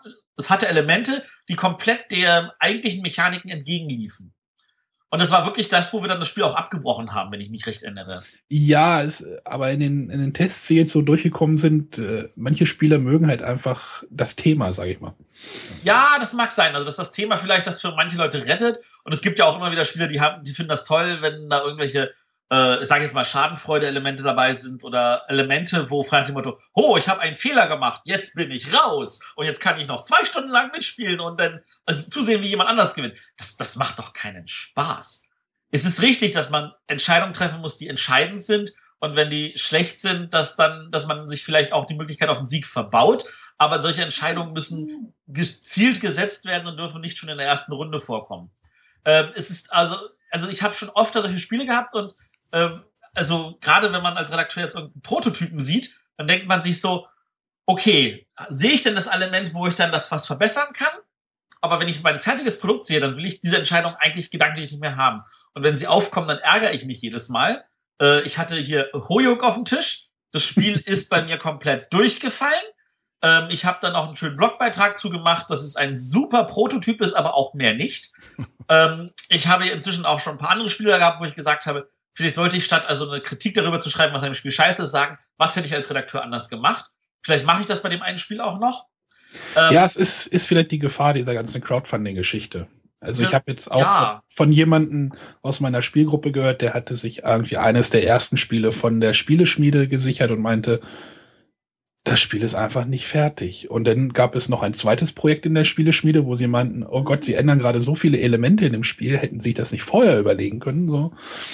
es hatte Elemente, die komplett der eigentlichen Mechaniken entgegenliefen. Und das war wirklich das, wo wir dann das Spiel auch abgebrochen haben, wenn ich mich recht erinnere. Ja, es, aber in den, in den Tests, die jetzt so durchgekommen sind, äh, manche Spieler mögen halt einfach das Thema, sag ich mal. Ja, das mag sein. Also, dass das Thema vielleicht das für manche Leute rettet. Und es gibt ja auch immer wieder Spieler, die haben, die finden das toll, wenn da irgendwelche, äh, ich sage jetzt mal, Schadenfreude-Elemente dabei sind oder Elemente, wo frei nach dem Motto, oh, ich habe einen Fehler gemacht, jetzt bin ich raus und jetzt kann ich noch zwei Stunden lang mitspielen und dann also zusehen, wie jemand anders gewinnt. Das, das macht doch keinen Spaß. Es ist richtig, dass man Entscheidungen treffen muss, die entscheidend sind und wenn die schlecht sind, dass dann, dass man sich vielleicht auch die Möglichkeit auf den Sieg verbaut. Aber solche Entscheidungen müssen gezielt gesetzt werden und dürfen nicht schon in der ersten Runde vorkommen. Ähm, es ist also, also ich habe schon oft solche Spiele gehabt und ähm, also gerade wenn man als Redakteur jetzt irgendeinen Prototypen sieht, dann denkt man sich so, okay, sehe ich denn das Element, wo ich dann das was verbessern kann? Aber wenn ich mein fertiges Produkt sehe, dann will ich diese Entscheidung eigentlich gedanklich nicht mehr haben. Und wenn sie aufkommen, dann ärgere ich mich jedes Mal. Äh, ich hatte hier Hoyok auf dem Tisch. Das Spiel ist bei mir komplett durchgefallen. Ähm, ich habe dann auch einen schönen Blogbeitrag zugemacht, dass es ein super Prototyp ist, aber auch mehr nicht. ähm, ich habe inzwischen auch schon ein paar andere Spiele gehabt, wo ich gesagt habe, vielleicht sollte ich statt also eine Kritik darüber zu schreiben, was einem Spiel scheiße ist, sagen, was hätte ich als Redakteur anders gemacht. Vielleicht mache ich das bei dem einen Spiel auch noch. Ähm, ja, es ist, ist vielleicht die Gefahr dieser ganzen Crowdfunding-Geschichte. Also ich habe jetzt auch ja. von, von jemandem aus meiner Spielgruppe gehört, der hatte sich irgendwie eines der ersten Spiele von der Spieleschmiede gesichert und meinte, Das Spiel ist einfach nicht fertig. Und dann gab es noch ein zweites Projekt in der Spieleschmiede, wo sie meinten, oh Gott, sie ändern gerade so viele Elemente in dem Spiel, hätten sich das nicht vorher überlegen können. So.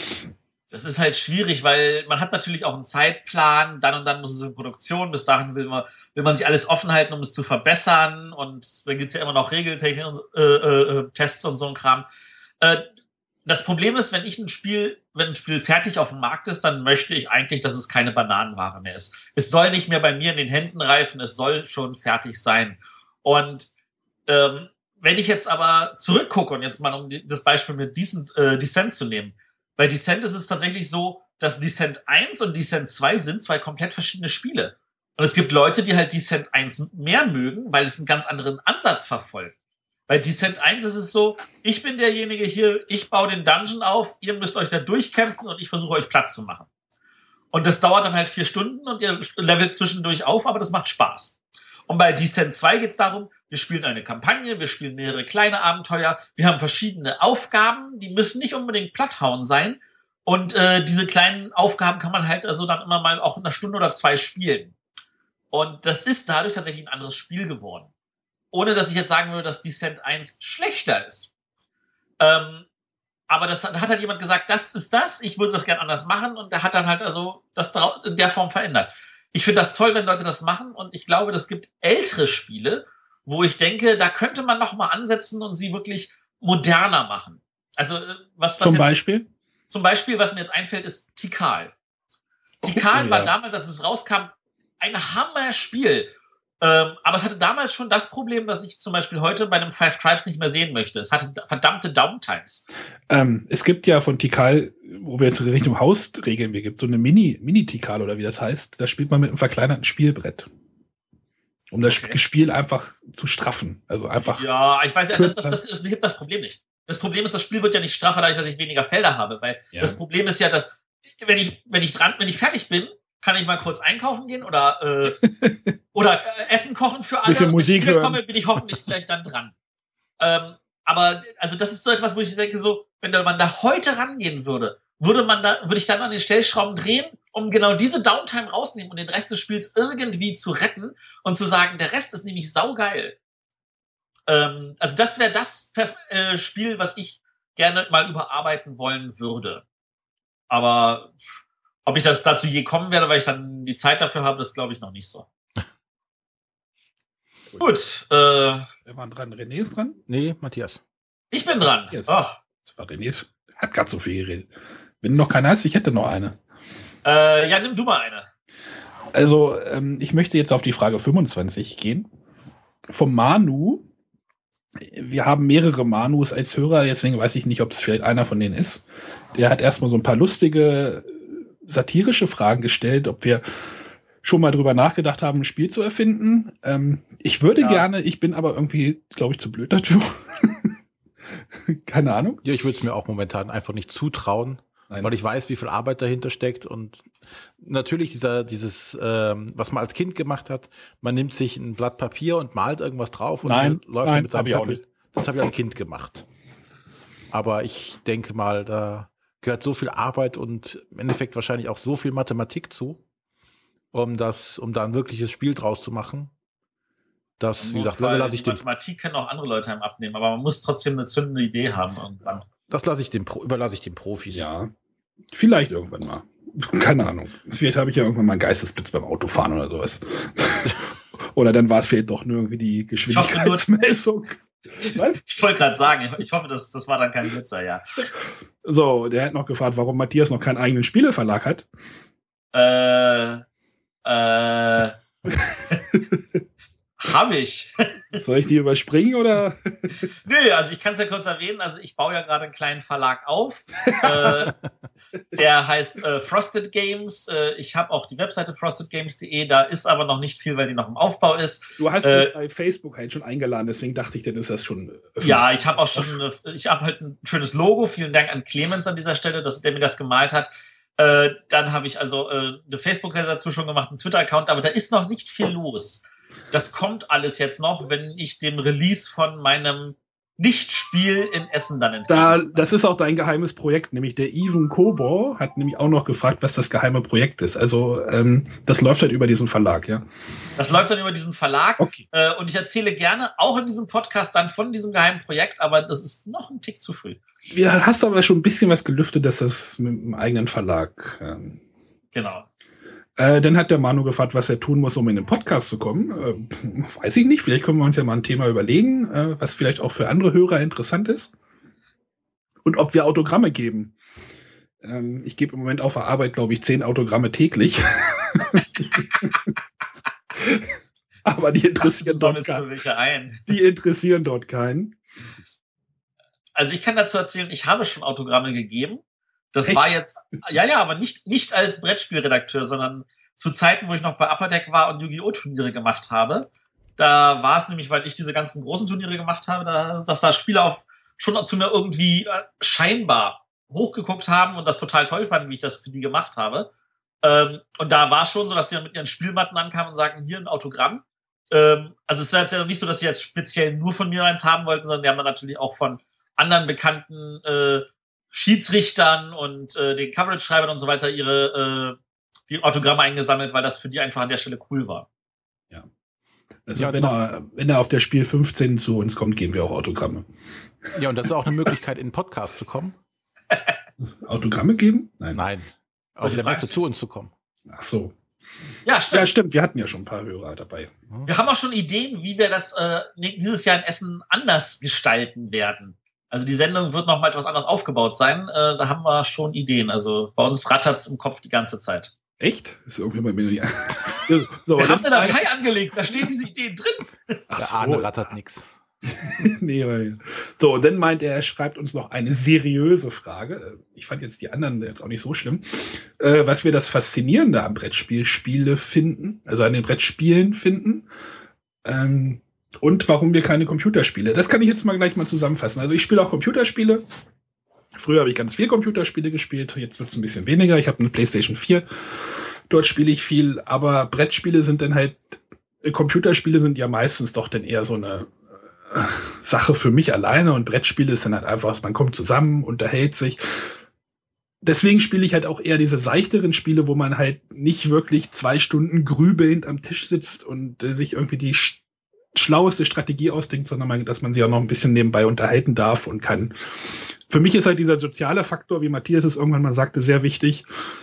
Das ist halt schwierig, weil man hat natürlich auch einen Zeitplan, dann und dann muss es in Produktion, bis dahin will man, will man sich alles offen halten, um es zu verbessern, und dann gibt es ja immer noch Regeltechnik und äh, äh, Tests und so ein Kram. Äh, das Problem ist, wenn ich ein Spiel, wenn ein Spiel fertig auf dem Markt ist, dann möchte ich eigentlich, dass es keine Bananenware mehr ist. Es soll nicht mehr bei mir in den Händen reifen, es soll schon fertig sein. Und ähm, wenn ich jetzt aber zurückgucke und jetzt mal um die, das Beispiel mit Descent, äh, Descent zu nehmen, bei Descent ist es tatsächlich so, dass Descent eins und Descent zwei sind zwei komplett verschiedene Spiele. Und es gibt Leute, die halt Descent eins mehr mögen, weil es einen ganz anderen Ansatz verfolgt. Bei Descent eins ist es so, ich bin derjenige hier, ich baue den Dungeon auf, ihr müsst euch da durchkämpfen und ich versuche euch Platz zu machen. Und das dauert dann halt vier Stunden und ihr levelt zwischendurch auf, aber das macht Spaß. Und bei Descent zwei geht es darum, wir spielen eine Kampagne, wir spielen mehrere kleine Abenteuer, wir haben verschiedene Aufgaben, die müssen nicht unbedingt platthauen sein. Und äh, diese kleinen Aufgaben kann man halt also dann immer mal auch in einer Stunde oder zwei spielen. Und das ist dadurch tatsächlich ein anderes Spiel geworden. Ohne dass ich jetzt sagen würde, dass Descent eins schlechter ist. Ähm, aber das hat, hat halt jemand gesagt, das ist das, ich würde das gern anders machen, und der hat dann halt also das in der Form verändert. Ich finde das toll, wenn Leute das machen, und ich glaube, es gibt ältere Spiele, wo ich denke, da könnte man noch mal ansetzen und sie wirklich moderner machen. Also was, was Zum jetzt, Beispiel? Zum Beispiel, was mir jetzt einfällt, ist Tikal. Tikal Oh, ja. war damals, als es rauskam, ein Hammer-Spiel. Ähm, aber es hatte damals schon das Problem, was ich zum Beispiel heute bei einem Five Tribes nicht mehr sehen möchte. Es hatte verdammte Downtimes. Ähm, es gibt ja von Tikal, wo wir jetzt Richtung Hausregeln wir gibt, so eine Mini, Mini-Tikal oder wie das heißt. Da spielt man mit einem verkleinerten Spielbrett. Um das Okay. Spiel einfach zu straffen. Also einfach. Ja, ich weiß ja, das, das, das, das hebt das Problem nicht. Das Problem ist, das Spiel wird ja nicht straffer, dadurch, dass ich weniger Felder habe. Weil Ja. das Problem ist ja, dass, wenn ich, wenn ich dran, wenn ich fertig bin, kann ich mal kurz einkaufen gehen oder, äh, oder äh, Essen kochen für alle. Bisschen Und Musik wenn ich hören. komme, bin ich hoffentlich vielleicht dann dran. Ähm, aber also das ist so etwas, wo ich denke, so, wenn man da heute rangehen würde, würde man da, würde ich dann an den Stellschrauben drehen, um genau diese Downtime rausnehmen und den Rest des Spiels irgendwie zu retten und zu sagen, der Rest ist nämlich saugeil. Ähm, also das wäre das Perf- äh, Spiel, was ich gerne mal überarbeiten wollen würde. Aber ob ich das dazu je kommen werde, weil ich dann die Zeit dafür habe, das glaube ich noch nicht so. Gut, äh, Wer war dran? René ist dran? Nee, Matthias. ich bin dran. Yes. Ach, Das war René. Hat gerade so viel geredet. Wenn noch keiner ist, ich hätte noch eine. äh, ja, nimm du mal eine. Also, ähm, ich möchte jetzt auf die Frage fünfundzwanzig gehen. Vom Manu. Wir haben mehrere Manus als Hörer, deswegen weiß ich nicht, ob es vielleicht einer von denen ist. Der hat erstmal so ein paar lustige, satirische Fragen gestellt, ob wir schon mal drüber nachgedacht haben, ein Spiel zu erfinden. Ähm, ich würde Ja. gerne, ich bin aber irgendwie, glaube ich, zu blöd dafür. Keine Ahnung. Ja, ich würde es mir auch momentan einfach nicht zutrauen, Nein. weil ich weiß, wie viel Arbeit dahinter steckt, und natürlich dieser, dieses, ähm, was man als Kind gemacht hat, man nimmt sich ein Blatt Papier und malt irgendwas drauf und Nein, läuft nein, dann mit seinem hab ich auch Tablet. Das habe ich als Kind gemacht. Aber ich denke mal, da gehört so viel Arbeit und im Endeffekt wahrscheinlich auch so viel Mathematik zu, um das, um da ein wirkliches Spiel draus zu machen. Das, wie gesagt, Notfall, lasse ich die dem, Mathematik können auch andere Leute einem abnehmen, aber man muss trotzdem eine zündende Idee haben irgendwann. das lasse ich dem, Pro- überlasse ich den Profis. Ja, vielleicht irgendwann mal. Keine Ahnung. Vielleicht habe ich ja irgendwann mal einen Geistesblitz beim Autofahren oder sowas. Oder dann war es vielleicht doch nur irgendwie die Geschwindigkeitsmessung. Was? Ich wollte gerade sagen, ich hoffe, das, das war dann kein Blitzer, ja. So, der hat noch gefragt, warum Matthias noch keinen eigenen Spieleverlag hat. Äh, äh, habe ich. Soll ich die überspringen oder? Nö, also ich kann es ja kurz erwähnen. Also ich baue ja gerade einen kleinen Verlag auf. äh, der heißt äh, Frosted Games. Äh, ich habe auch die Webseite frosted games punkt de. Da ist aber noch nicht viel, weil die noch im Aufbau ist. Du hast Äh, mich bei Facebook halt schon eingeladen, deswegen dachte ich, dann ist das schon. öffentlich. Ja, ich habe auch schon, eine, ich habe halt ein schönes Logo. Vielen Dank an Clemens an dieser Stelle, dass der mir das gemalt hat. Äh, dann habe ich also äh, eine Facebook-Seite dazu schon gemacht, einen Twitter-Account, aber da ist noch nicht viel los. Das kommt alles jetzt noch, wenn ich dem Release von meinem Nicht-Spiel in Essen dann entwickelt. Da, das ist auch dein geheimes Projekt, nämlich der Even Kobo hat nämlich auch noch gefragt, was das geheime Projekt ist. Also ähm, das läuft halt über diesen Verlag, ja? Das läuft dann über diesen Verlag. Okay. Äh, und ich erzähle gerne auch in diesem Podcast dann von diesem geheimen Projekt, aber das ist noch ein Tick zu früh. Du hast aber schon ein bisschen was gelüftet, dass das mit dem eigenen Verlag. Ähm, genau. Äh, dann hat der Manu gefragt, was er tun muss, um in den Podcast zu kommen. Äh, weiß ich nicht. Vielleicht können wir uns ja mal ein Thema überlegen, äh, was vielleicht auch für andere Hörer interessant ist. Und ob wir Autogramme geben. Ähm, ich gebe im Moment auf der Arbeit, glaube ich, zehn Autogramme täglich. Aber die interessieren dort keinen. Ein. Die interessieren dort keinen. Also ich kann dazu erzählen, ich habe schon Autogramme gegeben. Das Echt? war jetzt, ja, ja, aber nicht, nicht als Brettspielredakteur, sondern zu Zeiten, wo ich noch bei Upper Deck war und Yu-Gi-Oh! Turniere gemacht habe. Da war es nämlich, weil ich diese ganzen großen Turniere gemacht habe, da, dass da Spieler auf, schon zu mir irgendwie äh, scheinbar hochgeguckt haben und das total toll fanden, wie ich das für die gemacht habe. Ähm, und da war es schon so, dass sie dann mit ihren Spielmatten ankamen und sagten, hier ein Autogramm. Ähm, also es war jetzt ja nicht so, dass sie jetzt speziell nur von mir eins haben wollten, sondern die haben dann natürlich auch von anderen bekannten äh, Schiedsrichtern und äh, den Coverage-Schreibern und so weiter ihre äh, die Autogramme eingesammelt, weil das für die einfach an der Stelle cool war. Ja. Also ja, wenn, er, wenn er auf der Spiel fünfzehn zu uns kommt, geben wir auch Autogramme. Ja, und das ist auch eine Möglichkeit, in den Podcast zu kommen. Autogramme geben? Nein. Nein. Auf der Messe zu uns zu kommen. Ach so. Ja, stimmt. Ja, stimmt. Wir hatten ja schon ein paar Hörer dabei. Wir haben auch schon Ideen, wie wir das äh, dieses Jahr in Essen anders gestalten werden. Also die Sendung wird noch mal etwas anders aufgebaut sein. Äh, da haben wir schon Ideen. Also bei uns rattert's im Kopf die ganze Zeit. Echt? Ist irgendwie bei mir nicht. So, wir haben eine Datei angelegt, da stehen diese Ideen drin. Ach Der so. Arne rattert nix. Nee, weil, so, und dann meint er, er schreibt uns noch eine seriöse Frage. Ich fand jetzt die anderen jetzt auch nicht so schlimm. Äh, was wir das Faszinierende am Brettspiel Spiele finden, also an den Brettspielen finden. Ähm, und warum wir keine Computerspiele. Das kann ich jetzt mal gleich mal zusammenfassen. Also ich spiele auch Computerspiele. Früher habe ich ganz viel Computerspiele gespielt. Jetzt wird es ein bisschen weniger. Ich habe eine PlayStation vier. Dort spiele ich viel. Aber Brettspiele sind dann halt, Computerspiele sind ja meistens doch dann eher so eine Sache für mich alleine und Brettspiele ist dann halt einfach, man kommt zusammen, unterhält sich. Deswegen spiele ich halt auch eher diese seichteren Spiele, wo man halt nicht wirklich zwei Stunden grübelnd am Tisch sitzt und äh, sich irgendwie die sch- schlaueste Strategie ausdenkt, sondern man, dass man sich auch noch ein bisschen nebenbei unterhalten darf und kann. Für mich ist halt dieser soziale Faktor, wie Matthias es irgendwann mal sagte, sehr wichtig.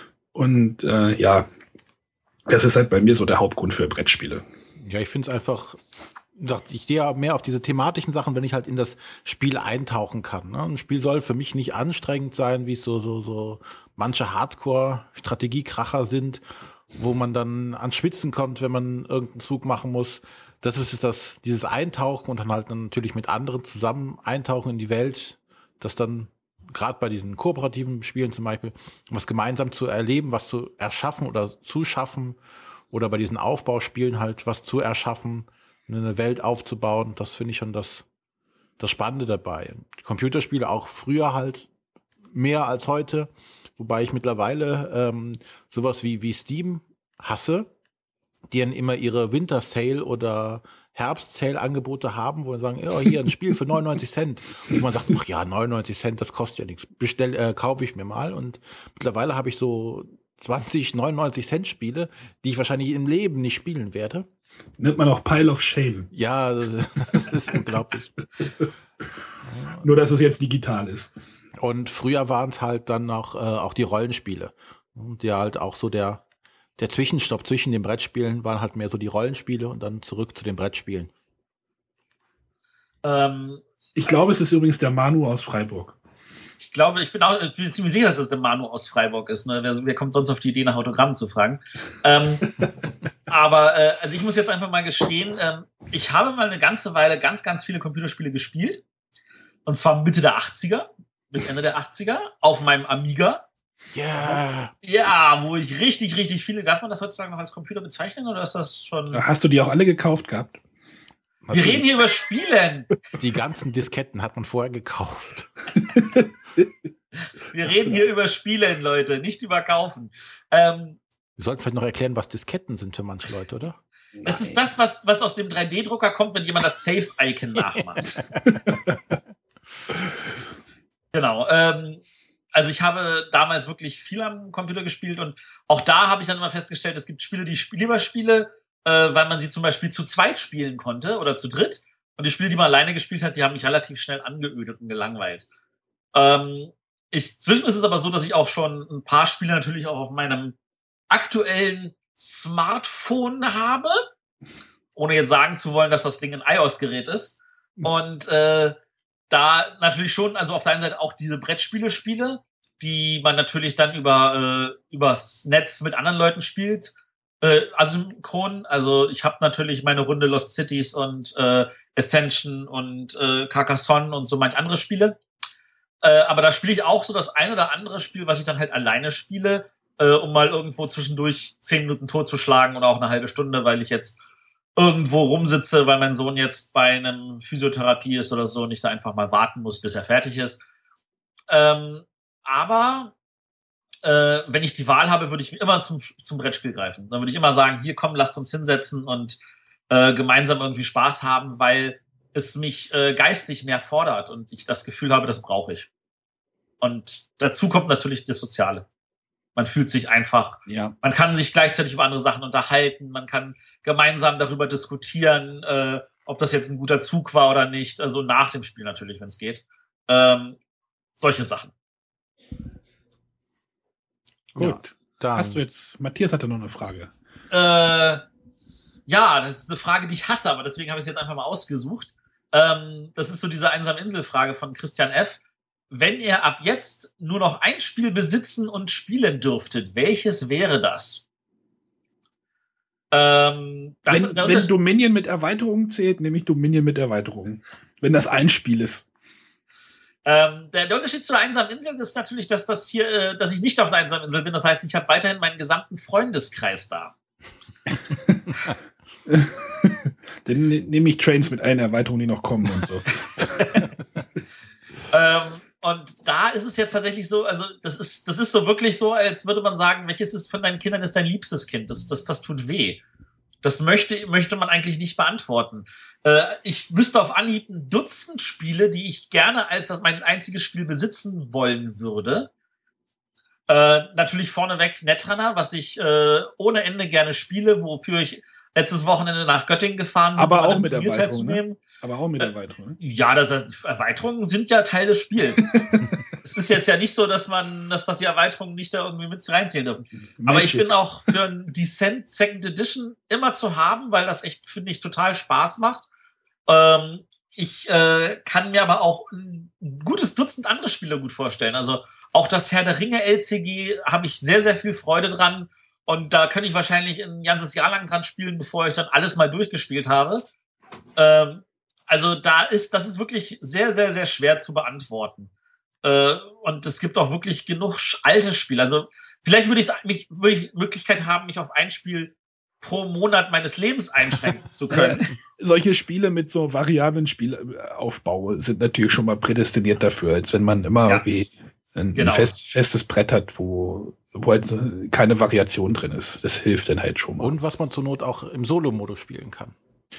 Und äh, ja, das ist halt bei mir so der Hauptgrund für Brettspiele. Ja, ich finde es einfach, ich stehe ja mehr auf diese thematischen Sachen, wenn ich halt in das Spiel eintauchen kann. Ne? Ein Spiel soll für mich nicht anstrengend sein, wie es so, so, so manche Hardcore-Strategiekracher sind, wo man dann ans Schwitzen kommt, wenn man irgendeinen Zug machen muss. Das ist das, dieses Eintauchen und dann halt dann natürlich mit anderen zusammen eintauchen in die Welt, das dann gerade bei diesen kooperativen Spielen zum Beispiel, was gemeinsam zu erleben, was zu erschaffen oder zu schaffen oder bei diesen Aufbauspielen halt was zu erschaffen, eine Welt aufzubauen, das finde ich schon das, das Spannende dabei. Die Computerspiele auch früher halt mehr als heute, wobei ich mittlerweile ähm, sowas wie, wie Steam hasse, die dann immer ihre Winter-Sale oder Herbst-Sale-Angebote haben, wo sie sagen, ja, hier ein Spiel für neunundneunzig Cent. Und man sagt, ach ja, neunundneunzig Cent, das kostet ja nichts. Bestell, äh, kaufe ich mir mal. Und mittlerweile habe ich so zwanzig neunundneunzig Cent Spiele, die ich wahrscheinlich im Leben nicht spielen werde. Nennt man auch Pile of Shame. Ja, das, das ist unglaublich. Nur, dass es jetzt digital ist. Und früher waren es halt dann noch äh, auch die Rollenspiele. Und ja, halt auch so der, der Zwischenstopp zwischen den Brettspielen waren halt mehr so die Rollenspiele und dann zurück zu den Brettspielen. Ähm, ich glaube, es ist übrigens der Manu aus Freiburg. Ich glaube, ich bin auch ich bin ziemlich sicher, dass es der Manu aus Freiburg ist. Ne? Wer, wer kommt sonst auf die Idee, nach Autogrammen zu fragen? Ähm, aber äh, also ich muss jetzt einfach mal gestehen, ähm, ich habe mal eine ganze Weile ganz, ganz viele Computerspiele gespielt. Und zwar Mitte der achtziger bis Ende der achtziger auf meinem Amiga. Ja. Yeah. Ja, wo ich richtig, richtig viele. Darf man das heutzutage noch als Computer bezeichnen oder ist das schon. Hast du die auch alle gekauft gehabt? Wir reden hier über Spielen. Die ganzen Disketten hat man vorher gekauft. Wir reden hier über Spielen, Leute, nicht über Kaufen. Ähm, Wir sollten vielleicht noch erklären, was Disketten sind für manche Leute, oder? Das ist das, was, was aus dem drei D Drucker kommt, wenn jemand das Save-Icon nachmacht. Genau. Ähm, also ich habe damals wirklich viel am Computer gespielt und auch da habe ich dann immer festgestellt, es gibt Spiele, die ich lieber spiele, äh, weil man sie zum Beispiel zu zweit spielen konnte oder zu dritt. Und die Spiele, die man alleine gespielt hat, die haben mich relativ schnell angeödet und gelangweilt. Ähm, ich, zwischen ist es aber so, dass ich auch schon ein paar Spiele natürlich auch auf meinem aktuellen Smartphone habe, ohne jetzt sagen zu wollen, dass das Ding ein iOS-Gerät ist. Und äh, da natürlich schon, also auf der einen Seite auch diese Brettspiele spiele, die man natürlich dann über äh, übers Netz mit anderen Leuten spielt, äh, asynchron. Also ich habe natürlich meine Runde Lost Cities und äh, Ascension und äh, Carcassonne und so manch andere Spiele. Äh, aber da spiele ich auch so das ein oder andere Spiel, was ich dann halt alleine spiele, äh, um mal irgendwo zwischendurch zehn Minuten totzuschlagen oder auch eine halbe Stunde, weil ich jetzt irgendwo rumsitze, weil mein Sohn jetzt bei einem Physiotherapie ist oder so und ich da einfach mal warten muss, bis er fertig ist. Ähm, aber äh, wenn ich die Wahl habe, würde ich immer zum, zum Brettspiel greifen. Dann würde ich immer sagen, hier komm, lasst uns hinsetzen und äh, gemeinsam irgendwie Spaß haben, weil es mich äh, geistig mehr fordert und ich das Gefühl habe, das brauche ich. Und dazu kommt natürlich das Soziale. Man fühlt sich einfach, ja. Man kann sich gleichzeitig über andere Sachen unterhalten, man kann gemeinsam darüber diskutieren, äh, ob das jetzt ein guter Zug war oder nicht, also nach dem Spiel natürlich, wenn es geht. Ähm, solche Sachen. Gut. Ja, hast du jetzt, Matthias hatte noch eine Frage. Äh, ja, das ist eine Frage, die ich hasse, aber deswegen habe ich es jetzt einfach mal ausgesucht. Ähm, das ist so diese einsame Insel-Frage von Christian F. Wenn ihr ab jetzt nur noch ein Spiel besitzen und spielen dürftet, welches wäre das? Ähm, das wenn wenn Dominion mit Erweiterungen zählt, nehme ich Dominion mit Erweiterungen. Wenn das ein Spiel ist. Ähm, der, der Unterschied zu der einsamen Insel ist natürlich, dass das hier, äh, dass ich nicht auf einer einsamen Insel bin. Das heißt, ich habe weiterhin meinen gesamten Freundeskreis da. Dann ne, nehme ich Trains mit allen Erweiterungen, die noch kommen und so. ähm, Und da ist es jetzt tatsächlich so, also das ist, das ist so wirklich so, als würde man sagen, welches ist von deinen Kindern ist dein liebstes Kind? Das, das, das tut weh. Das möchte, möchte man eigentlich nicht beantworten. Äh, ich wüsste auf Anhieb ein Dutzend Spiele, die ich gerne als das mein einziges Spiel besitzen wollen würde. Äh, natürlich vorneweg Netrunner, was ich äh, ohne Ende gerne spiele, wofür ich letztes Wochenende nach Göttingen gefahren bin, aber um auch mit Erweiterung, ne? Aber auch mit Erweiterung. Ne? Ja, da, da, Erweiterungen sind ja Teil des Spiels. Es ist jetzt ja nicht so, dass man, dass das die Erweiterungen nicht da irgendwie mit reinziehen dürfen. Magic. Aber ich bin auch für ein Descent Second Edition immer zu haben, weil das echt, finde ich, total Spaß macht. Ähm, ich äh, kann mir aber auch ein gutes Dutzend andere Spiele gut vorstellen. Also auch das Herr der Ringe L C G habe ich sehr, sehr viel Freude dran. Und da kann ich wahrscheinlich ein ganzes Jahr lang dran spielen, bevor ich dann alles mal durchgespielt habe. Ähm, Also da ist, das ist wirklich sehr, sehr, sehr schwer zu beantworten. Äh, und es gibt auch wirklich genug alte Spiele. Also vielleicht würde ich, mich, würde ich Möglichkeit haben, mich auf ein Spiel pro Monat meines Lebens einschränken zu können. Ja, solche Spiele mit so variablen Spielaufbau sind natürlich schon mal prädestiniert dafür, als wenn man immer ja. irgendwie ein, genau. ein fest, festes Brett hat, wo, wo halt keine Variation drin ist. Das hilft dann halt schon mal. Und was man zur Not auch im Solo-Modus spielen kann.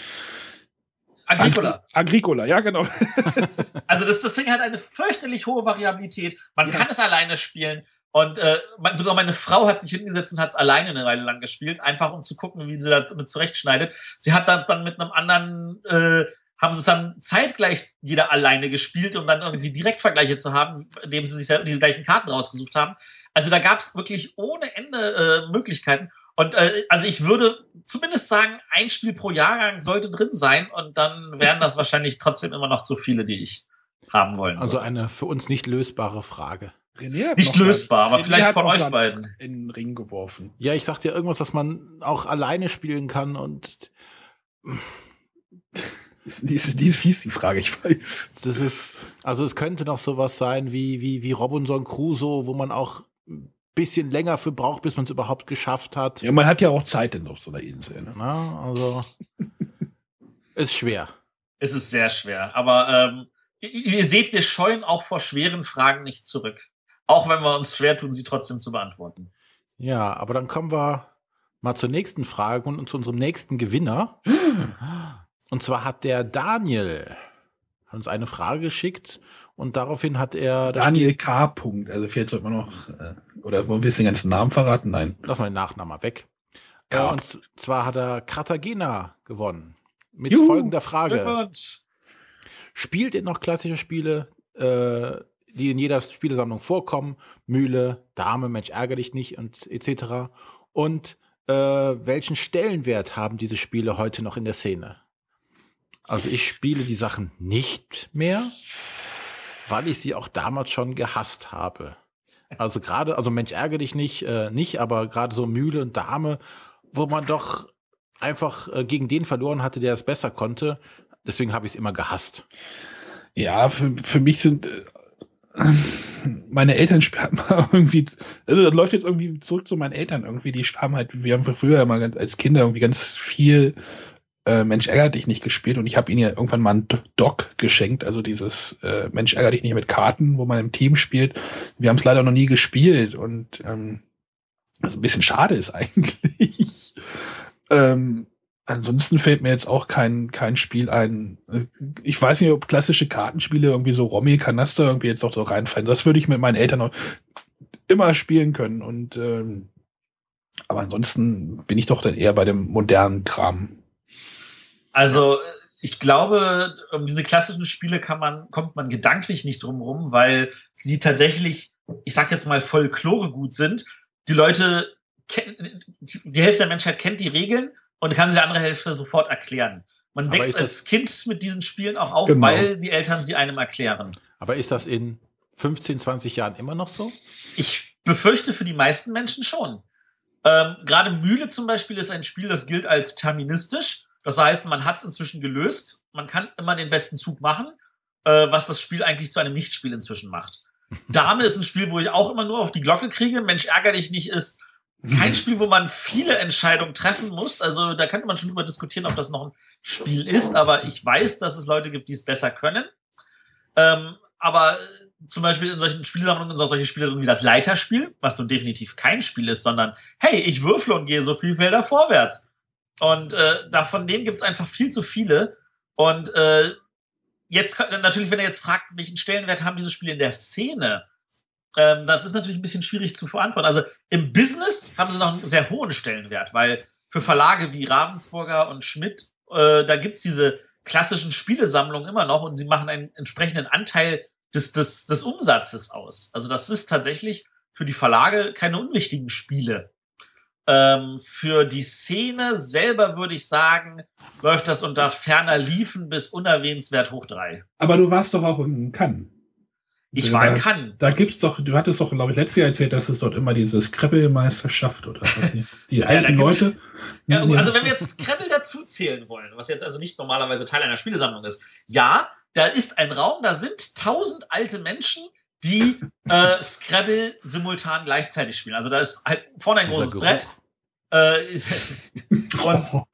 Agricola. Agricola, ja, genau. Also das, das Ding hat eine fürchterlich hohe Variabilität. Man ja. kann es alleine spielen. Und äh, sogar meine Frau hat sich hingesetzt und hat es alleine eine Weile lang gespielt, einfach um zu gucken, wie sie damit zurechtschneidet. Sie hat das dann mit einem anderen, äh, haben sie es dann zeitgleich jeder alleine gespielt, um dann irgendwie Direktvergleiche zu haben, indem sie sich diese gleichen Karten rausgesucht haben. Also da gab es wirklich ohne Ende äh, Möglichkeiten. Und äh, also ich würde zumindest sagen, ein Spiel pro Jahrgang sollte drin sein und dann wären das wahrscheinlich trotzdem immer noch zu viele, die ich haben wollen Also würde. Eine für uns nicht lösbare Frage. René nicht lösbar, aber René vielleicht von euch beiden. In den Ring geworfen. Ja, ich dachte ja irgendwas, was man auch alleine spielen kann und die ist, die ist fies, die Frage, ich weiß. Das ist, also es könnte noch sowas sein wie, wie, wie Robinson Crusoe, wo man auch bisschen länger für braucht, bis man es überhaupt geschafft hat. Ja, man hat ja auch Zeit denn auf so einer Insel. Ne? Na, also ist schwer. Es ist sehr schwer. Aber ähm, ihr, ihr seht, wir scheuen auch vor schweren Fragen nicht zurück. Auch wenn wir uns schwer tun, sie trotzdem zu beantworten. Ja, aber dann kommen wir mal zur nächsten Frage und zu unserem nächsten Gewinner. Und zwar hat der Daniel uns eine Frage geschickt Und daraufhin hat er... Daniel K. Punkt. Also vielleicht sollte man noch... Äh, oder wollen wir jetzt den ganzen Namen verraten? Nein. Lass mal den Nachnamen mal weg. Äh, K. und zwar hat er Cartagena gewonnen. Mit Juhu. folgender Frage. Spielt ihr noch klassische Spiele, äh, die in jeder Spielesammlung vorkommen? Mühle, Dame, Mensch, ärgere dich nicht und et cetera. Und äh, welchen Stellenwert haben diese Spiele heute noch in der Szene? Also ich spiele die Sachen nicht mehr, weil ich sie auch damals schon gehasst habe. Also gerade, also Mensch, ärgere dich nicht, äh, nicht, aber gerade so Mühle und Dame, wo man doch einfach äh, gegen den verloren hatte, der es besser konnte. Deswegen habe ich es immer gehasst. Ja, für, für mich sind äh, meine Eltern haben irgendwie, also das läuft jetzt irgendwie zurück zu meinen Eltern irgendwie, die haben halt, wir haben früher immer als Kinder irgendwie ganz viel äh, Mensch, ärgere dich nicht gespielt und ich habe ihnen ja irgendwann mal ein Dock geschenkt, also dieses äh, Mensch, ärgere dich nicht mit Karten, wo man im Team spielt. Wir haben es leider noch nie gespielt und ähm, also ein bisschen schade ist eigentlich. ähm, ansonsten fällt mir jetzt auch kein kein Spiel ein. Ich weiß nicht, ob klassische Kartenspiele irgendwie so Romy, Kanaster irgendwie jetzt auch so reinfallen. Das würde ich mit meinen Eltern noch immer spielen können und ähm, aber ansonsten bin ich doch dann eher bei dem modernen Kram. Also ich glaube, um diese klassischen Spiele kann man, kommt man gedanklich nicht drum rum, weil sie tatsächlich, ich sag jetzt mal, Folklore gut sind. Die Leute, die Hälfte der Menschheit kennt die Regeln und kann sie der andere Hälfte sofort erklären. Man Aber wächst ist als Kind mit diesen Spielen auch auf, Genau. weil die Eltern sie einem erklären. Aber ist das in fünfzehn, zwanzig Jahren immer noch so? Ich befürchte für die meisten Menschen schon. Ähm, gerade Mühle zum Beispiel ist ein Spiel, das gilt als terministisch. Das heißt, man hat es inzwischen gelöst. Man kann immer den besten Zug machen, äh, was das Spiel eigentlich zu einem Nichtspiel inzwischen macht. Dame ist ein Spiel, wo ich auch immer nur auf die Glocke kriege. Mensch, ärgere dich nicht ist kein Spiel, wo man viele Entscheidungen treffen muss. Also da könnte man schon drüber diskutieren, ob das noch ein Spiel ist. Aber ich weiß, dass es Leute gibt, die es besser können. Ähm, aber zum Beispiel in solchen Spielsammlungen sind auch solche Spiele drin wie das Leiterspiel, was nun definitiv kein Spiel ist, sondern hey, ich würfle und gehe so viele Felder vorwärts. Und äh, da von denen gibt es einfach viel zu viele. Und äh, jetzt natürlich, wenn ihr jetzt fragt, welchen Stellenwert haben diese Spiele in der Szene, ähm, das ist natürlich ein bisschen schwierig zu verantworten. Also im Business haben sie noch einen sehr hohen Stellenwert, weil für Verlage wie Ravensburger und Schmidt, äh, da gibt's diese klassischen Spielesammlungen immer noch und sie machen einen entsprechenden Anteil des, des, des Umsatzes aus. Also das ist tatsächlich für die Verlage keine unwichtigen Spiele. Ähm, für die Szene selber würde ich sagen, läuft das unter ferner Liefen bis unerwähnenswert hoch drei. Aber du warst doch auch in Cannes. Ich da, war in Cannes. Da gibt's doch, du hattest doch, glaube ich, letztes Jahr erzählt, dass es dort immer diese Scrabble-Meisterschaft oder was, die Ja, alten Leute. Ja, gut, also wenn wir jetzt Scrabble dazu zählen wollen, was jetzt also nicht normalerweise Teil einer Spielesammlung ist, ja, da ist ein Raum, da sind tausend alte Menschen, die äh, Scrabble simultan gleichzeitig spielen. Also da ist halt vorne ein Dieser großes Geruch. Brett. Äh, und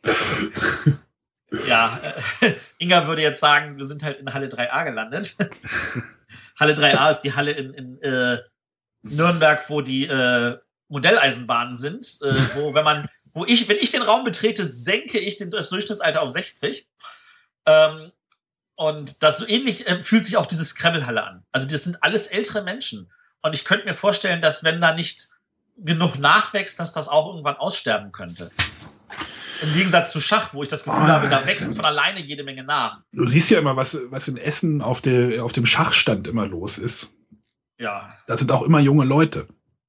ja, äh, Inga würde jetzt sagen, wir sind halt in Halle drei a gelandet. Halle drei a ist die Halle in, in äh, Nürnberg, wo die äh, Modelleisenbahnen sind, äh, wo wenn man, wo ich, wenn ich den Raum betrete, senke ich den, das Durchschnittsalter auf sechzig. Ähm, und das so ähnlich äh, fühlt sich auch diese Scrabble-Halle an. Also das sind alles ältere Menschen. Und ich könnte mir vorstellen, dass wenn da nicht genug nachwächst, dass das auch irgendwann aussterben könnte. Im Gegensatz zu Schach, wo ich das Gefühl Oh. habe, da wächst von alleine jede Menge nach. Du siehst ja immer, was, was in Essen auf, der, auf dem Schachstand immer los ist. Ja, Da sind auch immer junge Leute.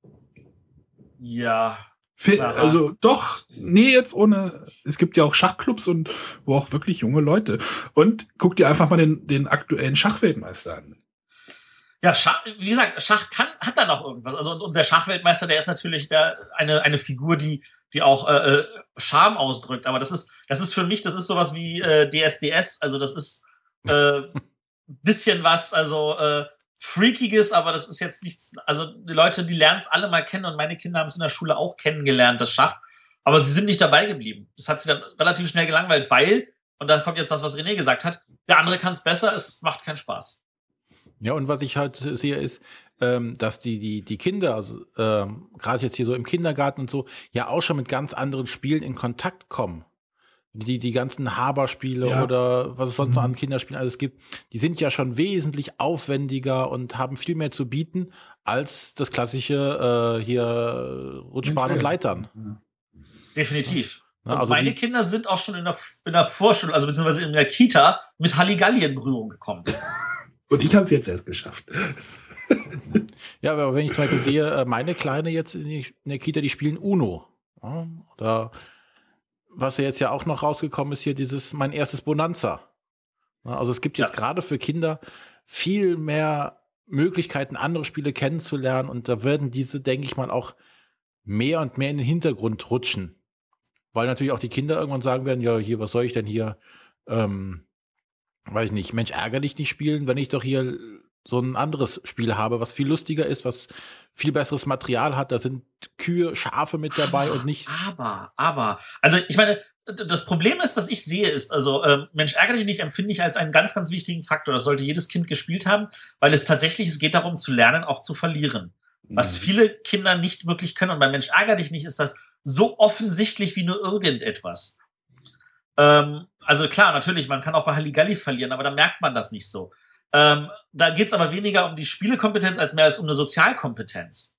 ja. Fi- Aha. Also doch, nee, jetzt ohne. Es gibt ja auch Schachclubs und wo auch wirklich junge Leute. Und guck dir einfach mal den, den aktuellen Schachweltmeister an. Ja, Schach, wie gesagt, Schach kann, hat da noch irgendwas. Also, und, und der Schachweltmeister, der ist natürlich der, eine, eine Figur, die, die auch äh, Charme ausdrückt. Aber das ist, das ist für mich, das ist sowas wie äh, D S D S. Also, das ist äh, bisschen was, also äh, Freakiges, aber das ist jetzt nichts. Also, die Leute, die lernen es alle mal kennen und meine Kinder haben es in der Schule auch kennengelernt, das Schach. Aber sie sind nicht dabei geblieben. Das hat sie dann relativ schnell gelangweilt, weil, und da kommt jetzt das, was René gesagt hat, der andere kann es besser, es macht keinen Spaß. Ja, und was ich halt sehe, ist, ähm, dass die, die, die Kinder, also ähm, gerade jetzt hier so im Kindergarten und so, ja auch schon mit ganz anderen Spielen in Kontakt kommen. Die, die ganzen Haber-Spiele Ja. oder was es sonst Mhm. noch an Kinderspielen alles gibt, die sind ja schon wesentlich aufwendiger und haben viel mehr zu bieten als das klassische äh, hier Rutschbahn und Leitern. Definitiv. Ja, Und also meine die- Kinder sind auch schon in der, in der Vorschule, also beziehungsweise in der Kita, mit Halligalli in Berührung gekommen. Und ich habe es jetzt erst geschafft. Ja, aber wenn ich zum Beispiel sehe, äh, meine Kleine jetzt in, die, in der Kita, die spielen Uno. Ja, oder was ja jetzt ja auch noch rausgekommen ist, hier dieses mein erstes Bonanza. Ja, also es gibt jetzt Ja. gerade für Kinder viel mehr Möglichkeiten, andere Spiele kennenzulernen und da werden diese, denke ich mal, auch mehr und mehr in den Hintergrund rutschen. Weil natürlich auch die Kinder irgendwann sagen werden, ja, hier, was soll ich denn hier, ähm, weiß ich nicht, Mensch, ärgerlich nicht spielen, wenn ich doch hier so ein anderes Spiel habe, was viel lustiger ist, was viel besseres Material hat. Da sind Kühe, Schafe mit dabei und nicht. Aber, aber, also ich meine, d- das Problem ist, dass ich sehe, ist, also ähm, Mensch, ärgere dich nicht, empfinde ich als einen ganz, ganz wichtigen Faktor. Das sollte jedes Kind gespielt haben, weil es tatsächlich, es geht darum zu lernen, auch zu verlieren. Was viele Kinder nicht wirklich können. Und bei Mensch, ärgere dich nicht, ist das so offensichtlich wie nur irgendetwas. Ähm, also klar, natürlich, man kann auch bei Halligalli verlieren, aber da merkt man das nicht so. Ähm, da geht es aber weniger um die Spielekompetenz als mehr als um eine Sozialkompetenz.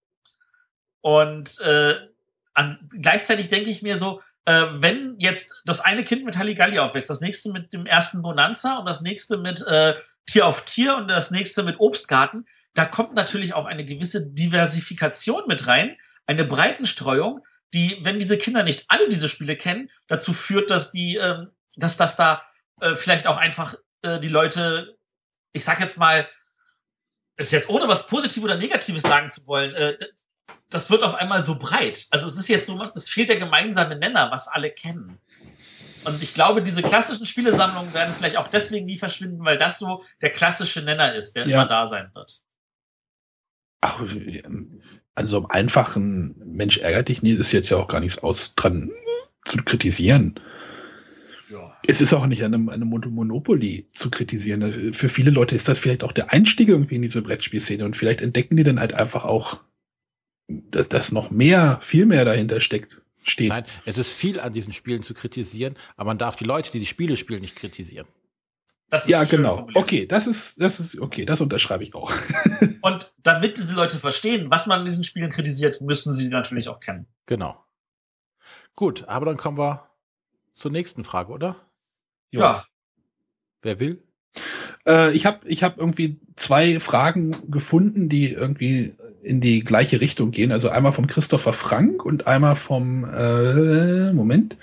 Und äh, an, gleichzeitig denke ich mir so, äh, wenn jetzt das eine Kind mit Halligalli aufwächst, das nächste mit dem ersten Bonanza und das nächste mit äh, Tier auf Tier und das nächste mit Obstgarten, da kommt natürlich auch eine gewisse Diversifikation mit rein, eine Breitenstreuung, die, wenn diese Kinder nicht alle diese Spiele kennen, dazu führt, dass die, ähm, dass das da äh, vielleicht auch einfach äh, die Leute, ich sag jetzt mal, ist jetzt ohne was Positives oder Negatives sagen zu wollen, äh, das wird auf einmal so breit. Also es ist jetzt so, es fehlt der gemeinsame Nenner, was alle kennen. Und ich glaube, diese klassischen Spielesammlungen werden vielleicht auch deswegen nie verschwinden, weil das so der klassische Nenner ist, der Ja. immer da sein wird. Ach, an so einem einfachen Mensch ärgert dich nie, ist jetzt ja auch gar nichts aus dran zu kritisieren. Ja. Es ist auch nicht an einem, an einem Monopoly zu kritisieren. Für viele Leute ist das vielleicht auch der Einstieg irgendwie in diese Brettspielszene und vielleicht entdecken die dann halt einfach auch, dass, dass noch mehr, viel mehr dahinter steckt, steht. Nein, es ist viel an diesen Spielen zu kritisieren, aber man darf die Leute, die die Spiele spielen, nicht kritisieren. Das ist Ja, schön genau. formuliert. Okay, das ist, das ist, okay, das unterschreibe ich auch. Und damit diese Leute verstehen, was man in diesen Spielen kritisiert, müssen sie natürlich auch kennen. Genau. Gut, aber dann kommen wir zur nächsten Frage, oder? Ja. Wer will? Äh, ich habe ich hab irgendwie zwei Fragen gefunden, die irgendwie in die gleiche Richtung gehen. Also einmal vom Christopher Frank und einmal vom, äh, Moment,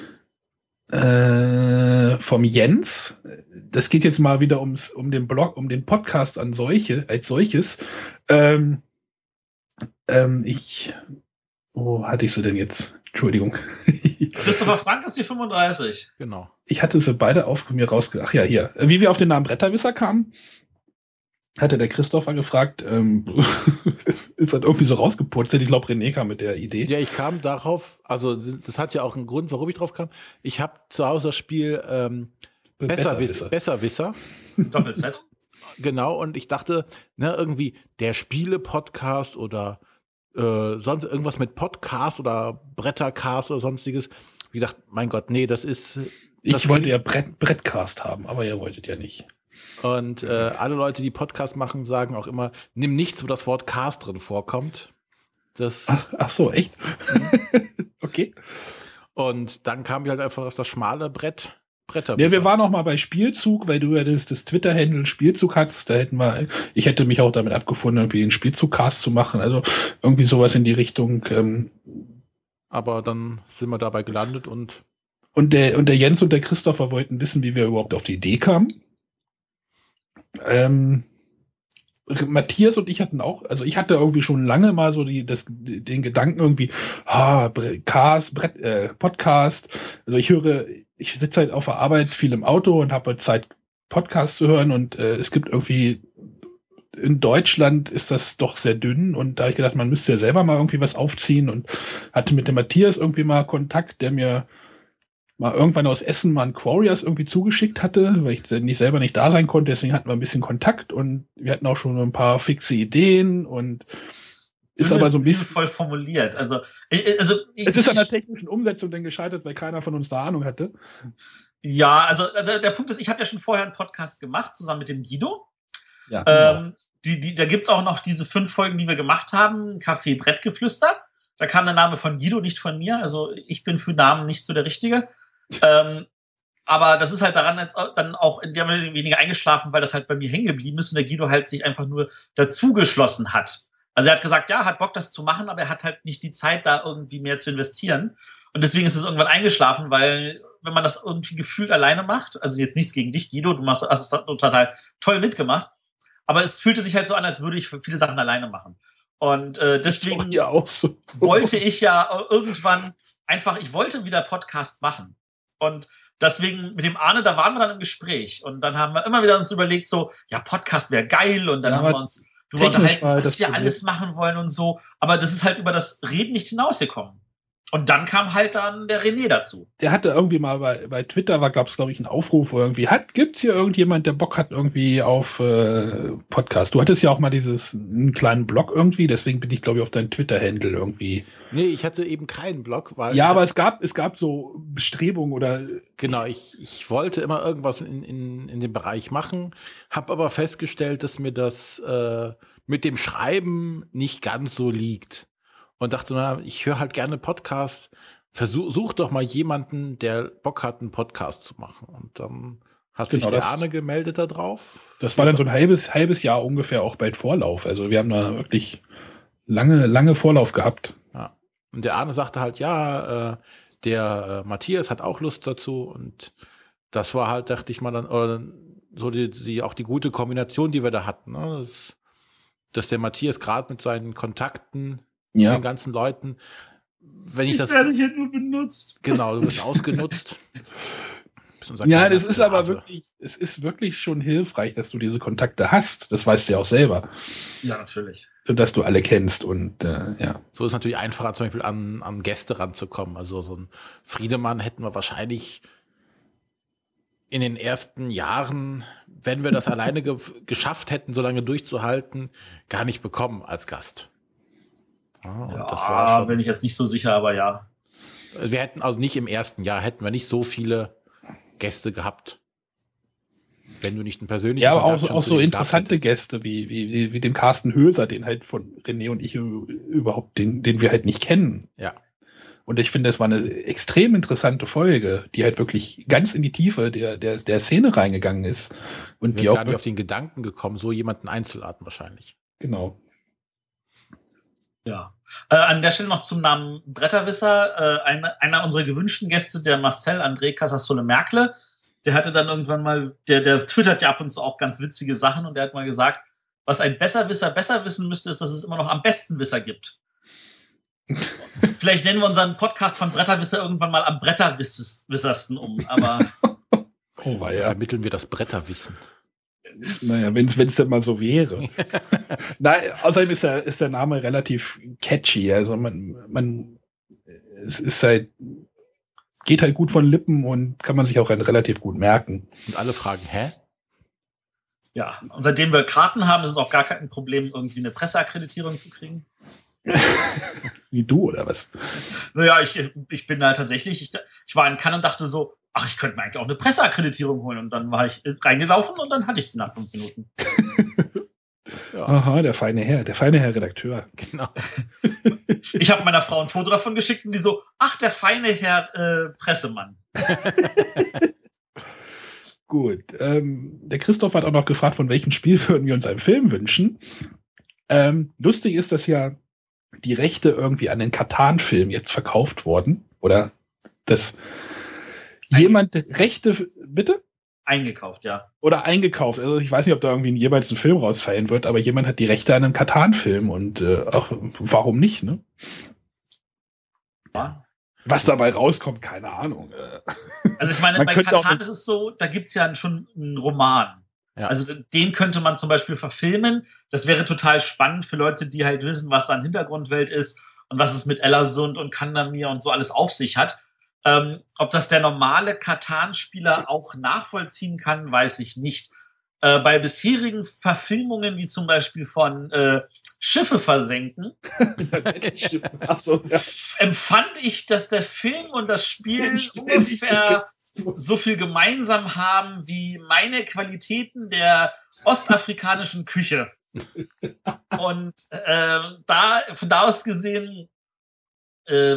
äh, vom Jens. Das geht jetzt mal wieder ums, um den Blog, um den Podcast an solche, als solches. Ähm, ähm, ich, wo hatte ich sie denn jetzt? Entschuldigung. Christopher Frank ist die fünfunddreißig. Genau. Ich hatte sie beide auf mir rausge... Ach ja, hier. Wie wir auf den Namen Bretterwisser kamen, hatte der Christopher gefragt, ähm, ist ist halt irgendwie so rausgepurzelt. Ich glaube, René kam mit der Idee. Ja, ich kam darauf, also das hat ja auch einen Grund, warum ich drauf kam. Ich habe zu Hause das Spiel ähm, Besserwisser. Besserwisser. Doppel-Z. Genau, und ich dachte, ne, irgendwie der Spiele-Podcast oder äh, sonst irgendwas mit Podcast oder Brettercast oder sonstiges. Wie gesagt, mein Gott, nee, das ist. Das Ich wollte ja Brett, Brettcast haben, aber ihr wolltet ja nicht. Und äh, alle Leute, die Podcast machen, sagen auch immer, nimm nichts, wo das Wort Cast drin vorkommt. Das, Ach, ach so, echt? Okay. und dann kam ich halt einfach auf das schmale Brett. Bretter. Ja, wir waren auch mal bei Spielzug, weil du ja das, das Twitter-Handle Spielzug hattest. Da hätten wir, ich hätte mich auch damit abgefunden, irgendwie den Spielzug-Cast zu machen. Also irgendwie sowas in die Richtung. Ähm, Aber dann sind wir dabei gelandet und Und der, und der Jens und der Christopher wollten wissen, wie wir überhaupt auf die Idee kamen. Ähm, Matthias und ich hatten auch, also ich hatte irgendwie schon lange mal so die, das, den Gedanken irgendwie, ah, Cast, Brett, äh, Podcast. Also ich höre, ich sitze halt auf der Arbeit viel im Auto und habe halt Zeit, Podcasts zu hören und äh, es gibt irgendwie, in Deutschland ist das doch sehr dünn und da habe ich gedacht, man müsste ja selber mal irgendwie was aufziehen und hatte mit dem Matthias irgendwie mal Kontakt, der mir mal irgendwann aus Essen mal ein Quarriors irgendwie zugeschickt hatte, weil ich nicht selber nicht da sein konnte, deswegen hatten wir ein bisschen Kontakt und wir hatten auch schon ein paar fixe Ideen und ist aber so ein bisschen voll formuliert. Also, ich, also ich, es ist an der technischen Umsetzung dann gescheitert, weil keiner von uns da Ahnung hatte. Ja, also der, der Punkt ist, ich habe ja schon vorher einen Podcast gemacht, zusammen mit dem Guido. Ja, ähm, genau. die, die, da gibt's auch noch diese fünf Folgen, die wir gemacht haben, Café Brettgeflüster. Da kam der Name von Guido, nicht von mir. Also ich bin für Namen nicht so der Richtige. ähm, aber das ist halt daran jetzt dann auch in der weniger eingeschlafen, weil das halt bei mir hängen geblieben ist und der Guido halt sich einfach nur dazugeschlossen hat. Also er hat gesagt, ja, hat Bock, das zu machen, aber er hat halt nicht die Zeit, da irgendwie mehr zu investieren. Und deswegen ist es irgendwann eingeschlafen, weil wenn man das irgendwie gefühlt alleine macht, also jetzt nichts gegen dich, Guido, du machst, hast es total toll mitgemacht, aber es fühlte sich halt so an, als würde ich viele Sachen alleine machen. Und äh, deswegen ja auch so. wollte ich ja irgendwann einfach, ich wollte wieder Podcast machen. Und deswegen mit dem Arne, da waren wir dann im Gespräch. Und dann haben wir immer wieder uns überlegt, so, ja, Podcast wäre geil. Und dann ja, haben wir uns darüber unterhalten, was wir alles machen wollen und so. Aber das ist halt über das Reden nicht hinausgekommen. Und dann kam halt dann der René dazu. Der hatte irgendwie mal bei, bei Twitter, war, glaub's, glaube ich, ein Aufruf, wo irgendwie hat, gibt's hier irgendjemand, der Bock hat irgendwie auf äh, Podcast? Du hattest ja auch mal dieses, einen kleinen Blog irgendwie, deswegen bin ich, glaube ich, auf deinen Twitter-Handle irgendwie. Nee, ich hatte eben keinen Blog, weil. Ja, aber es gab, es gab so Bestrebungen oder. Genau, ich, ich wollte immer irgendwas in, in, in dem Bereich machen, habe aber festgestellt, dass mir das äh, mit dem Schreiben nicht ganz so liegt. Und dachte, na, ich höre halt gerne Podcast. Versuch such doch mal jemanden, der Bock hat, einen Podcast zu machen. Und dann hat genau, sich der das, Arne gemeldet da drauf. Das war dann so ein halbes, halbes Jahr ungefähr auch bald Vorlauf. Also wir haben da wirklich lange, lange Vorlauf gehabt. Ja. Und der Arne sagte halt, ja, äh, der äh, Matthias hat auch Lust dazu. Und das war halt, dachte ich mal, dann oder so die, die auch die gute Kombination, die wir da hatten. Ne? Das, dass der Matthias gerade mit seinen Kontakten, ja. den ganzen Leuten, wenn ich, ich das. werde hier nur benutzt. Genau, du wirst ausgenutzt. Ja, das ist aber wirklich, es ist wirklich schon hilfreich, dass du diese Kontakte hast. Das weißt du ja auch selber. Ja, natürlich. Und dass du alle kennst und äh, ja. So ist natürlich einfacher, zum Beispiel an, an Gäste ranzukommen. Also so ein Friedemann hätten wir wahrscheinlich in den ersten Jahren, wenn wir das alleine ge geschafft hätten, so lange durchzuhalten, gar nicht bekommen als Gast. Ja, und das war schon, bin ich jetzt nicht so sicher, aber ja. Wir hätten also nicht im ersten Jahr, hätten wir nicht so viele Gäste gehabt. Wenn du nicht einen persönlichen Ja, aber auch, auch so interessante Gäste wie, wie, wie dem Carsten Höser, den halt von René und ich überhaupt, den, den wir halt nicht kennen. Ja. Und ich finde, das war eine extrem interessante Folge, die halt wirklich ganz in die Tiefe der, der, der Szene reingegangen ist. Und wir die auch gar nicht auf den Gedanken gekommen, so jemanden einzuladen wahrscheinlich. Genau. Ja. Äh, an der Stelle noch zum Namen Bretterwisser. Äh, eine, einer unserer gewünschten Gäste, der Marcel André Casasola-Merkle, der hatte dann irgendwann mal, der, der twittert ja ab und zu auch ganz witzige Sachen und der hat mal gesagt, was ein Besserwisser besser wissen müsste, ist, dass es immer noch am besten Wisser gibt. Vielleicht nennen wir unseren Podcast von Bretterwisser irgendwann mal am Bretterwissersten um, aber. Oh, war ja. Vermitteln wir das Bretterwissen. Naja, wenn es denn mal so wäre. Nein, außerdem ist der, ist der Name relativ catchy. Also man, man, es ist halt, geht halt gut von Lippen und kann man sich auch relativ gut merken. Und alle fragen, hä? Ja, und seitdem wir Karten haben, ist es auch gar kein Problem, irgendwie eine Presseakkreditierung zu kriegen. Wie du, oder was? Naja, ich, ich bin da tatsächlich, ich, ich war in Cannes und dachte so, ach, ich könnte mir eigentlich auch eine Presseakkreditierung holen. Und dann war ich reingelaufen und dann hatte ich sie nach fünf Minuten. Ja. Aha, der feine Herr, der feine Herr Redakteur. Genau. Ich habe meiner Frau ein Foto davon geschickt und die so, ach, der feine Herr äh, Pressemann. Gut. Ähm, der Christoph hat auch noch gefragt, von welchem Spiel würden wir uns einen Film wünschen. Ähm, lustig ist, dass ja die Rechte irgendwie an den Katan-Film jetzt verkauft wurden. Oder dass jemand Rechte, bitte? Eingekauft, ja. Oder eingekauft. Also ich weiß nicht, ob da irgendwie jeweils ein Film rausfallen wird, aber jemand hat die Rechte an einem Katan-Film und äh, auch, warum nicht, ne? Ja. Was dabei rauskommt, keine Ahnung. Also ich meine, bei Katan ist es so, da gibt's ja schon einen Roman. Ja. Also den könnte man zum Beispiel verfilmen. Das wäre total spannend für Leute, die halt wissen, was da eine Hintergrundwelt ist und was es mit Ellersund und Kandamir und so alles auf sich hat. Ähm, ob das der normale Katan-Spieler auch nachvollziehen kann, weiß ich nicht. Äh, bei bisherigen Verfilmungen, wie zum Beispiel von äh, Schiffe versenken, Achso, ja. empfand ich, dass der Film und das Spiel ungefähr so viel gemeinsam haben wie meine Qualitäten der ostafrikanischen Küche. Und äh, da, von da aus gesehen, äh,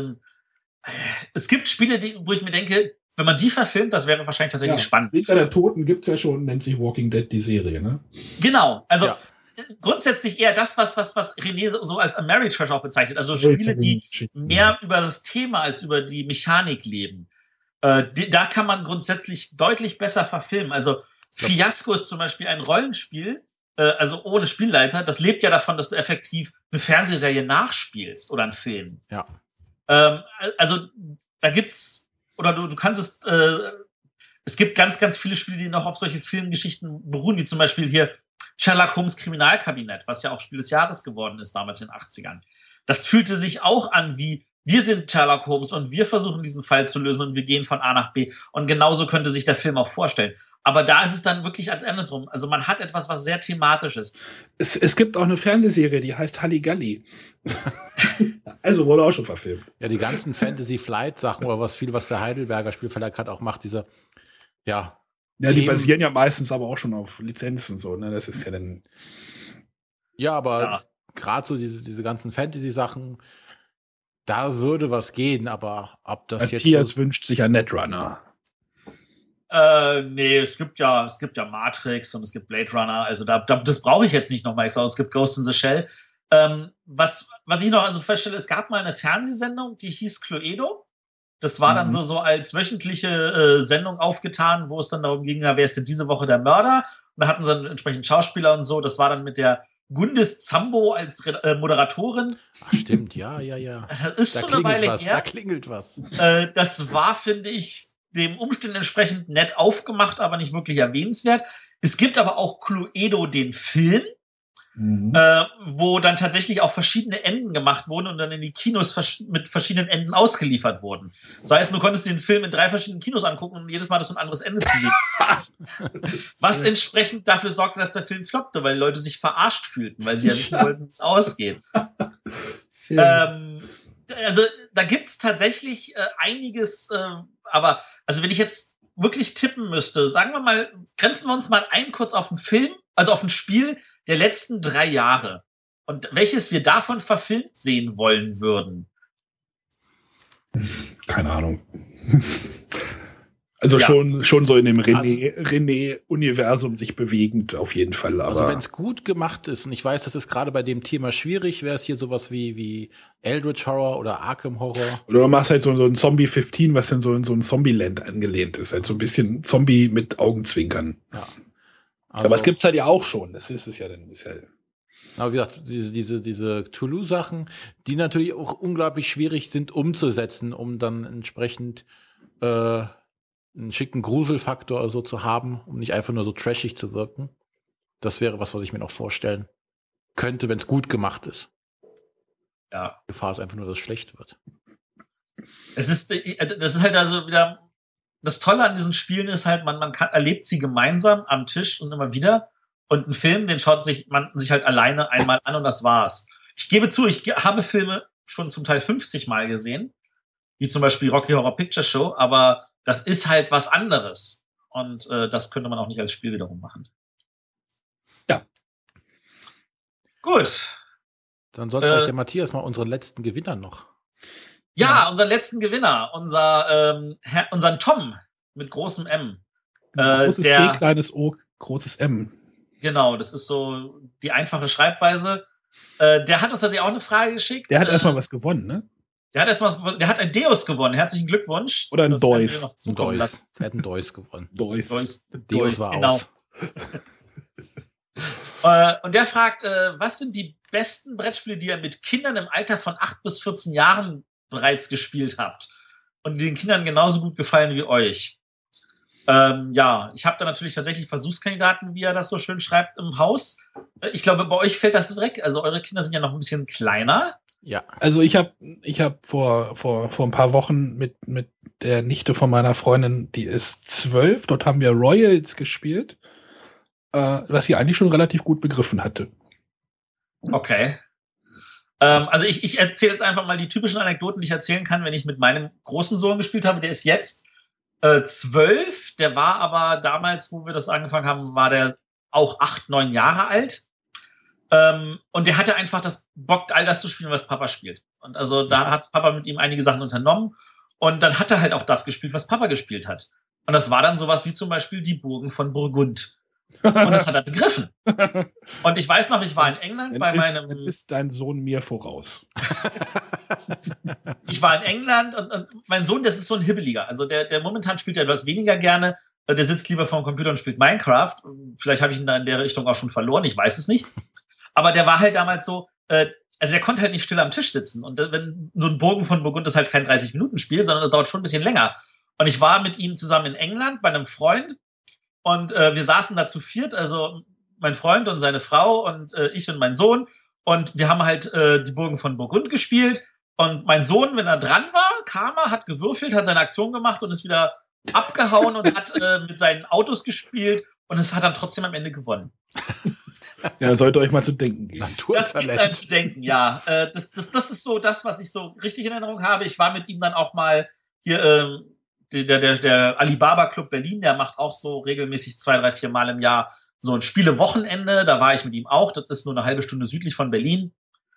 es gibt Spiele, die, wo ich mir denke, wenn man die verfilmt, das wäre wahrscheinlich tatsächlich ja, spannend. Winter der Toten gibt es ja schon, nennt sich Walking Dead die Serie, ne? Genau, also ja. grundsätzlich eher das, was, was, was René so als Ameritrash auch bezeichnet. Also Spiele, die mehr über das Thema als über die Mechanik leben. Äh, die, da kann man grundsätzlich deutlich besser verfilmen. Also Fiasco ist zum Beispiel ein Rollenspiel, äh, also ohne Spielleiter. Das lebt ja davon, dass du effektiv eine Fernsehserie nachspielst oder einen Film. Ja. Ähm, also da gibt's, oder du, du kannst es, äh, es gibt ganz, ganz viele Spiele, die noch auf solche Filmgeschichten beruhen, wie zum Beispiel hier Sherlock Holmes Kriminalkabinett, was ja auch Spiel des Jahres geworden ist, damals in den achtzigern. Das fühlte sich auch an wie, wir sind Sherlock Holmes und wir versuchen diesen Fall zu lösen und wir gehen von A nach B. Und genauso könnte sich der Film auch vorstellen. Aber da ist es dann wirklich als andersrum. Also man hat etwas, was sehr thematisch ist. Es, es gibt auch eine Fernsehserie, die heißt Halligalli. Also wurde auch schon verfilmt. Ja, die ganzen Fantasy-Flight-Sachen oder was viel, was der Heidelberger Spielverlag hat, auch macht, diese, ja. Ja, die Themen. basieren ja meistens aber auch schon auf Lizenzen, so, ne? Das ist ja dann. Ja, aber Ja. gerade so diese, diese ganzen Fantasy-Sachen, da würde was gehen, aber ob das Matthias jetzt. So wünscht sich ein Netrunner. Äh, nee, es gibt ja, es gibt ja Matrix und es gibt Blade Runner, also da, da das brauche ich jetzt nicht nochmal extra. Es gibt Ghost in the Shell. Ähm, was, was ich noch also feststelle, es gab mal eine Fernsehsendung, die hieß Cluedo. Das war mhm. dann so, so als wöchentliche äh, Sendung aufgetan, wo es dann darum ging, na, wer ist denn diese Woche der Mörder? Und da hatten sie einen entsprechenden Schauspieler und so. Das war dann mit der Gundis Zambo als äh, Moderatorin. Ach, stimmt, ja, ja, ja. Das ist da schon eine Weile was, her. Da klingelt was. Äh, das war, finde ich, dem Umständen entsprechend nett aufgemacht, aber nicht wirklich erwähnenswert. Es gibt aber auch Cluedo, den Film, mhm. äh, wo dann tatsächlich auch verschiedene Enden gemacht wurden und dann in die Kinos vers- mit verschiedenen Enden ausgeliefert wurden. Das heißt, du konntest den Film in drei verschiedenen Kinos angucken und jedes Mal hattest du ein anderes Ende zu sehen. Was entsprechend dafür sorgte, dass der Film floppte, weil die Leute sich verarscht fühlten, weil sie ja wissen wollten, wie es ausgeht. ähm, also da gibt's tatsächlich äh, einiges, äh, aber also wenn ich jetzt wirklich tippen müsste, sagen wir mal, grenzen wir uns mal ein kurz auf einen Film, also auf ein Spiel der letzten drei Jahre und welches wir davon verfilmt sehen wollen würden. Keine Ahnung. Also ja. schon, schon so in dem René, also, René-Universum sich bewegend auf jeden Fall. Aber also wenn es gut gemacht ist, und ich weiß, das ist gerade bei dem Thema schwierig, wäre es hier sowas wie, wie Eldritch Horror oder Arkham Horror. Oder du machst halt so, so ein Zombie fünfzehn, was dann so in so ein Zombie-Land angelehnt ist. Halt so ein bisschen Zombie mit Augenzwinkern. Ja. Also, aber es gibt's halt ja auch schon. Das ist es ja dann. Ist ja aber wie gesagt, diese, diese, diese Toulouse-Sachen, die natürlich auch unglaublich schwierig sind umzusetzen, um dann entsprechend äh, einen schicken Gruselfaktor oder so zu haben, um nicht einfach nur so trashig zu wirken. Das wäre was, was ich mir noch vorstellen könnte, wenn es gut gemacht ist. Ja. Die Gefahr ist einfach nur, dass es schlecht wird. Es ist, das ist halt also wieder, das Tolle an diesen Spielen ist halt, man, man kann, erlebt sie gemeinsam am Tisch und immer wieder. Und ein Film, den schaut sich man sich halt alleine einmal an und das war's. Ich gebe zu, ich habe Filme schon zum Teil fünfzig Mal gesehen, wie zum Beispiel Rocky Horror Picture Show, aber das ist halt was anderes. Und äh, das könnte man auch nicht als Spiel wiederum machen. Ja. Gut. Dann sollte äh, vielleicht der Matthias mal unseren letzten Gewinner noch. Ja, ja. unseren letzten Gewinner. Unser, ähm, Herr, unseren Tom mit großem M. Äh, großes der, T, kleines O, großes M. Genau, das ist so die einfache Schreibweise. Äh, der hat uns tatsächlich auch eine Frage geschickt. Der hat äh, erstmal was gewonnen, ne? Der hat erstmal, der hat ein Deus gewonnen. Herzlichen Glückwunsch. Oder ein Deus. Ein Deus. Der hat ein Deus gewonnen. Deus. Deus, Deus war genau. aus. äh, und der fragt, äh, was sind die besten Brettspiele, die ihr mit Kindern im Alter von acht bis vierzehn Jahren bereits gespielt habt und die den Kindern genauso gut gefallen wie euch? Ähm, ja, ich habe da natürlich tatsächlich Versuchskandidaten, wie er das so schön schreibt, im Haus. Äh, ich glaube, bei euch fällt das weg. Also eure Kinder sind ja noch ein bisschen kleiner. Ja. Also ich habe ich hab vor, vor, vor ein paar Wochen mit, mit der Nichte von meiner Freundin, die ist zwölf, dort haben wir Royals gespielt, äh, was sie eigentlich schon relativ gut begriffen hatte. Okay. Ähm, also ich, ich erzähle jetzt einfach mal die typischen Anekdoten, die ich erzählen kann, wenn ich mit meinem großen Sohn gespielt habe. Der ist jetzt äh, zwölf, der war aber damals, wo wir das angefangen haben, war der auch acht, neun Jahre alt. Ähm, und der hatte einfach das Bock, all das zu spielen, was Papa spielt. Und also da hat Papa mit ihm einige Sachen unternommen. Und dann hat er halt auch das gespielt, was Papa gespielt hat. Und das war dann sowas wie zum Beispiel die Burgen von Burgund. Und das hat er begriffen. Und ich weiß noch, ich war in England dann bei ist, meinem... Dann ist dein Sohn mir voraus. Ich war in England und, und mein Sohn, das ist so ein Hibbeliger. Also der, der momentan spielt ja etwas weniger gerne. Der sitzt lieber vor dem Computer und spielt Minecraft. Vielleicht habe ich ihn da in der Richtung auch schon verloren, ich weiß es nicht. Aber der war halt damals so, äh, also der konnte halt nicht still am Tisch sitzen. Und wenn so ein Burgen von Burgund ist halt kein dreißig-Minuten-Spiel, sondern das dauert schon ein bisschen länger. Und ich war mit ihm zusammen in England bei einem Freund und äh, wir saßen da zu viert, also mein Freund und seine Frau und äh, ich und mein Sohn. Und wir haben halt äh, die Burgen von Burgund gespielt. Und mein Sohn, wenn er dran war, kam er, hat gewürfelt, hat seine Aktion gemacht und ist wieder abgehauen und hat äh, mit seinen Autos gespielt. Und es hat dann trotzdem am Ende gewonnen. Ja, sollte euch mal zu denken geben. Das gibt einem zu denken, ja. Äh, das, das, das ist so das, was ich so richtig in Erinnerung habe. Ich war mit ihm dann auch mal hier, ähm, der, der, der Alibaba Club Berlin, der macht auch so regelmäßig zwei, drei, vier Mal im Jahr so ein Spielewochenende. Da war ich mit ihm auch. Das ist nur eine halbe Stunde südlich von Berlin.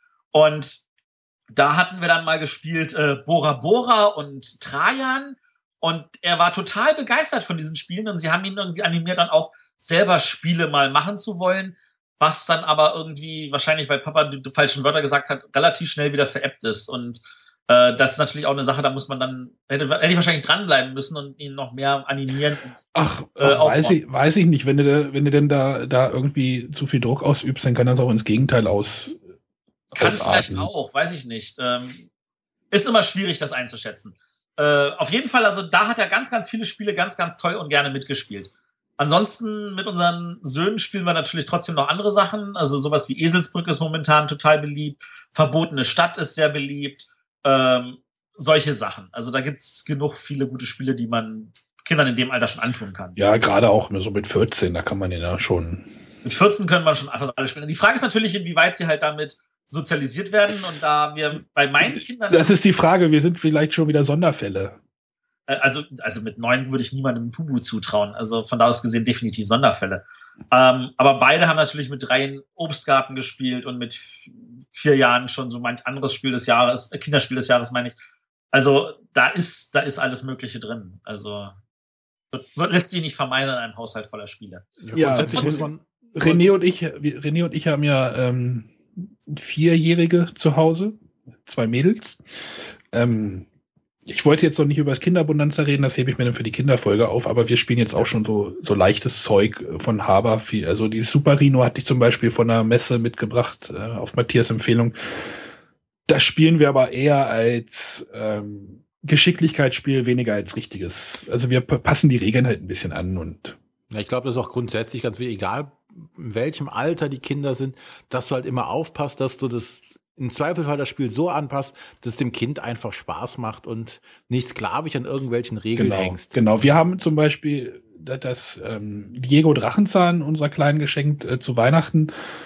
Und da hatten wir dann mal gespielt äh, Bora Bora und Trajan. Und er war total begeistert von diesen Spielen. Und sie haben ihn irgendwie animiert, dann auch selber Spiele mal machen zu wollen. Was dann aber irgendwie, wahrscheinlich, weil Papa die, die falschen Wörter gesagt hat, relativ schnell wieder veräppt ist. Und äh, das ist natürlich auch eine Sache, da muss man dann, hätte, hätte ich wahrscheinlich dranbleiben müssen und ihn noch mehr animieren. Und, ach, äh, ach weiß, ich, weiß ich nicht. Wenn du, wenn du denn da, da irgendwie zu viel Druck ausübst, dann kann das auch ins Gegenteil aus. Kann ausarten. vielleicht auch, weiß ich nicht. Ähm, ist immer schwierig, das einzuschätzen. Äh, auf jeden Fall, also da hat er ganz, ganz viele Spiele ganz, ganz toll und gerne mitgespielt. Ansonsten mit unseren Söhnen spielen wir natürlich trotzdem noch andere Sachen. Also sowas wie Eselsbrücke ist momentan total beliebt. Verbotene Stadt ist sehr beliebt. Ähm, solche Sachen. Also da gibt's genug viele gute Spiele, die man Kindern in dem Alter schon antun kann. Ja, gerade auch so mit vierzehn, da kann man ja schon. Mit vierzehn können man schon einfach alles spielen. Die Frage ist natürlich, inwieweit sie halt damit sozialisiert werden. Und da wir bei meinen Kindern... Das ist die Frage, wir sind vielleicht schon wieder Sonderfälle. Also, also mit neun würde ich niemandem Pubu zutrauen. Also von da aus gesehen definitiv Sonderfälle. Ähm, aber beide haben natürlich mit drei in Obstgarten gespielt und mit vier Jahren schon so manch anderes Spiel des Jahres, äh, Kinderspiel des Jahres meine ich. Also da ist, da ist alles Mögliche drin. Also wird, lässt sich nicht vermeiden in einem Haushalt voller Spiele. Ja, ja René und ich, René und ich haben ja ähm, Vierjährige zu Hause, zwei Mädels. Ähm, Ich wollte jetzt noch nicht über das Kinderbonanza reden, das hebe ich mir dann für die Kinderfolge auf, aber wir spielen jetzt auch schon so, so leichtes Zeug von Haber. Also die Super Rhino hatte ich zum Beispiel von der Messe mitgebracht, äh, auf Matthias Empfehlung. Das spielen wir aber eher als ähm, Geschicklichkeitsspiel, weniger als richtiges. Also wir p- passen die Regeln halt ein bisschen an. Und ja, ich glaube, das ist auch grundsätzlich ganz wichtig, egal in welchem Alter die Kinder sind, dass du halt immer aufpasst, dass du das im Zweifelsfall das Spiel so anpasst, dass es dem Kind einfach Spaß macht und nicht sklavisch an irgendwelchen Regeln genau, hängst. Genau, wir haben zum Beispiel das ähm, Diego Drachenzahn unserer Kleinen geschenkt äh, zu Weihnachten.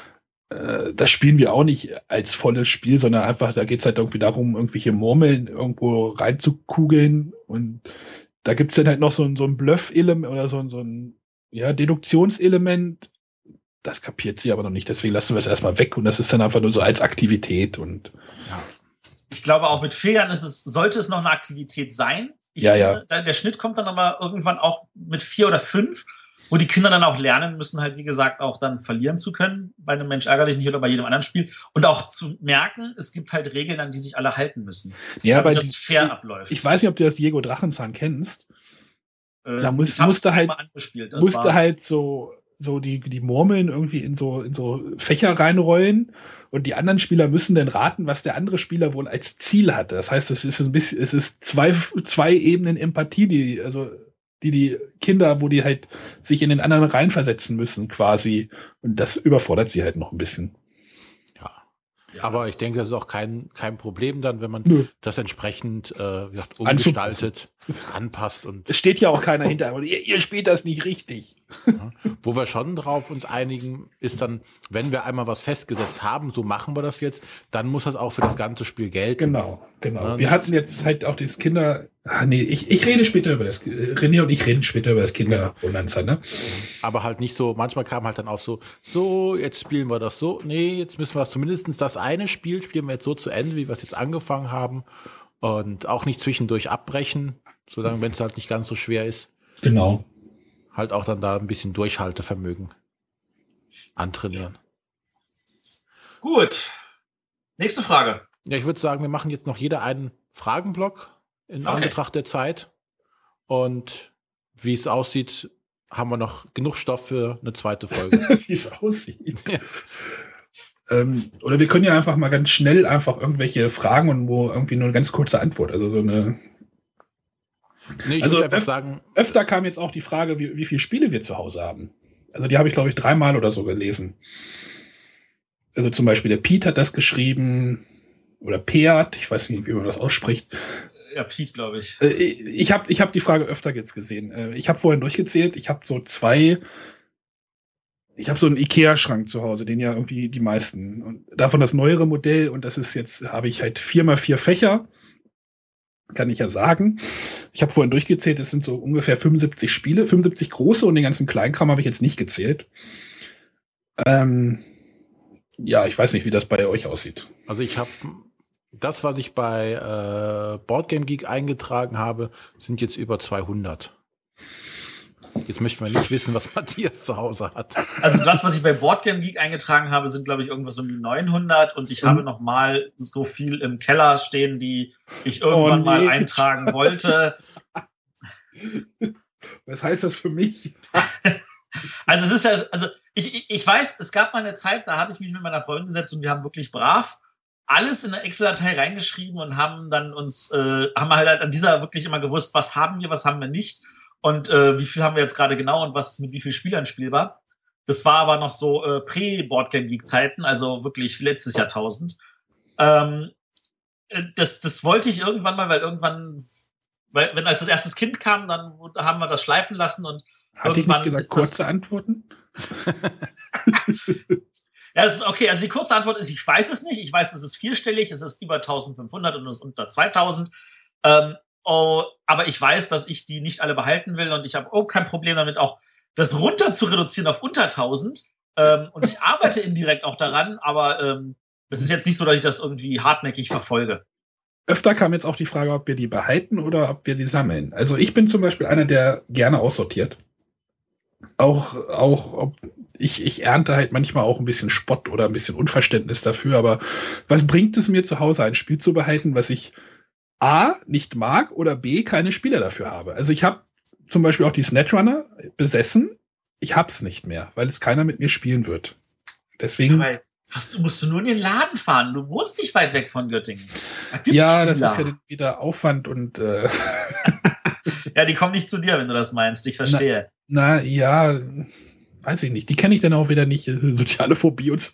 Äh, das spielen wir auch nicht als volles Spiel, sondern einfach, da geht's halt irgendwie darum, irgendwelche Murmeln irgendwo reinzukugeln. Und da gibt's dann halt noch so ein, so ein Bluff-Element oder so ein, so ein ja, Deduktionselement. Das kapiert sie aber noch nicht, deswegen lassen wir es erstmal weg und das ist dann einfach nur so als Aktivität. Und ja. Ich glaube, auch mit vier Jahren ist es, sollte es noch eine Aktivität sein. Ich ja, finde, ja. Der Schnitt kommt dann aber irgendwann auch mit vier oder fünf, wo die Kinder dann auch lernen müssen, halt wie gesagt auch dann verlieren zu können, bei einem Mensch ärgerlich nicht oder bei jedem anderen Spiel und auch zu merken, es gibt halt Regeln, an die sich alle halten müssen, ja, damit aber das fair abläuft. Ich weiß nicht, ob du das Diego Drachenzahn kennst. Äh, da muss, musste halt, musste war's. halt so so die, die Murmeln irgendwie in so, in so Fächer reinrollen und die anderen Spieler müssen dann raten, was der andere Spieler wohl als Ziel hatte. Das heißt, es ist ein bisschen, es ist zwei, zwei Ebenen Empathie, die, also, die die Kinder, wo die halt sich in den anderen reinversetzen müssen quasi. Und das überfordert sie halt noch ein bisschen. Ja. Ja, aber ich denke, das ist auch kein, kein Problem dann, wenn man Nö. das entsprechend, äh, wie gesagt, umgestaltet. anpasst. Und es steht ja auch keiner hinter. Und ihr, ihr spielt das nicht richtig. Ja. Wo wir schon drauf uns einigen, ist dann, wenn wir einmal was festgesetzt haben, so machen wir das jetzt, dann muss das auch für das ganze Spiel gelten. Genau, genau. Ja, wir hatten jetzt halt auch dieses Kinder... Ah, nee, ich, ich rede später über das... René und ich reden später über das Kinderbonanza, ne? Aber halt nicht so, manchmal kam halt dann auch so, so, jetzt spielen wir das so. Nee, jetzt müssen wir zumindest das eine Spiel spielen wir jetzt so zu Ende, wie wir es jetzt angefangen haben. Und auch nicht zwischendurch abbrechen, solange, wenn es halt nicht ganz so schwer ist. Genau. Halt auch dann da ein bisschen Durchhaltevermögen antrainieren. Gut. Nächste Frage. Ja, ich würde sagen, wir machen jetzt noch jeder einen Fragenblock in Okay. Anbetracht der Zeit. Und wie es aussieht, haben wir noch genug Stoff für eine zweite Folge. Wie es aussieht. Ja. Ähm, oder wir können ja einfach mal ganz schnell einfach irgendwelche Fragen und wo irgendwie nur eine ganz kurze Antwort. Also so eine. Nee, ich Also würde einfach öf- sagen, Öfter kam jetzt auch die Frage, wie, wie viele Spiele wir zu Hause haben. Also die habe ich, glaube ich, dreimal oder so gelesen. Also zum Beispiel der Pete hat das geschrieben. Oder Peat, ich weiß nicht, wie man das ausspricht. Ja, Pete, glaube ich. Äh, Ich habe ich hab die Frage öfter jetzt gesehen. Äh, Ich habe vorhin durchgezählt. Ich habe so zwei. Ich habe so einen Ikea-Schrank zu Hause, den ja irgendwie die meisten. Und davon das neuere Modell. Und das ist jetzt, habe ich halt vier mal vier Fächer. Kann ich ja sagen. Ich habe vorhin durchgezählt, es sind so ungefähr fünfundsiebzig Spiele. fünfundsiebzig große und den ganzen Kleinkram habe ich jetzt nicht gezählt. Ähm, ja, ich weiß nicht, wie das bei euch aussieht. also ich habe das, was ich bei äh, Boardgame Geek eingetragen habe, sind jetzt über zweihundert. Jetzt möchten wir nicht wissen, was Matthias zu Hause hat. Also das, was ich bei Boardgame Geek eingetragen habe, sind, glaube ich, irgendwas um die neunhundert. Und ich Mhm. habe noch mal so viel im Keller stehen, die ich irgendwann Oh, nee. mal eintragen wollte. Was heißt das für mich? Also es ist ja, also ich, ich- ich weiß, es gab mal eine Zeit, da habe ich mich mit meiner Freundin gesetzt und wir haben wirklich brav alles in eine Excel-Datei reingeschrieben und haben dann uns, äh, haben halt an dieser wirklich immer gewusst, was haben wir, was haben wir nicht und äh, wie viel haben wir jetzt gerade genau und was ist mit wie vielen Spielern spielbar. Das war aber noch so äh, Prä-Boardgame-Geek-Zeiten, also wirklich letztes Jahrtausend. Ähm, äh, das, das wollte ich irgendwann mal, weil irgendwann, weil, wenn als das erstes Kind kam, dann haben wir das schleifen lassen und Hatte ich irgendwann nicht gesagt, ist kurze das- Antworten? Ja, das, okay, also die kurze Antwort ist, ich weiß es nicht. Ich weiß, es ist vierstellig, es ist über eintausendfünfhundert und es ist unter zweitausend. Ähm, oh, aber ich weiß, dass ich die nicht alle behalten will und ich habe auch kein Problem damit, auch das runter zu reduzieren auf unter tausend. Ähm, und ich arbeite indirekt auch daran, aber ähm, es ist jetzt nicht so, dass ich das irgendwie hartnäckig verfolge. Öfter kam jetzt auch die Frage, ob wir die behalten oder ob wir die sammeln. Also ich bin zum Beispiel einer, der gerne aussortiert. Auch, auch, ob ich, ich ernte halt manchmal auch ein bisschen Spott oder ein bisschen Unverständnis dafür, aber was bringt es mir zu Hause, ein Spiel zu behalten, was ich A, nicht mag oder B, keine Spieler dafür habe? Also ich habe zum Beispiel auch die Netrunner besessen. Ich hab's nicht mehr, weil es keiner mit mir spielen wird. Deswegen. Weil hast du, musst du nur in den Laden fahren. Du wohnst nicht weit weg von Göttingen. Da gibt's Ja, das Spieler. ist ja dann wieder Aufwand und äh, Ja, die kommen nicht zu dir, wenn du das meinst. Ich verstehe. na ja, weiß ich nicht. Die kenne ich dann auch wieder nicht. äh, Soziale Phobie und so.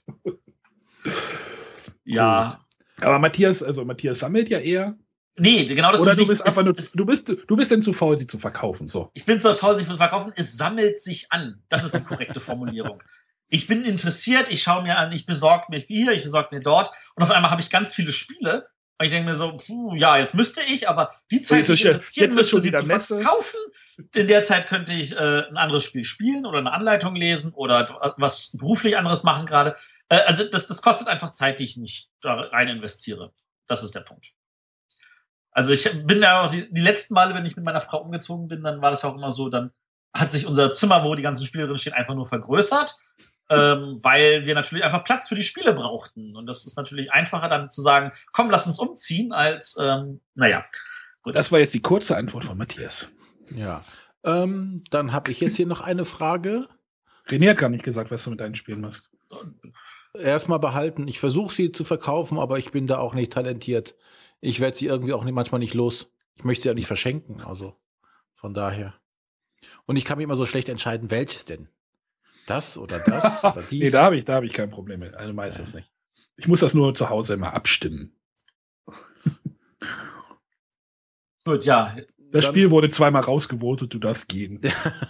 Ja. Aber Matthias, also Matthias sammelt ja eher. Nee, genau das Oder tue du ich bist nicht. einfach nur, Es- es- du bist, du bist denn zu faul, sie zu verkaufen. So. Ich bin so faul, sich zu verkaufen. Es sammelt sich an. Das ist die korrekte Formulierung. Ich bin interessiert, ich schaue mir an, ich besorge mir hier, ich besorge mir dort. Und auf einmal habe ich ganz viele Spiele. Und ich denke mir so, puh, ja, jetzt müsste ich, aber die Zeit, Jetzt die ist ich ja- investieren jetzt ist müsste, schon sie wieder zu Messe. verkaufen. In der Zeit könnte ich äh, ein anderes Spiel spielen oder eine Anleitung lesen oder was beruflich anderes machen gerade. Äh, also das, das kostet einfach Zeit, die ich nicht da rein investiere. Das ist der Punkt. Also ich bin ja auch die, die letzten Male, wenn ich mit meiner Frau umgezogen bin, dann war das ja auch immer so, dann hat sich unser Zimmer, wo die ganzen Spiele drin stehen, einfach nur vergrößert, ähm, weil wir natürlich einfach Platz für die Spiele brauchten. Und das ist natürlich einfacher dann zu sagen, komm, lass uns umziehen, als, ähm, naja. Gut. Das war jetzt die kurze Antwort von Matthias. Ja. Ähm, dann habe ich jetzt hier noch eine Frage. René hat gar nicht gesagt, was du mit deinen Spielen machst. Erstmal behalten. Ich versuche sie zu verkaufen, aber ich bin da auch nicht talentiert. Ich werde sie irgendwie auch nicht, manchmal nicht los. Ich möchte sie auch nicht verschenken. Also von daher. Und ich kann mich immer so schlecht entscheiden, welches denn? Das oder das oder dies? Nee, da habe ich, da hab ich kein Problem mit. Also meistens nicht. Ich muss das nur zu Hause immer abstimmen. Gut, ja. Das Spiel wurde zweimal rausgevotet, du darfst gehen.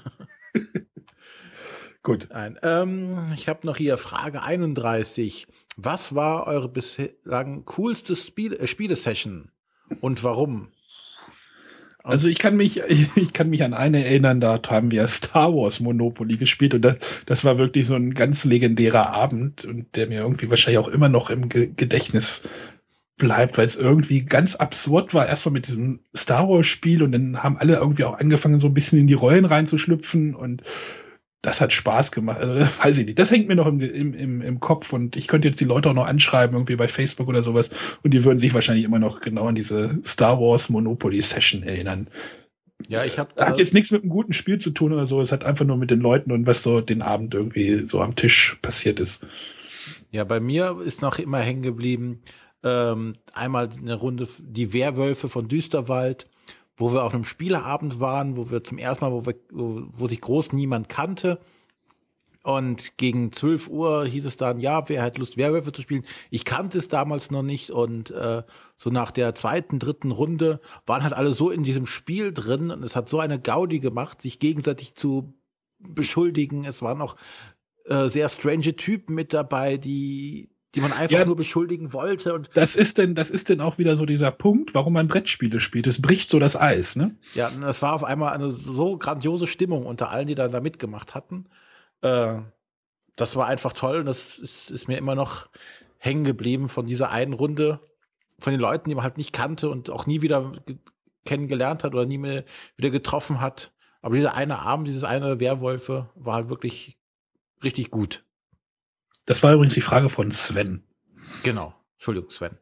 Gut. Nein, ähm, ich habe noch hier Frage einunddreißig. Was war eure bislang coolste Spiel äh, Spielesession und warum? Und also ich kann mich, ich, ich kann mich an eine erinnern, da haben wir Star Wars Monopoly gespielt und das, das war wirklich so ein ganz legendärer Abend und der mir irgendwie wahrscheinlich auch immer noch im Ge- Gedächtnis bleibt, weil es irgendwie ganz absurd war. Erstmal mit diesem Star Wars Spiel und dann haben alle irgendwie auch angefangen, so ein bisschen in die Rollen reinzuschlüpfen und das hat Spaß gemacht. Also, weiß ich nicht. Das hängt mir noch im, im, im, im Kopf und ich könnte jetzt die Leute auch noch anschreiben, irgendwie bei Facebook oder sowas. Und die würden sich wahrscheinlich immer noch genau an diese Star Wars Monopoly Session erinnern. ja, ich habe Hat jetzt nichts mit einem guten Spiel zu tun oder so. Es hat einfach nur mit den Leuten und was so den Abend irgendwie so am Tisch passiert ist. ja, bei mir ist noch immer hängen geblieben, ähm, einmal eine Runde f- die Werwölfe von Düsterwald, wo wir auf einem Spieleabend waren, wo wir zum ersten Mal, wo, wir, wo, wo sich groß niemand kannte. Und gegen zwölf Uhr hieß es dann, ja, wer hat Lust, Werwölfe zu spielen? Ich kannte es damals noch nicht und äh, so nach der zweiten, dritten Runde waren halt alle so in diesem Spiel drin und es hat so eine Gaudi gemacht, sich gegenseitig zu beschuldigen. Es waren auch äh, sehr strange Typen mit dabei, die, die man einfach Ja. nur beschuldigen wollte. Und Das ist denn, das ist denn auch wieder so dieser Punkt, warum man Brettspiele spielt. Es bricht so das Eis, ne? ja, und es war auf einmal eine so grandiose Stimmung unter allen, die dann da mitgemacht hatten. Äh, das war einfach toll und das ist, ist mir immer noch hängen geblieben von dieser einen Runde, von den Leuten, die man halt nicht kannte und auch nie wieder ge- kennengelernt hat oder nie mehr wieder getroffen hat. Aber dieser eine Abend, dieses eine Werwölfe war halt wirklich richtig gut. Das war übrigens die Frage von Sven. Genau. Entschuldigung, Sven.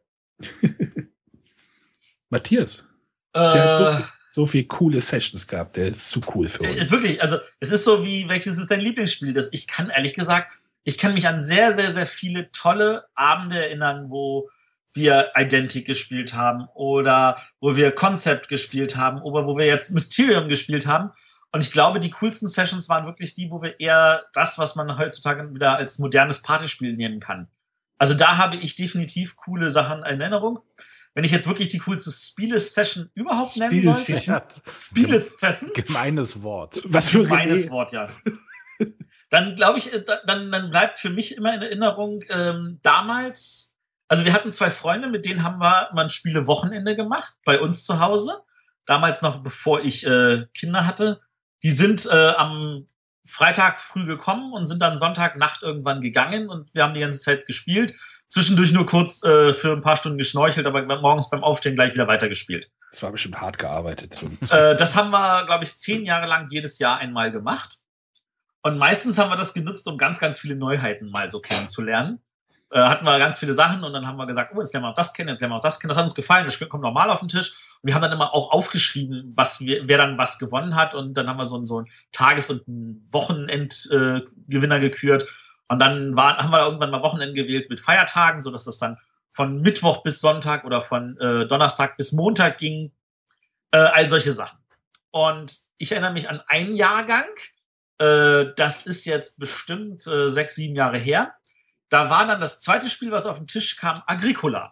Matthias, der hat so Äh, viel, so viel coole Sessions gehabt. Der ist zu cool für uns. ist wirklich, also es ist so wie, welches ist dein Lieblingsspiel? Das, ich kann ehrlich gesagt, ich kann mich an sehr, sehr, sehr viele tolle Abende erinnern, wo wir Identic gespielt haben oder wo wir Concept gespielt haben oder wo wir jetzt Mysterium gespielt haben. Und ich glaube, die coolsten Sessions waren wirklich die, wo wir eher das, was man heutzutage wieder als modernes Partyspiel nennen kann. Also da habe ich definitiv coole Sachen in Erinnerung. Wenn ich jetzt wirklich die coolste Spiele-Session überhaupt nennen sollte. Spiele-Session? Ja, Spiele-Session? gemeines Wort. Was für Meines René. Wort, ja. Dann glaube ich, äh, da- dann, dann bleibt für mich immer in Erinnerung, ähm, damals, also wir hatten zwei Freunde, mit denen haben wir mal ein Spiele-Wochenende gemacht, bei uns zu Hause. Damals noch, bevor ich äh, Kinder hatte. Die sind äh, am Freitag früh gekommen und sind dann Sonntagnacht irgendwann gegangen und wir haben die ganze Zeit gespielt. Zwischendurch nur kurz äh, für ein paar Stunden geschnorchelt, aber morgens beim Aufstehen gleich wieder weitergespielt. Das war bestimmt hart gearbeitet. Und Äh, das haben wir, glaube ich, zehn Jahre lang jedes Jahr einmal gemacht. Und meistens haben wir das genutzt, um ganz, ganz viele Neuheiten mal so kennenzulernen. Äh, hatten wir ganz viele Sachen und dann haben wir gesagt, oh, jetzt lernen wir auch das kennen, jetzt lernen wir auch das kennen. Das hat uns gefallen, das Spiel kommt normal auf den Tisch. Und wir haben dann immer auch aufgeschrieben, was wir, wer dann was gewonnen hat. Und dann haben wir so einen, so einen Tages- und einen Wochenendgewinner äh, Gewinner gekürt. Und dann war, haben wir irgendwann mal Wochenende gewählt mit Feiertagen, sodass das dann von Mittwoch bis Sonntag oder von äh, Donnerstag bis Montag ging. Äh, all solche Sachen. Und ich erinnere mich an einen Jahrgang, äh, das ist jetzt bestimmt äh, sechs, sieben Jahre her. Da war dann das zweite Spiel, was auf den Tisch kam, Agricola.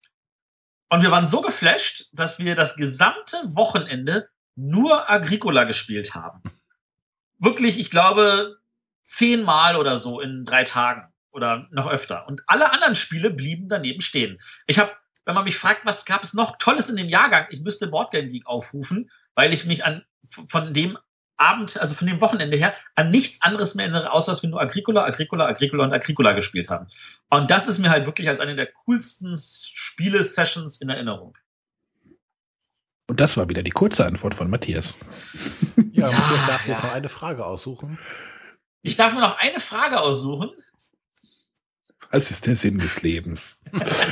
Und wir waren so geflasht, dass wir das gesamte Wochenende nur Agricola gespielt haben. Wirklich, ich glaube, zehnmal oder so in drei Tagen oder noch öfter. Und alle anderen Spiele blieben daneben stehen. Ich habe, wenn man mich fragt, was gab es noch Tolles in dem Jahrgang, ich müsste Boardgame Geek aufrufen, weil ich mich an von dem Abend, also von dem Wochenende her, an nichts anderes mehr erinnere, außer dass wir nur Agricola, Agricola, Agricola und Agricola gespielt haben. Und das ist mir halt wirklich als eine der coolsten Spiele-Sessions in Erinnerung. Und das war wieder die kurze Antwort von Matthias. Ja, Ja, Matthias darf ja. jetzt noch eine Frage aussuchen. Ich darf mir noch eine Frage aussuchen. Was ist der Sinn des Lebens?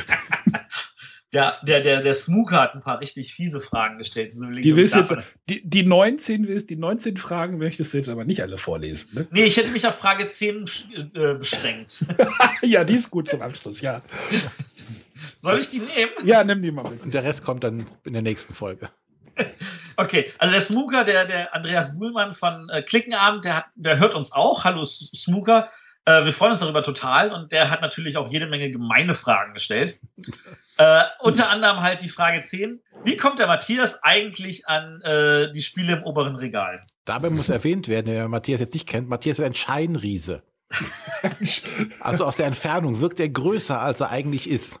Der, der, der, der Smooker hat ein paar richtig fiese Fragen gestellt. So Die, willst darf jetzt, die, die, neunzehn, willst- die neunzehn Fragen möchtest du jetzt aber nicht alle vorlesen, ne? Nee, ich hätte mich auf Frage zehn äh, beschränkt. Ja, die ist gut zum Abschluss, ja. Soll ich die nehmen? Ja, nimm die mal Und mit. der Rest kommt dann in der nächsten Folge. Okay, also der Smooker, der, der Andreas Buhlmann von äh, Klickenabend, der, hat, der hört uns auch. Hallo S- Smooker. Äh, wir freuen uns darüber total und der hat natürlich auch jede Menge gemeine Fragen gestellt. Äh, unter anderem halt die Frage zehn. Wie kommt der Matthias eigentlich an äh, die Spiele im oberen Regal? Dabei muss erwähnt werden, wer Matthias jetzt nicht kennt, Matthias ist ein Scheinriese. Also aus der Entfernung wirkt er größer, als er eigentlich ist.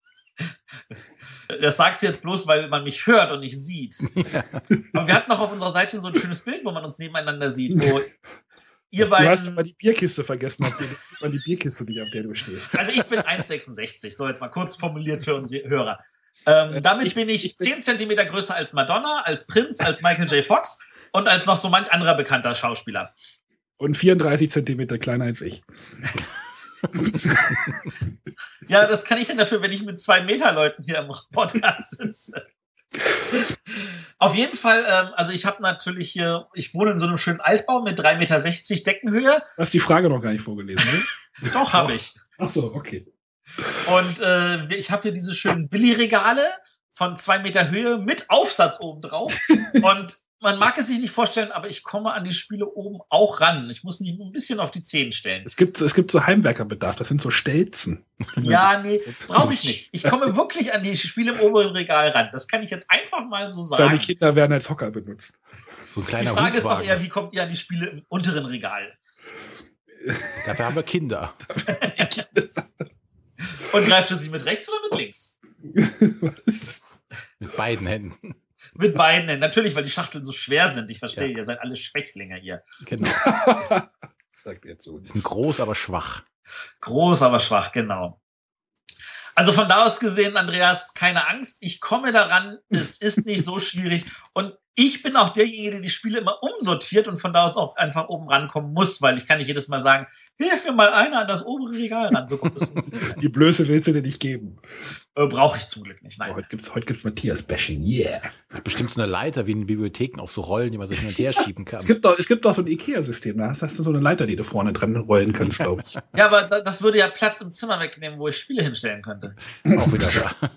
Das sagst du jetzt bloß, weil man mich hört und nicht sieht. Ja. Aber wir hatten noch auf unserer Seite so ein schönes Bild, wo man uns nebeneinander sieht, wo ihr du beiden... Du hast aber die Bierkiste vergessen, auf der, sieht man die Bierkiste nicht, auf der du stehst. Also ich bin eins Komma sechsundsechzig, so jetzt mal kurz formuliert für unsere Hörer. Ähm, damit ich, bin ich, ich bin zehn Zentimeter größer als Madonna, als Prince, als Michael J. Fox und als noch so manch anderer bekannter Schauspieler. Und vierunddreißig Zentimeter kleiner als ich. Ja, das kann ich dann dafür, wenn ich mit zwei Meter Leuten hier im Podcast sitze. Auf jeden Fall, ähm, also ich habe natürlich hier, ich wohne in so einem schönen Altbau mit drei Komma sechzig Meter Deckenhöhe. Du hast die Frage noch gar nicht vorgelesen, ne? Doch, habe ich. Ach so, okay. Und äh, ich habe hier diese schönen Billigregale von zwei Meter Höhe mit Aufsatz oben drauf. Und man mag es sich nicht vorstellen, aber ich komme an die Spiele oben auch ran. Ich muss mich nur ein bisschen auf die Zehen stellen. Es gibt, es gibt so Heimwerkerbedarf, das sind so Stelzen. Ja, nee, brauche ich nicht. Ich komme wirklich an die Spiele im oberen Regal ran. Das kann ich jetzt einfach mal so sagen. Seine Kinder werden als Hocker benutzt. So ein kleiner Die Frage Hubwagen. ist doch eher, wie kommt ihr an die Spiele im unteren Regal? Dafür haben wir Kinder. Und greift ihr sie mit rechts oder mit links? Was? Mit beiden Händen. Mit beiden Händen. Natürlich, weil die Schachteln so schwer sind. Ich verstehe, Ja. ihr seid alle Schwächlinge hier. Genau. Sagt er so. Sind groß, aber schwach. Groß, aber schwach, genau. Also von da aus gesehen, Andreas, keine Angst. Ich komme daran. Es ist nicht so schwierig. Und ich bin auch derjenige, der die Spiele immer umsortiert und von da aus auch einfach oben rankommen muss, weil ich kann nicht jedes Mal sagen, hilf mir mal einer an das obere Regal ran. So kommt es funktionieren. Die Blöße willst du dir nicht geben. Äh, Brauche ich zum Glück nicht. Nein. Oh, heute gibt's, heute gibt's Matthias-Bashing. Yeah. Bestimmt so eine Leiter wie in den Bibliotheken auf so Rollen, die man so hin und her schieben kann. Es gibt doch, es gibt doch so ein Ikea-System. Da hast, hast du so eine Leiter, die du vorne dran rollen kannst, glaube ich. Ja, aber da- das würde ja Platz im Zimmer wegnehmen, wo ich Spiele hinstellen könnte. Auch wieder da.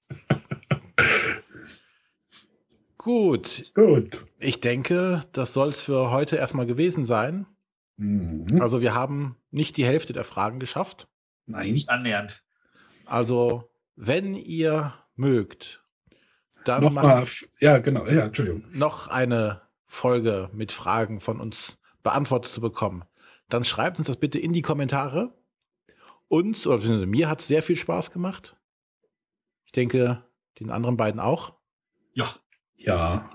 Gut. Gut. Ich denke, das soll es für heute erstmal gewesen sein. Mhm. Also wir haben nicht die Hälfte der Fragen geschafft. Nein. Nicht annähernd. Also wenn ihr mögt, dann Nochmal, machen f- ja, genau, ja, Entschuldigung. noch eine Folge mit Fragen von uns beantwortet zu bekommen. Dann schreibt uns das bitte in die Kommentare. Uns, oder beziehungsweise mir hat es sehr viel Spaß gemacht. Ich denke, den anderen beiden auch. Ja. Ja.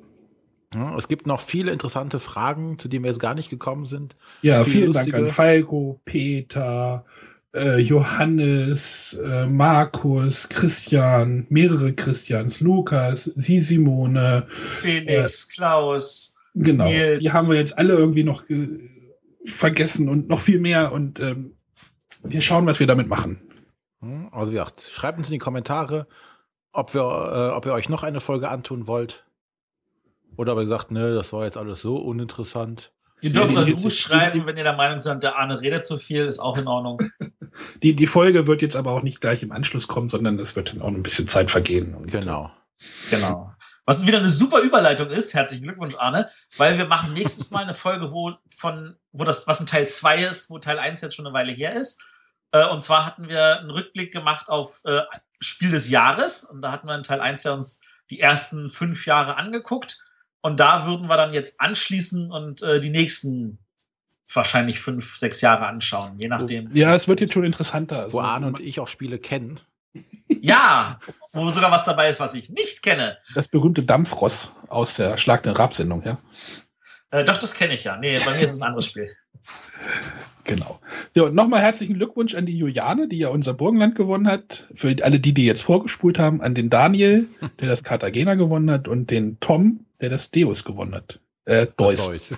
Ja, es gibt noch viele interessante Fragen, zu denen wir jetzt gar nicht gekommen sind. Ja, Viele vielen Dank lustige- an Falco, Peter, äh, Johannes, äh, Markus, Christian, mehrere Christians, Lukas, Sie, Simone. Felix, Klaus. Genau. Nils. Die haben wir jetzt alle irgendwie noch äh, vergessen und noch viel mehr. Und ähm, wir schauen, was wir damit machen. Hm, Also wie gesagt, schreibt uns in die Kommentare, ob, wir, äh, ob ihr euch noch eine Folge antun wollt. Oder ob ihr gesagt, ne, das war jetzt alles so uninteressant. Ihr dürft die- euch die- Gruß schreiben, wenn ihr der Meinung seid, der Arne redet zu viel, ist auch in Ordnung. Die, die Folge wird jetzt aber auch nicht gleich im Anschluss kommen, sondern es wird dann auch ein bisschen Zeit vergehen. Und, Genau. Genau. Was wieder eine super Überleitung ist, herzlichen Glückwunsch, Arne, weil wir machen nächstes Mal eine Folge, wo von, wo das, was in Teil zwei ist, wo Teil eins jetzt schon eine Weile her ist. Äh, Und zwar hatten wir einen Rückblick gemacht auf äh, Spiel des Jahres. Und da hatten wir in Teil eins ja uns die ersten fünf Jahre angeguckt. Und da würden wir dann jetzt anschließen und äh, die nächsten wahrscheinlich fünf, sechs Jahre anschauen, je nachdem. Ja, es wird jetzt schon interessanter. Also, Wo Arne und ich auch Spiele kennen. Ja, wo sogar was dabei ist, was ich nicht kenne. das berühmte Dampfross aus der Schlag den Rab-Sendung, ja. Äh, doch, das kenne ich ja. Nee, bei mir ist es ein anderes Spiel. Genau. Ja, und nochmal herzlichen Glückwunsch an die Juliane, die ja unser Burgenland gewonnen hat. Für alle, die, die jetzt vorgespult haben, an den Daniel, der das Cartagena gewonnen hat, und den Tom, der das Deus gewonnen hat. Äh, Deus. Deus.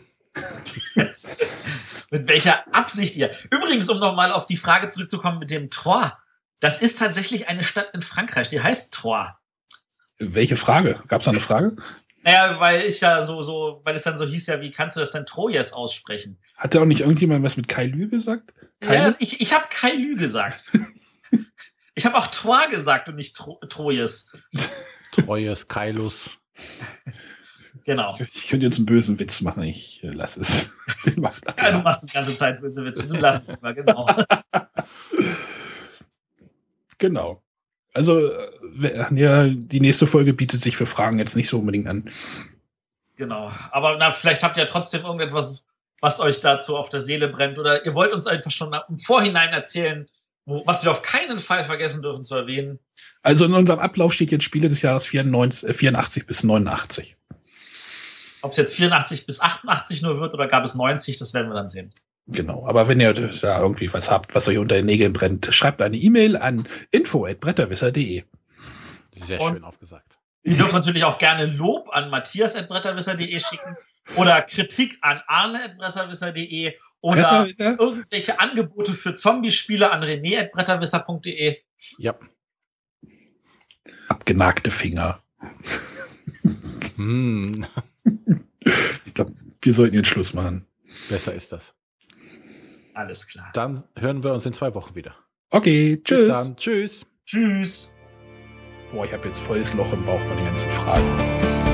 Mit welcher Absicht ihr. Übrigens, um nochmal auf die Frage zurückzukommen mit dem Troyes. Das ist tatsächlich eine Stadt in Frankreich, die heißt Troyes. Welche Frage? Gab es da eine Frage? Naja, weil ist ja so, so, weil es dann so hieß ja, wie kannst du das denn Troyes aussprechen? Hat da auch nicht irgendjemand was mit Kai Lü gesagt? Ja, Keines? ich, ich habe Kai Lü gesagt. Ich habe auch Troyes gesagt und nicht Tro Troyes. Treues Kailus. Genau. Ich könnte jetzt einen bösen Witz machen, ich äh, lass es. Den macht Ja, du machst die ganze Zeit böse Witze. Du lass es immer, genau. Genau. Also, ja, die nächste Folge bietet sich für Fragen jetzt nicht so unbedingt an. Genau. Aber na, vielleicht habt ihr trotzdem irgendetwas, was euch dazu auf der Seele brennt. Oder ihr wollt uns einfach schon im Vorhinein erzählen, wo, was wir auf keinen Fall vergessen dürfen zu erwähnen. Also in unserem Ablauf steht jetzt Spiele des Jahres vierundneunzig, vierundachtzig bis neunundachtzig. Ob es jetzt vierundachtzig bis achtundachtzig nur wird oder gab es neunzig, das werden wir dann sehen. Genau, aber wenn ihr da irgendwie was habt, was euch unter den Nägeln brennt, schreibt eine E-Mail an info at bretterwisser punkt de. Sehr schön aufgesagt. Ihr dürft natürlich auch gerne Lob an matthias at bretterwisser punkt de schicken oder Kritik an arne at bretterwisser punkt de oder Bretterwisser? Irgendwelche Angebote für Zombie-Spiele an rené at bretterwisser punkt de. Ja. Abgenagte Finger. hm. Ich glaube, wir sollten den Schluss machen. Besser ist das. Alles klar. Dann hören wir uns in zwei Wochen wieder. Okay, tschüss. Bis dann. Tschüss. Tschüss. Boah, ich habe jetzt volles Loch im Bauch von den ganzen Fragen.